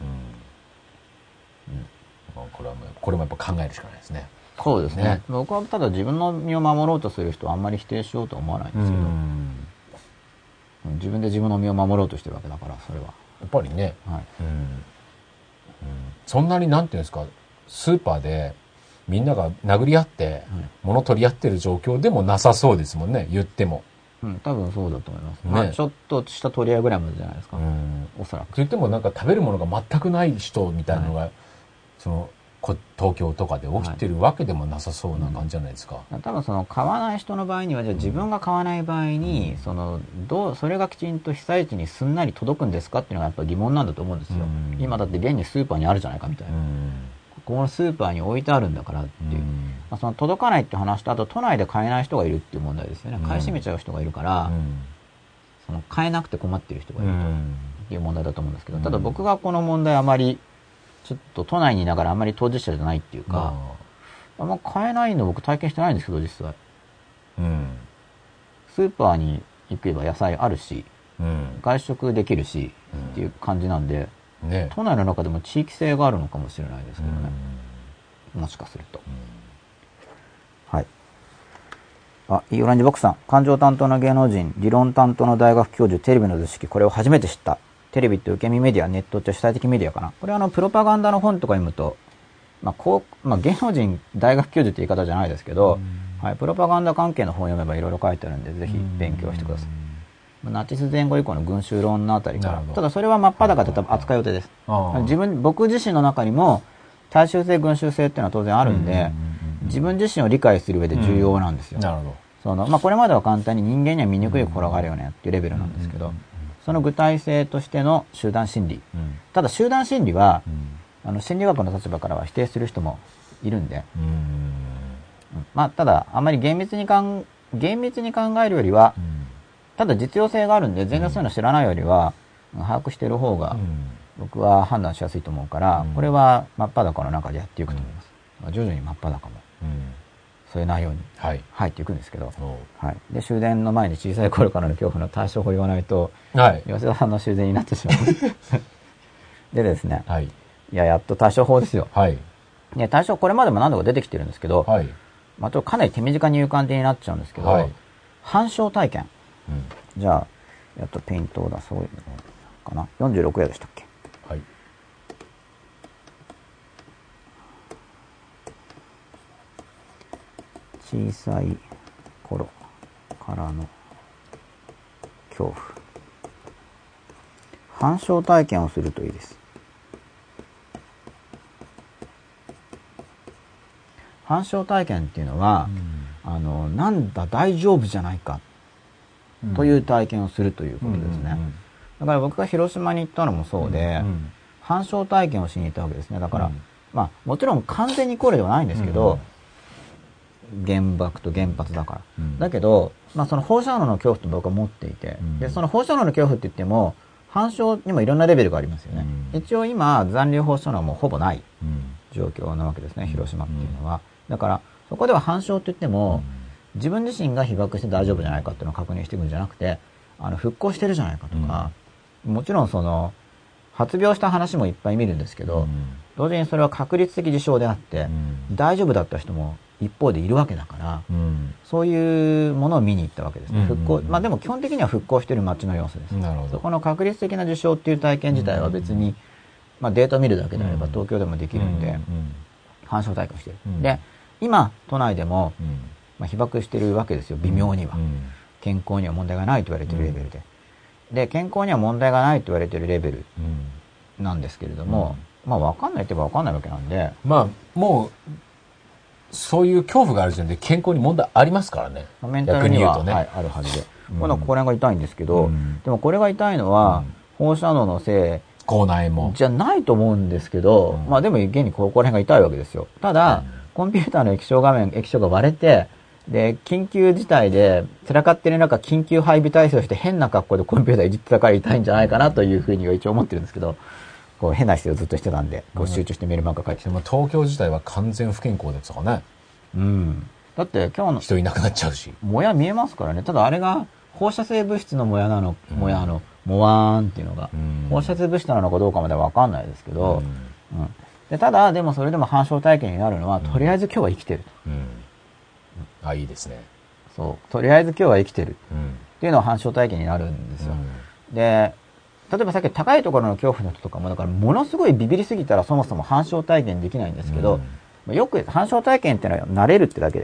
S1: これもやっぱ考えるしかないですね。
S2: そうですね。僕はただ自分の身を守ろうとする人はあんまり否定しようとは思わないんですけど、自分で自分の身を守ろうとしてるわけだから、それはや
S1: っぱりね、そんなになんていうんですか、スーパーでみんなが殴り合って物取り合ってる状況でもなさそうですもんね、言っても。
S2: 多分そうだと思います。まあちょっとした取り合いぐらいまでじゃないですか、おそらく。
S1: と言ってもなんか食べるものが全くない人みたいなのが、その東京とかで起きてるわけでもなさそうな感じじゃないですか。
S2: 多分その買わない人の場合には、じゃあ自分が買わない場合に、それがきちんと被災地にすんなり届くんですかっていうのがやっぱ疑問なんだと思うんですよ。今だって現にスーパーにあるじゃないかみたいな。このスーパーに置いてあるんだからっていう。その届かないって話と、あと都内で買えない人がいるっていう問題ですよね。買い占めちゃう人がいるから、その買えなくて困ってる人がいるという問題だと思うんですけど、ただ僕がこの問題あまりちょっと都内にいながらあんまり当事者じゃないっていうか、あんま買えないの僕体験してないんですけど、実際。スーパーに行けば野菜あるし、外食できるし、っていう感じなんで、都内の中でも地域性があるのかもしれないですけどね。もしかすると。はい。イーオランジボックさん。感情担当の芸能人、理論担当の大学教授、テレビの図式、これを初めて知った。テレビって受け身メディア、ネットって主体的メディアかな。これプロパガンダの本とか読むと、芸能人大学教授って言い方じゃないですけど、プロパガンダ関係の本を読めばいろいろ書いてあるんで、ぜひ勉強してください。ナチス前後以降の群衆論のあたりから。ただそれは真っ裸で多分扱い予定です。僕自身の中にも、大衆性、群衆性っていうのは当然あるんで、自分自身を理解する上で重要なんですよ。
S1: なるほ
S2: ど。これまでは簡単に人間には醜い心があるよねっていうレベルなんですけど、その具体性としての集団心理。ただ集団心理は、心理学の立場からは否定する人もいるんで、ただ、あんまり厳密に考えるよりは、ただ実用性があるんで、全然そういうの知らないよりは、把握している方が、僕は判断しやすいと思うから、これは真っ裸の中でやっていくと思います。徐々に真っ裸も。そういう内容に入っていくんですけど、で終電の前に小さい頃からの恐怖の対処法を言わないと、吉田さんの終電になってしまう。でですね、やっと対処法ですよ。対処これまでも何度か出てきてるんですけど、かなり手短に勇敢的になっちゃうんですけど、反証体験。じゃあ、やっとペイントを出そうかな。46夜でしたっけ。小さい頃からの恐怖。反証体験をするといいです。反証体験っていうのは、なんだ大丈夫じゃないかという体験をするということですね。だから僕が広島に行ったのもそうで、 反証体験をしに行ったわけですね。だから、まあもちろん完全にこれではないんですけど、原爆と原発だから。だけど、まあその放射能の恐怖と僕は持っていて、で、その放射能の恐怖って言っても、反証にもいろんなレベルがありますよね。一応今、残留放射能はもうほぼない状況なわけですね、広島っていうのは。だから、そこでは反証って言っても、自分自身が被爆して大丈夫じゃないかっていうのを確認していくんじゃなくて、復興してるじゃないかとか、もちろんその、発病した話もいっぱい見るんですけど、同時にそれは確率的事象であって、大丈夫だった人も一方でいるわけだから、そういうものを見に行ったわけですね。復興、まあでも基本的には復興している街の様子です。なるほど。そこの確率的な事象っていう体験自体は別に、まあデータを見るだけであれば東京でもできるんで、反証体験をしている。で、今、都内でも、まあ、被爆しているわけですよ、微妙には。健康には問題がないと言われているレベルで。で、健康には問題がないと言われているレベルなんですけれども、まあ分かんないって言えば分かんないわけなんで。
S1: まあ、もう、そういう恐怖がある時点で健康に問題ありますからね。
S2: メンタルには、はい、あるはずで。これが痛いんですけど、でもこれが痛いのは、放射能のせい
S1: 口内炎
S2: じゃないと思うんですけど、まあでも現にここら辺が痛いわけですよ。ただ、コンピューターの液晶が割れて、で、緊急事態で、散らかってる中、緊急配備体制をして変な格好でコンピューターいじってたから痛いんじゃないかなというふうには一応思ってるんですけど、こう変な姿勢をずっとしてたんで、こう集中してメールばっか書いて
S1: でも東京自体は完全不健康ですからね。
S2: だって今日の
S1: 人いなくなっちゃうし。
S2: もや見えますからね。ただあれが放射性物質のもやなの、もやもわーんっていうのが、放射性物質なのかどうかまではわかんないですけど、でただ、でもそれでも反証体験になるのは、とりあえず今日は生きてる
S1: と。あ、いいですね。
S2: そう。とりあえず今日は生きてるっていうのは反証体験になるんですよ。で、例えばさっき高いところの恐怖の人とかも、だからものすごいビビりすぎたらそもそも反証体験できないんですけど、よく反証体験っていうのは慣れるってだけです。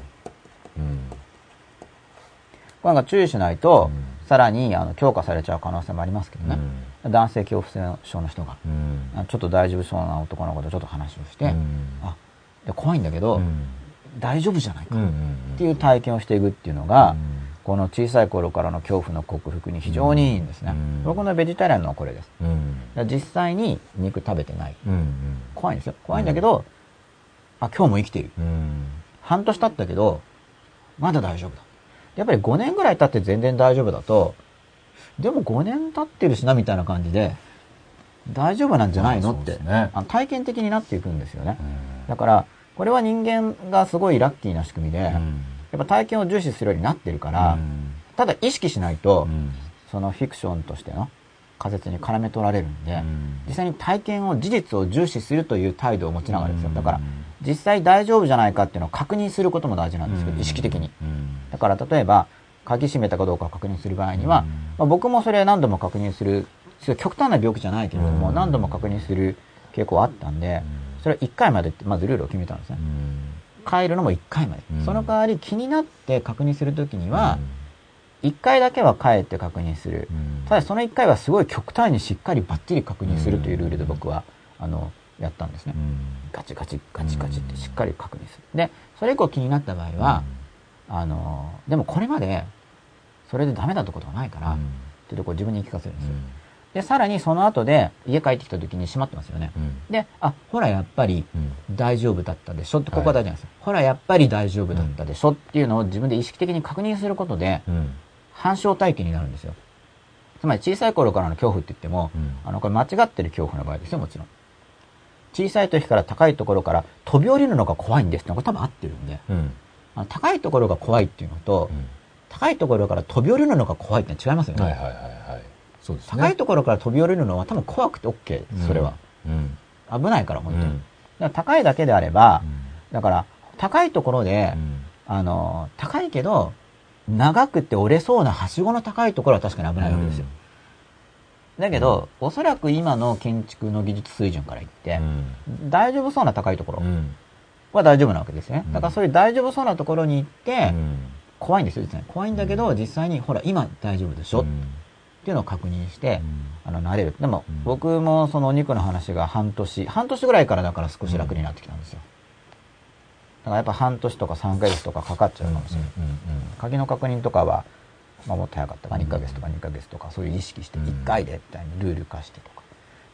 S2: これが注意しないと、さらに強化されちゃう可能性もありますけどね。男性恐怖症の人が、ちょっと大丈夫そうな男の子とちょっと話をして、あ、怖いんだけど、大丈夫じゃないかっていう体験をしていくっていうのが、この小さい頃からの恐怖の克服に非常にいいんですね。僕のベジタリアンのはこれです。実際に肉食べてない。怖いんですよ。怖いんだけど、あ、今日も生きている。半年経ったけど、まだ大丈夫だ。やっぱり5年ぐらい経って全然大丈夫だと、でも5年経ってるしなみたいな感じで、大丈夫なんじゃないのって、体験的になっていくんですよね。だから、これは人間がすごいラッキーな仕組みで、やっぱ体験を重視するようになってるから、ただ意識しないと、そのフィクションとしての仮説に絡め取られるんで、実際に体験を、事実を重視するという態度を持ちながらですよ。だから、実際大丈夫じゃないかっていうのを確認することも大事なんですけど、意識的に。だから例えば、鍵閉めたかどうかを確認する場合には、僕もそれ何度も確認する、極端な病気じゃないけれども、何度も確認する傾向あったんで、それは1回までってまずルールを決めたんですね。帰るのも1回まで。その代わり気になって確認するときには、1回だけは帰って確認する。ただその1回はすごい極端にしっかりバッチリ確認するというルールで僕は、やったんですね。ガチガチガチガチってしっかり確認する。で、それ以降気になった場合は、でもこれまで、それでダメだったことがないから、っていうところを自分に言い聞かせるんですよ。で、さらにその後で家帰ってきた時に閉まってますよね。で、あ、ほらやっぱり大丈夫だったでしょって、ここが大事なんですよ。ほらやっぱり大丈夫だったでしょっていうのを自分で意識的に確認することで、反証体験になるんですよ。つまり小さい頃からの恐怖って言っても、これ間違ってる恐怖の場合ですよ、もちろん。小さい時から高いところから飛び降りるのが怖いんですってのが多分合ってるんで、高いところが怖いっていうのと、高いところから飛び降りるのが怖いって違いますよね。そうですね。高いところから飛び降りるのは多分怖くて OK、それは。危ないから、本当に。だから高いだけであれば、だから、高いところで、高いけど、長くて折れそうなはしごの高いところは確かに危ないわけですよ。だけど、おそらく今の建築の技術水準から言って、大丈夫そうな高いところは大丈夫なわけですね。だからそういう大丈夫そうなところに行って、怖いんですよ、実際に。怖いんだけど、実際に、ほら、今大丈夫でしょっていうのを確認して、慣れる。でも、僕もそのお肉の話が半年ぐらいからだから少し楽になってきたんですよ。だからやっぱ半年とか3ヶ月とかかかっちゃうかもしれない。鍵の確認とかは、もっと早かったか、2ヶ月とか2ヶ月とか、そういう意識して、1回でみたいにルール化してとか。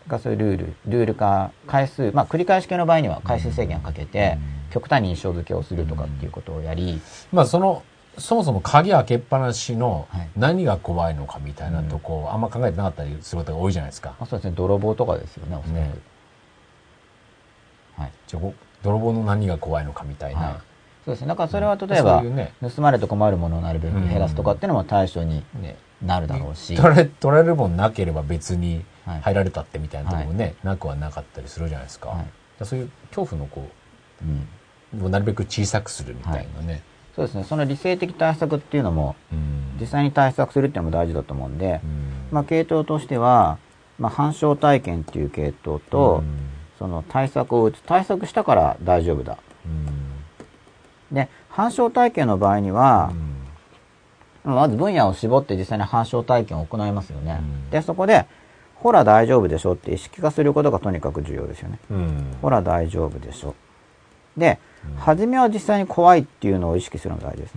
S2: がそういうルール化、回数、繰り返し系の場合には回数制限をかけて、極端に印象付けをするとかっていうことをやり、
S1: そもそも鍵開けっぱなしの何が怖いのかみたいなとこあんま考えてなかったりすることが多いじゃないですか。
S2: そうですね、泥棒とかですよね、おそらく。
S1: はい。泥棒の何が怖いのかみたいな。
S2: そうですね。だからそれは例えば、盗まれて困るものをなるべく減らすとかっていうのも対象になるだろうし。
S1: 取られるもんなければ別に入られたってみたいなところもね、なくはなかったりするじゃないですか。そういう恐怖のなるべく小さくするみたいなね。
S2: そうですね。その理性的対策っていうのも、実際に対策するっていうのも大事だと思うんで、系統としては、反証体験っていう系統と、その対策を打つ。対策したから大丈夫だ。で、反証体験の場合には、まず分野を絞って実際に反証体験を行いますよね。で、そこで、ほら大丈夫でしょって意識化することがとにかく重要ですよね。ほら大丈夫でしょ。で、初めは実際に怖いっていうのを意識するのが大事です。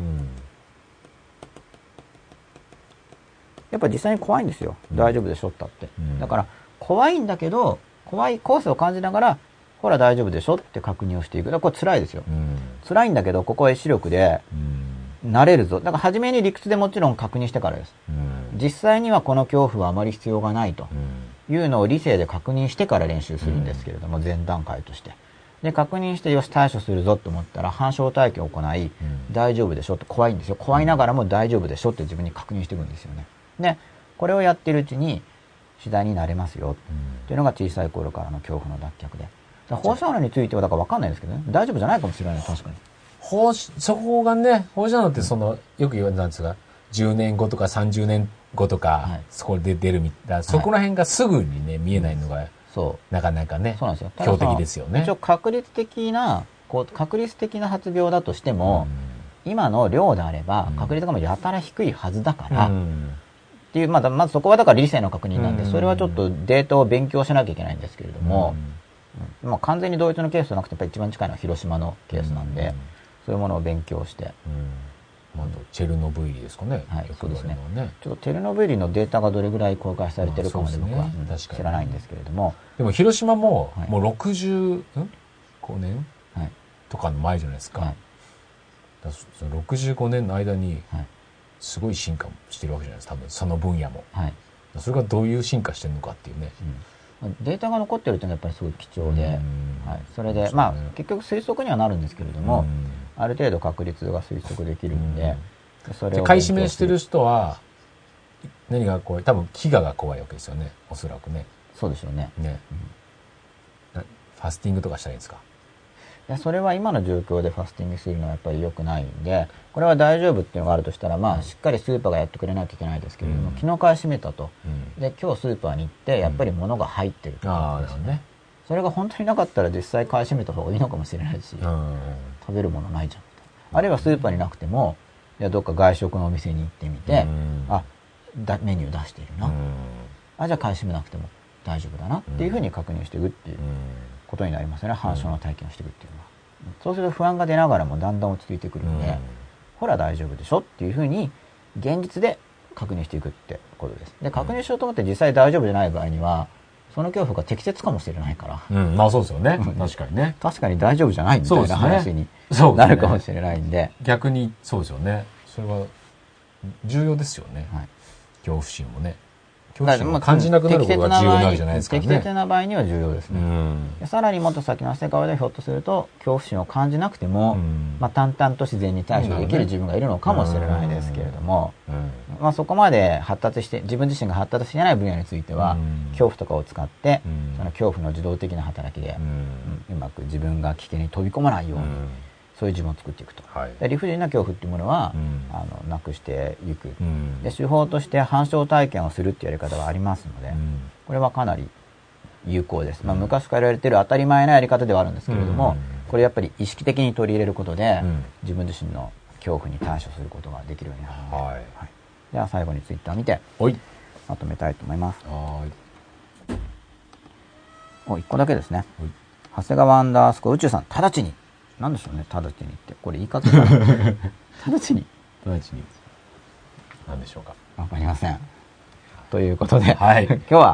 S2: やっぱ実際に怖いんですよ。大丈夫でしょったって。だから、怖いんだけど、怖さを感じながら、ほら大丈夫でしょって確認をしていく。だからこれ辛いですよ。辛いんだけど、ここは意志力で、慣れるぞ。だから初めに理屈でもちろん確認してからです。実際にはこの恐怖はあまり必要がないというのを理性で確認してから練習するんですけれども、前段階として。で、確認してよし対処するぞと思ったら反証体験を行い、大丈夫でしょって怖いんですよ。怖いながらも大丈夫でしょって自分に確認していくんですよね。で、これをやっているうちに次第になれますよっていうのが小さい頃からの恐怖の脱却で。放射能についてはだから分かんないですけどね。大丈夫じゃないかもしれない、確かに。
S1: そこがね、放射能ってよく言われたんですが、10年後とか30年後とか、そこで出るみたいな、そこら辺がすぐにね、見えないのが、なかなかね、
S2: そうなんですよ。
S1: 強敵ですよね。
S2: 一応確率的な発病だとしても、今の量であれば、確率がやたら低いはずだから、っていう、まずそこはだから理性の確認なんで、それはちょっとデータを勉強しなきゃいけないんですけれども、完全に同一のケースじゃなくて、やっぱり一番近いのは広島のケースなんで、そういうものを勉強して。
S1: チェルノブイリですかね。
S2: はい、そうですね。ちょっとチェルノブイリのデータがどれぐらい公開されてるかまで僕は知らないんですけれども。
S1: でも広島も、もう65年とかの前じゃないですか。その65年の間に、すごい進化してるわけじゃないですか、多分その分野も。それがどういう進化してるのかっていうね。
S2: データが残ってるっていうのはやっぱりすごい貴重で、それで、結局推測にはなるんですけれども、ある程度確率が推測できるんで、
S1: それを買い占めしてる人は、何が怖い？多分飢餓が怖いわけですよね、おそらくね。
S2: そうでしょうね。
S1: ファスティングとかしたらいいんですか？
S2: いや、それは今の状況でファスティングするのはやっぱり良くないんで、これは大丈夫っていうのがあるとしたら、しっかりスーパーがやってくれなきゃいけないですけれども、昨日買い占めたと。で、今日スーパーに行って、やっぱり物が入ってるとかですね。それが本当になかったら実際買い占めた方がいいのかもしれないし、食べるものないじゃん。あるいはスーパーになくても、どっか外食のお店に行ってみて、メニュー出しているな。じゃあ買い占めなくても大丈夫だなっていうふうに確認していくっていうことになりますね。反証の体験をしていくっていうのは。そうすると不安が出ながらもだんだん落ち着いてくるので、ほら大丈夫でしょっていうふうに現実で確認していくってことです。で、確認しようと思って実際大丈夫じゃない場合には、その恐怖が適切かもしれないから。
S1: そうですよね。確かにね。
S2: 確かに大丈夫じゃないみたいな話になるかもしれないんで。
S1: 逆にそうですよね。それは重要ですよね。恐怖心もね。恐怖心を感じなくなることが重要なわけじゃないですかね。
S2: 適切な場合には重要ですね。さらにもっと先の世界でひょっとすると、恐怖心を感じなくても、淡々と自然に対処できる自分がいるのかもしれないですけれども、そこまで発達して、自分自身が発達していない分野については、恐怖とかを使って、その恐怖の自動的な働きで、うまく自分が危険に飛び込まないように、そういう自分を作っていくと。理不尽な恐怖っていうものは、なくしていく。で、手法として反証体験をするっていうやり方がありますので、これはかなり有効です。昔から言われている当たり前なやり方ではあるんですけれども、これやっぱり意識的に取り入れることで、自分自身の恐怖に対処することができるようになるので、では最後にツイッター見て、まとめたいと思います。1個だけですね。長谷川_宇宙さん、直ちに。なんでしょうね、直ちにって。これ言い方が直ちに。
S1: 直ちに。何でしょうか。
S2: わかりません。ということで、今日は、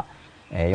S2: 第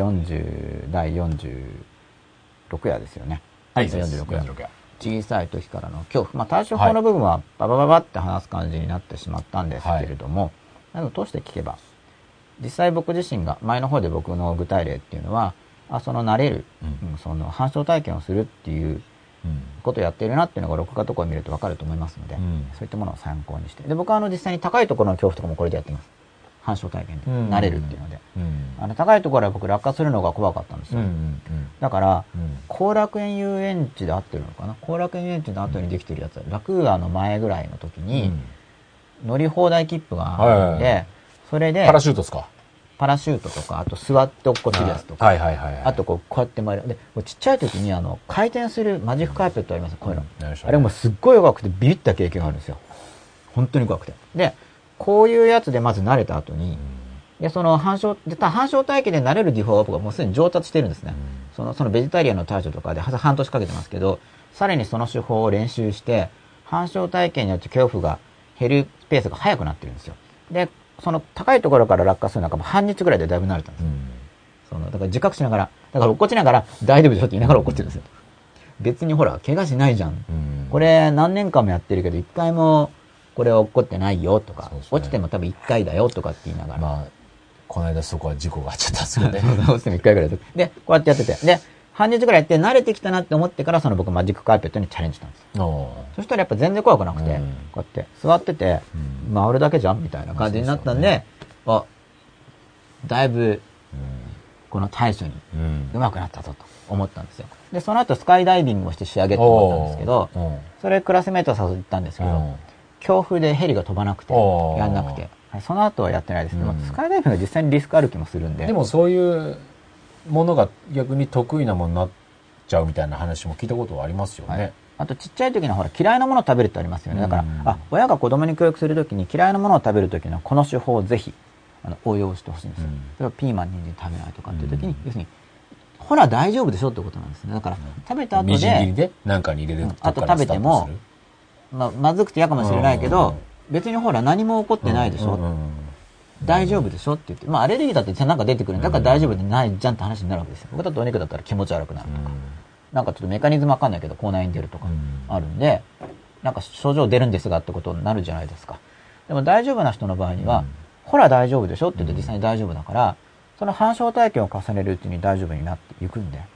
S2: 46夜ですよね。
S1: はい、
S2: 46夜。小さい時からの恐怖。対処法の部分はババババって話す感じになってしまったんですけれども、通して聞けば、実際僕自身が、前の方で僕の具体例っていうのは、その慣れる、その反証体験をするっていうことをやっているなっていうのが録画とかを見ると分かると思いますので、そういったものを参考にして。で、僕は実際に高いところの恐怖とかもこれでやってます。反証体験で。慣れるっていうので。高いところは僕落下するのが怖かったんですよ。だから、後楽園遊園地で合ってるのかな、後楽園遊園地の後にできてるやつ、ラクーアの前ぐらいの時に、乗り放題切符があるんで、それで、
S1: パラシュートですか？
S2: パラシュートとか、あと座って落っこちるやつとか、あとこうやって回る。で、ちっちゃい時に回転するマジックカーペットありますよ、こういうの。あれもすっごい怖くてビビった経験があるんですよ。本当に怖くて。で、こういうやつでまず慣れた後に、で、その反証体験で慣れる技法は僕はもうすでに上達してるんですね。そのベジタリアンの対処とかで半年かけてますけど、さらにその手法を練習して、反証体験によって恐怖が減るペースが速くなってるんですよ。で、その高いところから落下するのが半日ぐらいでだいぶ慣れたんですよ。だから自覚しながら、だから落っこちながら大丈夫でしょって言いながら落っこちるんですよ。別にほら、怪我しないじゃん。これ何年間もやってるけど、一回もこれは落っこってないよとか、落ちても多分一回だよとかって言いながら。
S1: この間そこは事故があっちゃったんですよね。
S2: 落ちても一回ぐらいで、こうやってやってて。で、半日ぐらいやって慣れてきたなって思ってから、僕マジックカーペットにチャレンジしたんです。そしたらやっぱ全然怖くなくて、こうやって座ってて、回るだけじゃんみたいな感じになったんで、だいぶ、この対処に上手くなったぞと思ったんですよ。で、その後スカイダイビングをして仕上げって思ったんですけど、それクラスメート誘ったんですけど、強風でヘリが飛ばなくて、やんなくて、その後はやってないですけど、スカイダイビングは実際にリスク歩きもするんで。
S1: でもそういうものが逆に得意なものになっちゃうみたいな話も聞いたことはありますよね。
S2: あとちっちゃい時の嫌いなものを食べるってありますよね。だから、親が子供に教育する時に嫌いなものを食べる時のこの手法をぜひ応用してほしいんですよ。例えばピーマン、人参食べないとかっていう時に、要するに、ほら大丈夫でしょってことなんですね。だから、食べた後で、
S1: みじん切りで何かに入れる
S2: あと食べても、まずくて嫌かもしれないけど、別にほら何も起こってないでしょ。大丈夫でしょって言って、アレルギーだってなんか出てくるんだから大丈夫でないじゃんって話になるわけですよ。僕だとお肉だったら気持ち悪くなるとか、なんかちょっとメカニズムわかんないけど口内炎出るとかあるんで、なんか症状出るんですがってことになるじゃないですか。でも大丈夫な人の場合には、ほら大丈夫でしょって言って実際に大丈夫だから、その反証体験を重ねるうちに大丈夫になっていくんで。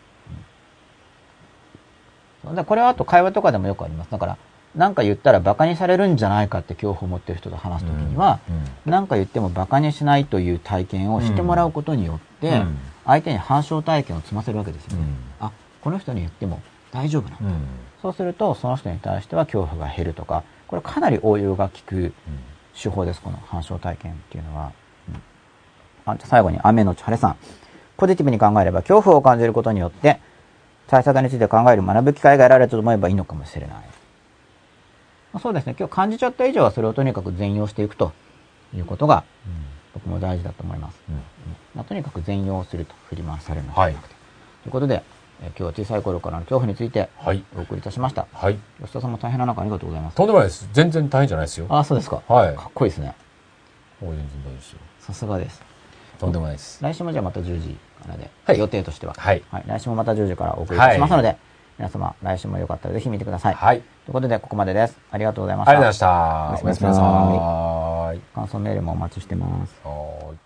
S2: これはあと会話とかでもよくあります。だから、なんか言ったらバカにされるんじゃないかって恐怖を持ってる人と話すときには、なんか言ってもバカにしないという体験をしてもらうことによって、相手に反証体験を積ませるわけですよね。この人に言っても大丈夫なんだ。そうすると、その人に対しては恐怖が減るとか、これかなり応用が効く手法です、この反証体験っていうのは。最後に、雨のち晴れさん。ポジティブに考えれば恐怖を感じることによって、対策について考える学ぶ機会が得られると思えばいいのかもしれない。そうですね。今日感じちゃった以上はそれをとにかく全容していくということが僕も大事だと思います。とにかく全容すると振り回されるのではなくて。ということで、今日は小さい頃からの恐怖についてお送りいたしました。吉田さんも大変な中ありがとうございます。
S1: とんでもないです。全然大変じゃないですよ。
S2: そうですか。
S1: はい。
S2: かっこいいですね。
S1: 全然大丈夫ですよ。
S2: さすがです。
S1: とんでもないです。
S2: 来週もじゃあまた10時からで、予定としては。
S1: はい。
S2: 来週もまた10時からお送りいたしますので、皆様、来週もよかったらぜひ見てください。
S1: はい。
S2: ということで、ここまでです。ありがとうございました。
S1: ありがとうございました。
S2: おやすみなさい。感想メールもお待ちしてます。
S1: はい。